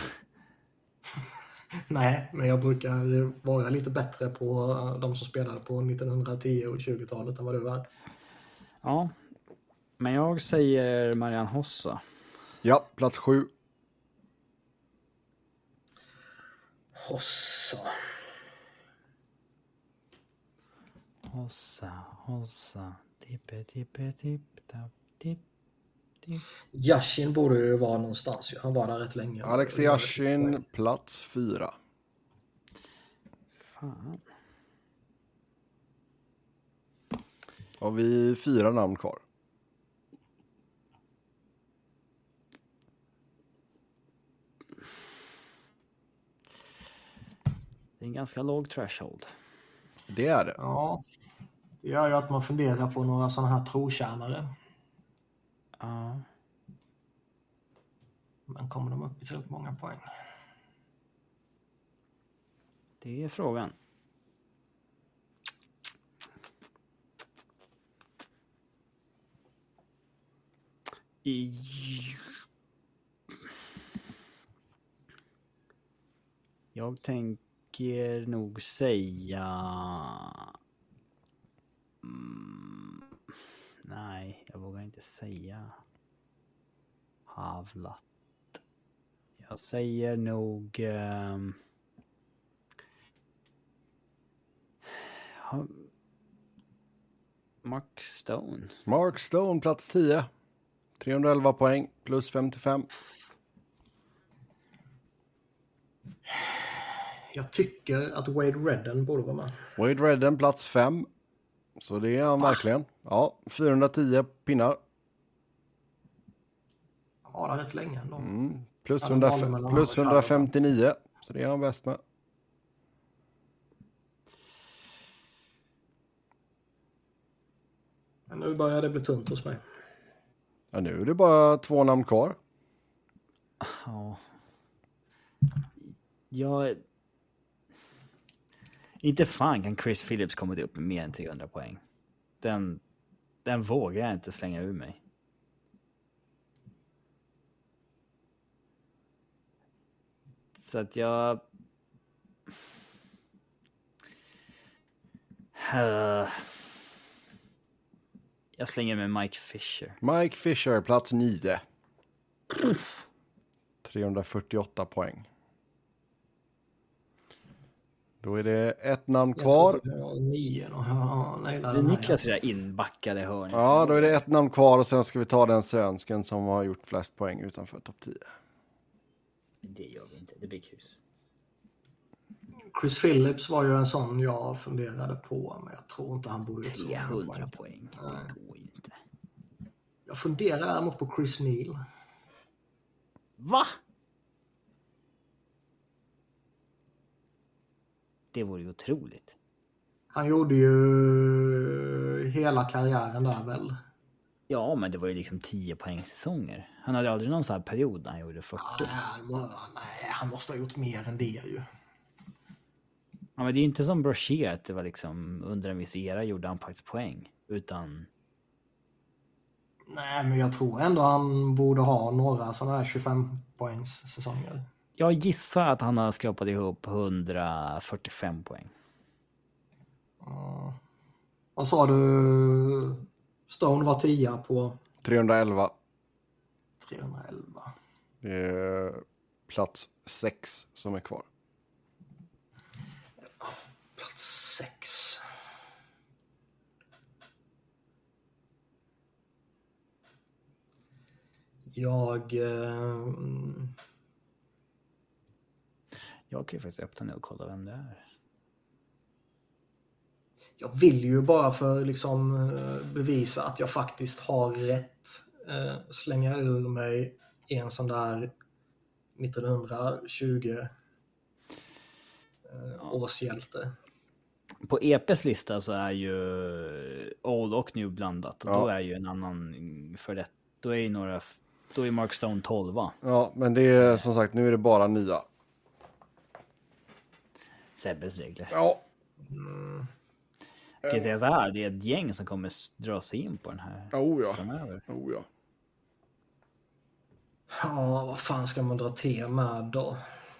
Nej, men jag brukar vara lite bättre på de som spelade på nittonhundratio och tjugotalet än vad du är. Ja, men jag säger Marian Hossa. Ja, plats sju. Hossa. Hossa, Hossa. Tippe, tippe, tipp, tapp, tipp, tipp. Yashin borde ju vara någonstans. Han var där rätt länge. Alex Yashin, plats fyra. Fan. Har vi fyra namn kvar? Det är en ganska låg threshold. Det är det. Ja, det gör ju att man funderar på några sådana här trotjänare. Ja. Men kommer de upp i tillräckligt många poäng? Det är frågan. I... Jag tänker nog säga... Mm... Nej, jag vågar inte säga Havlat. Jag säger nog... Um... Mark Stone. Mark Stone, plats tio. trehundraelva poäng, plus femtiofem. Jag tycker att Wade Redden borde vara med. Wade Redden, plats fem. Så det är han verkligen. Ja, fyrahundratio pinnar. Han var där rätt länge ändå. Mm. Plus, Ja, hundra, de valde plus mellan hundrafemtionio. Så det är han bäst med. Men nu börjar det bli tunt hos mig. Ja, nu är det bara två namn kvar. Ja. Jag... Inte fan kan Chris Phillips kommit upp med mer än trehundra poäng. Den, den vågar jag inte slänga ur mig. Så att jag... Uh... Jag slänger med Mike Fisher. Mike Fisher, plats nio. trehundrafyrtioåtta poäng. Då är det ett namn kvar. Nio. Det är Niklas där inbackade hörnet. Ja, då är det ett namn kvar och sen ska vi ta den svensken som har gjort flest poäng utanför topp tio. Det gör vi inte, det blir kryss. Chris Phillips var ju en sån jag funderade på, men jag tror inte han borde ut trehundra poäng. Det går ju inte. Jag funderar däremot på Chris Neal. Va? Det vore ju otroligt. Han gjorde ju hela karriären där väl. Ja, men det var ju liksom tio poäng säsonger. Han hade aldrig någon sån här period när han gjorde fyrtio. Nej, nej, han måste ha gjort mer än det ju. Ja, men det är ju inte som Brochet att det var liksom under en viss era gjorde han faktiskt poäng. Utan... Nej, men jag tror ändå han borde ha några sådana här tjugofem poängs säsonger. Jag gissar att han har skrapat ihop hundrafyrtiofem poäng. Uh, vad sa du Stone var tia på trehundraelva. trehundraelva. Det är plats sex som är kvar. Plats sex. Jag... Eh, Jag kan ju faktiskt öppna ner och kolla vem det är. jag vill ju bara för liksom eh, bevisa att jag faktiskt har rätt eh, slänga ur mig en sån där nittonhundratjugo eh, årshjälte. På E P:s lista så är ju old och new blandat. Och Ja. då är ju en annan för det. Då är ju några... Då är Mark Stone tolv. Ja, men det är som sagt, nu är det bara nya. Sebbes regler. Ja. Mm. Jag kan säga så här, det är ett gäng som kommer dra sig in på den här Oh ja. framöver. Oh ja. Ja, vad fan ska man dra till med då?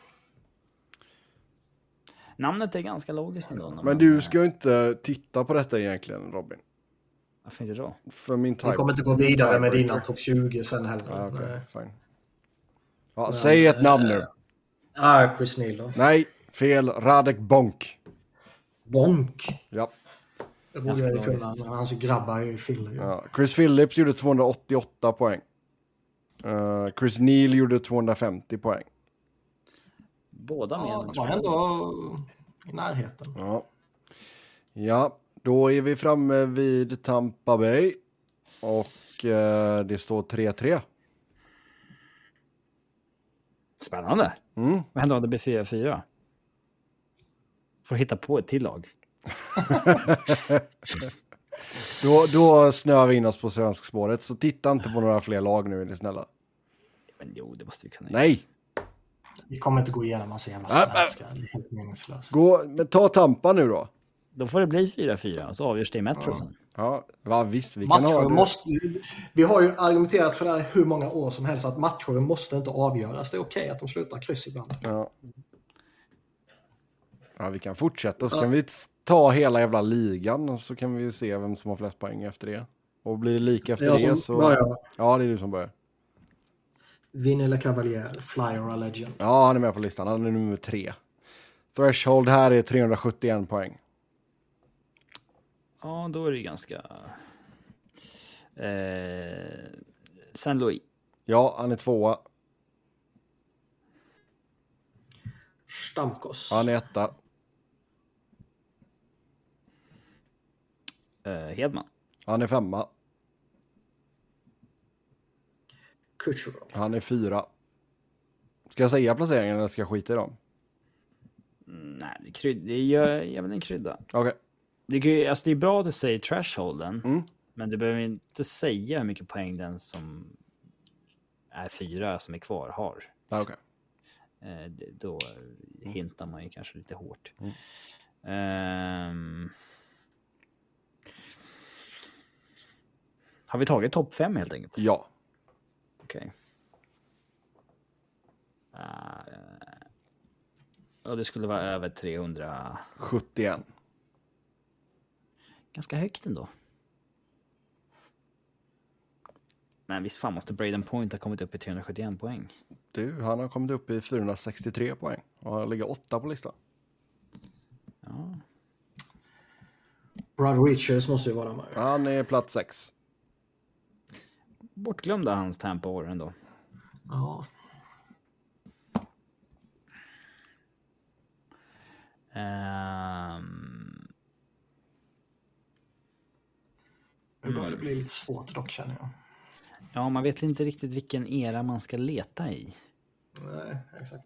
Namnet är ganska logiskt ändå. Men du ska ju inte titta på detta egentligen, Robin. Varför inte då? För min type. Vi kommer inte gå vidare med dina topp tjugo sen heller. Ja, okej, Nej. fine. Ja, säg ett namn nu. Ah, Chris Neal då. Nej, fel. Radek Bonk. Bonk. Ja. Det borde jag ju kunna. Men hans grabbar är ju filler. Ja. Chris Phillips gjorde tvåhundraåttioåtta poäng. Uh, Chris Neal gjorde tvåhundrafemtio poäng. Båda med. Ja, det var ändå i närheten. Ja. Ja, då är vi framme vid Tampa Bay. Och uh, det står tre tre. Spännande. Mm. Vad händer om det blir fyra fyra? Får hitta på ett till lag. Då, då snöar vi in oss på svensk spåret. Så titta inte på några fler lag nu, är ni snälla. Men jo, det måste vi kunna. Nej. Vi kommer inte gå igenom massa jävla Nej, svenska. Det är helt meningslöst. Gå, men ta Tampa nu då. Då får det bli fyra fyra och så avgörs det i Metro sen. Ja, va, visst. Vi kan ha Matcher det. måste, vi har ju argumenterat för det här hur många år som helst att matcher måste inte avgöras. Det är okej att de slutar kryss ibland. Ja. Ja, vi kan fortsätta. Så kan vi ta hela jävla ligan och så kan vi se vem som har flest poäng efter det. Och blir det lika efter Jag det som så... börjar. Ja, det är du som börjar. Vinny Le Cavalier, Flyer och Legend. Ja, han är med på listan. Han är nummer tre. Threshold här är trehundrasjuttioen poäng. Ja, då är det ganska... Eh... Saint Louis. Ja, han är tvåa. Stamkos. Han är etta. Eh, Hedman. Han är femma. Kucherov. Han är fyra. Ska jag säga placeringen eller ska jag skita i dem? Mm, nej, det, kryd- det gör jag väl en krydda. Okej. Okay. Det, kan ju- alltså det är bra att du säger thresholden. Mm. Men du behöver inte säga hur mycket poäng den som är fyra som är kvar har. Ah, okay. Eh, det, då hintar man ju kanske lite hårt. Mm. Ehm. Har vi tagit topp fem helt enkelt? Ja. Okej. Okay. Uh, och det skulle vara över trehundra... sjuttioen. Ganska högt ändå. Men visst fan måste Braden Point ha kommit upp i trehundrasjuttioen poäng. Du, han har kommit upp i fyrahundrasextiotre poäng. Och han ligger åtta på listan. Ja. Brad Richards måste ju vara med. Han är plats sex. Bortglömda hans Tampa-år ändå. Ja. Um... Nu börjar det bli lite svårt dock, känner jag. Ja, man vet inte riktigt vilken era man ska leta i. Nej, exakt.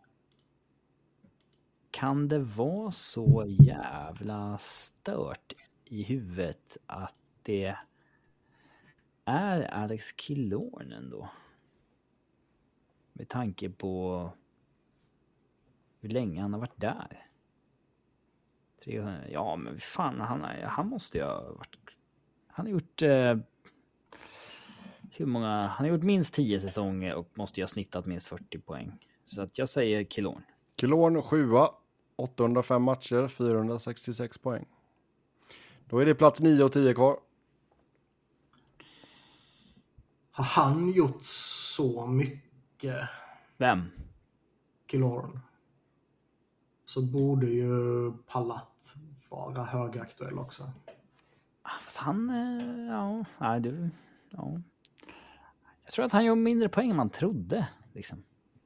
Kan det vara så jävla stört i huvudet att det är Alex Killorn ändå? Med tanke på hur länge han har varit där. trehundra, ja, men fan, han, han måste ju ha varit... Han har gjort... Eh, hur många... Han har gjort minst tio säsonger och måste ju ha snittat minst fyrtio poäng. Så att jag säger Killorn. Killorn sjua. åttahundrafem matcher. fyrahundrasextiosex poäng. Då är det plats nio och tio kvar. Har han gjort så mycket? Vem? Killorn. Så borde ju Palat vara högaktuell också. Fast han, ja, nej du, ja. Jag tror att han gör mindre poäng än man trodde, liksom.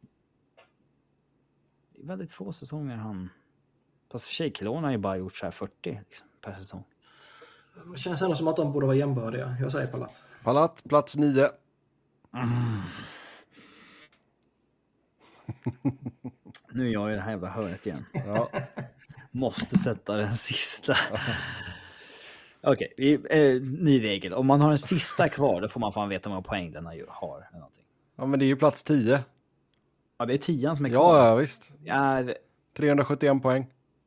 Det är väldigt få säsonger han... Fast för sig, Killorn har ju bara gjort så här fyrtio liksom, per säsong. Det känns ändå som att de borde vara jämbördiga. Jag säger Palat. Palat, plats nio. Mm. Nu är jag i det här jävla hörnet igen. Ja. Måste sätta den sista. Okej, okay, eh, ny regel. Om man har en sista kvar, då får man fan veta hur många poäng den har. Eller någonting. Ja, men det är ju plats tio. Ja, det är tian som är kvar. Ja, ja visst. Ja, det... trehundrasjuttioen poäng.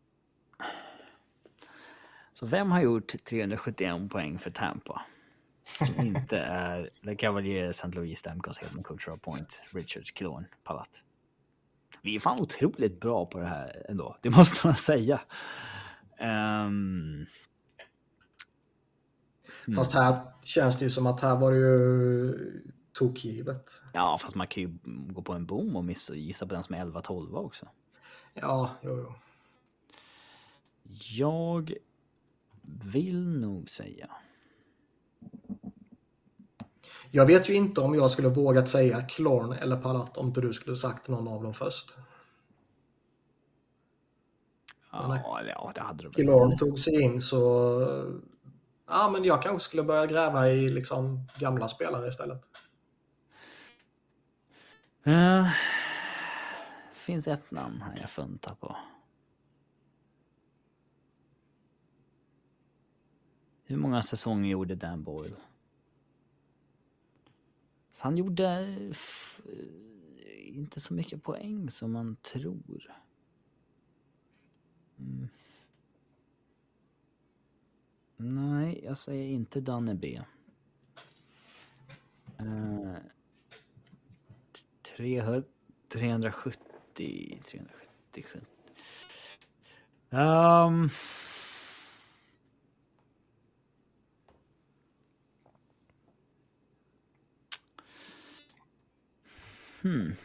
Så vem har gjort trehundrasjuttioen poäng för Tampa? Som inte är Le Cavalier, Saint Louis, Stamkos, Hedman, Kucherov, Point, Richards, Killorn, Palat. Vi är fan otroligt bra på det här ändå. Det måste man säga. Um... Fast här känns det ju som att här var det ju tokgivet. Ja, fast man kan ju gå på en boom och missa, gissa på den som är elva tolv också. Ja, jo, jo. Jag vill nog säga. Jag vet ju inte om jag skulle vågat säga Killorn eller Palat om inte du skulle sagt någon av dem först. Ja, ja det hade du väl. Killorn tog sig in så... Ja, men jag kanske skulle börja gräva i liksom gamla spelare istället. Uh, finns ett namn här jag funtar på. Hur många säsonger gjorde Dan Boyle? Så han gjorde f- inte så mycket poäng som man tror. Mm. Nej, jag säger inte Danne B. Uh, trehundrasjuttio trehundrasjuttio Um, hmm.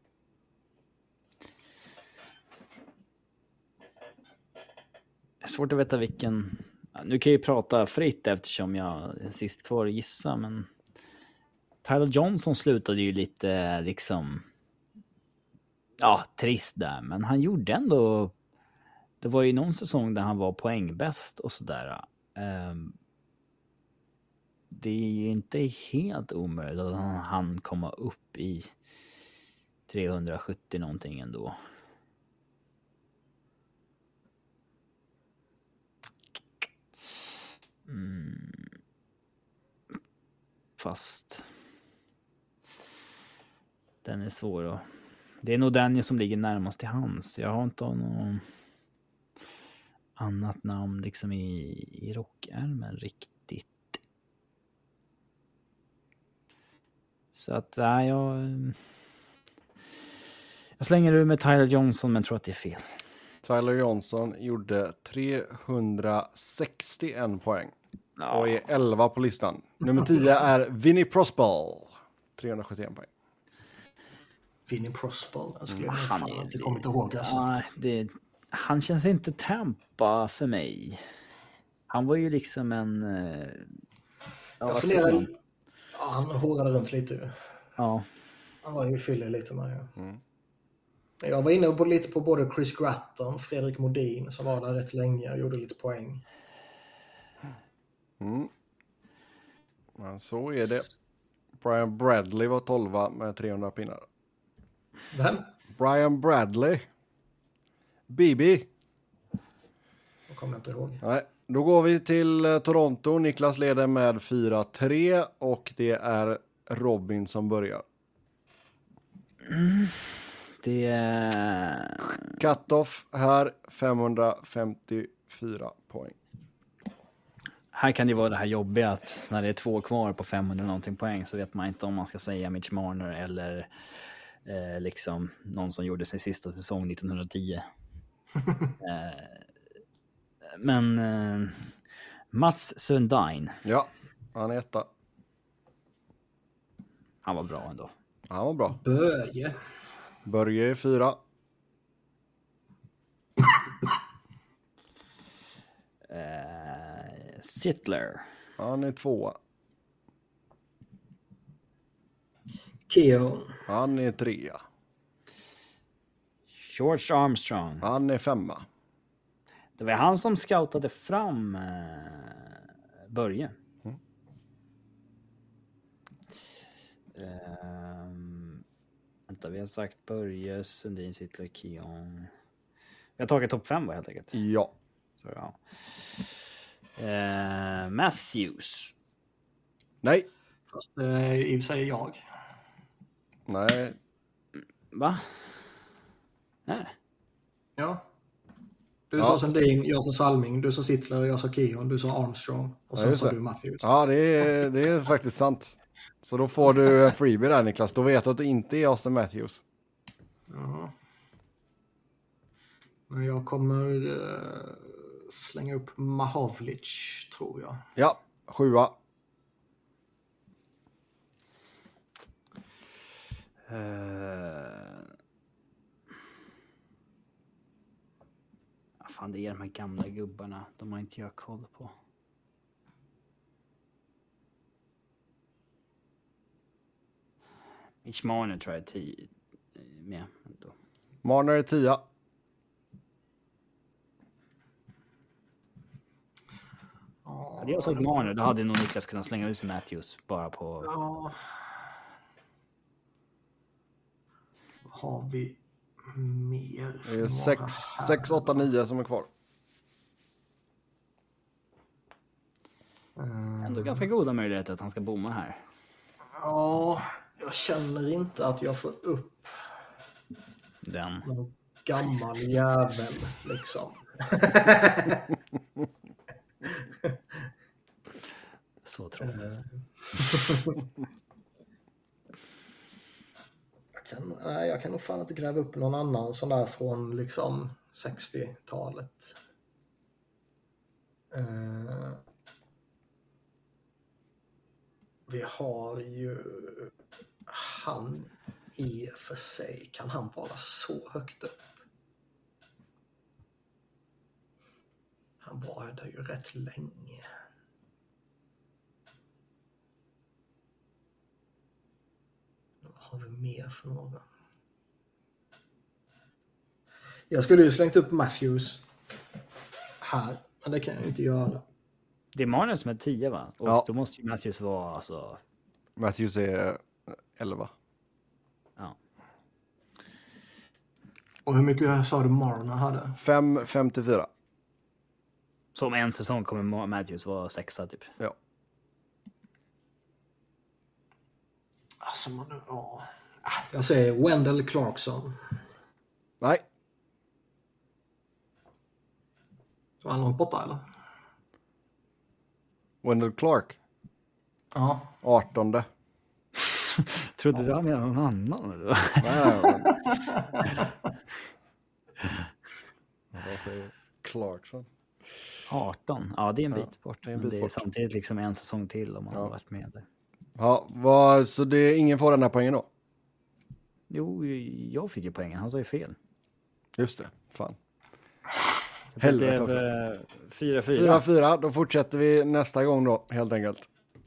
Det är svårt att veta vilken. Nu kan jag ju prata fritt eftersom jag är sist kvar att gissa, men Tyler Johnson slutade ju lite liksom ja, trist där, men han gjorde ändå, det var ju någon säsong där han var poängbäst och sådär. Um, det är ju inte helt omöjligt att han, han komma upp i trehundrasjuttio någonting ändå. Mm. Fast den är svår att... Det är nog den som ligger närmast till hands. Jag har inte något annat namn liksom i, i rockärmen riktigt. Så att nej, jag jag slänger ur med Tyler Johnson, men tror att det är fel. Tyler Johnson gjorde trehundrasextioen poäng. Ja. Och är elva på listan. Nummer tio är Vinnie Prospal. trehundrasjuttioen poäng. Vinnie Prospal. Jag skulle Mm, jag han fan är- inte kommit ihåg. Alltså. Ja, det, han känns inte Tampa för mig. Han var ju liksom en... eh, Ja, Jag vad säger funderar... man? Ja, han horade runt lite ju. Ja. Han var ju fyllig lite med. Ja. Mm. Jag var inne på lite på både Chris Gratton, Fredrik Modin som var där rätt länge och gjorde lite poäng. Mm. Men så är det. Brian Bradley var tolva med trehundra pinnar. Vem? Brian Bradley. B B. Jag kommer inte ihåg. Nej, då går vi till eh, Toronto. Niklas leder med fyra tre och det är Robin som börjar. Det är... Cut-off här femhundrafemtiofyra poäng. Här kan det vara det här jobbiga att när det är två kvar på femhundra någonting poäng så vet man inte om man ska säga Mitch Marner eller eh, liksom någon som gjorde sin sista säsong nittonhundratio. eh, men eh, Mats Sundin. Ja, han är etta. Han var bra ändå. Han var bra. Börje. Börje är fyra. Uh, Sittler. Han är tvåa. Keon. Han är trea. George Armstrong. Han är femma. Det var han som scoutade fram uh, Börje. Mm. Uh, vänta, vi har sagt Börje, Sundin, Sittler, Keon. Vi har tagit topp fem, va, helt enkelt. Ja. Så, ja. Uh, Matthews. Nej. Fast det är i och för sig jag. Nej. Va? Nej. Ja. Du Ja. sa Sundin, jag sa Salming, du sa Sittler, jag sa Keon, du sa Armstrong och sen Ja, sa det. du Matthews. Ja, det är, det är faktiskt sant. Så då får du en freebie där, Niklas. Då vet du att det inte är Austin Matthews. Ja. Men jag kommer uh, slänga upp Mahovlic, tror jag. Ja, sjua. Uh... Fan, det är de här gamla gubbarna. De har inte jag koll på. Mitch Marner tror jag är tio med. Då. Marner är tia. Hade jag sagt Marner, då hade nog Niklas kunnat slänga ut sig Matthews bara på... Ja. Vad har vi mer? Det är sex, sex, åtta, nio som är kvar. Ändå ganska goda möjligheter att han ska bomma här. Ja, jag känner inte att jag får upp Den. någon gammal jävel, liksom. Så tråkigt. jag, kan, nej, jag kan nog fan inte gräva upp någon annan sån där från liksom sextiotalet. Uh, vi har ju han i och för sig. Kan han vara så högt upp? Han var där ju rätt länge. Vad har vi mer för några? Jag skulle ju slängt upp Matthews här, men det kan jag inte göra. Det är Marner som är tio, va? Och Ja. då måste ju Matthews vara alltså... Matthews är elva. Ja. Och hur mycket sa du Marner hade? fem femtiofyra. Så om en säsong kommer Matthews vara sexa, typ. Ja. Alltså, man, ja. Jag säger Wendell Clarkson. Nej. Var han långt borta, eller? Wendell Clark. Ja. artonde. Trodde du han menade någon annan? Eller? Nej, men... Vad säger Clarkson? arton. Ja, det är en bit Ja, bort. det är en Men bit det är bort. samtidigt liksom en säsong till om man Ja. har varit med där. Ja, vad, så det, ingen får den här poängen då? Jo, jag fick ju poängen. Han sa ju fel. Just det, fan. Det Helvete blev också. eh, fyra fyra. fyra fyra, då fortsätter vi nästa gång då, helt enkelt.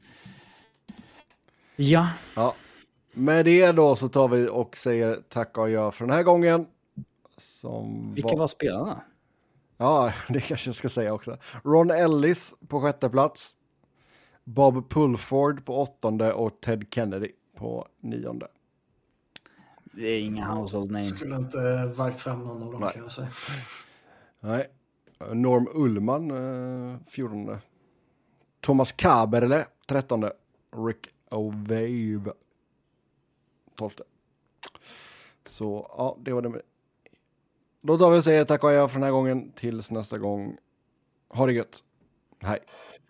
Ja. Ja. Med det då så tar vi och säger tack och adjö för den här gången. Som Vilka var spelarna? Ja, det kanske jag ska säga också. Ron Ellis på sjätte plats. Bob Pulford på åttonde och Ted Kennedy på nionde. Det är inga household name. Skulle inte vagt fram någon av dem, Nej. kan jag säga. Nej. Norm Ullman, eh, fjortonde. Thomas Kaberle, trettonde. Rick O'Vave, tolfte. Så, ja, det var det med det. Då tar vi och säger tack och adjö för den här gången. Tills nästa gång. Ha det gött. Hej.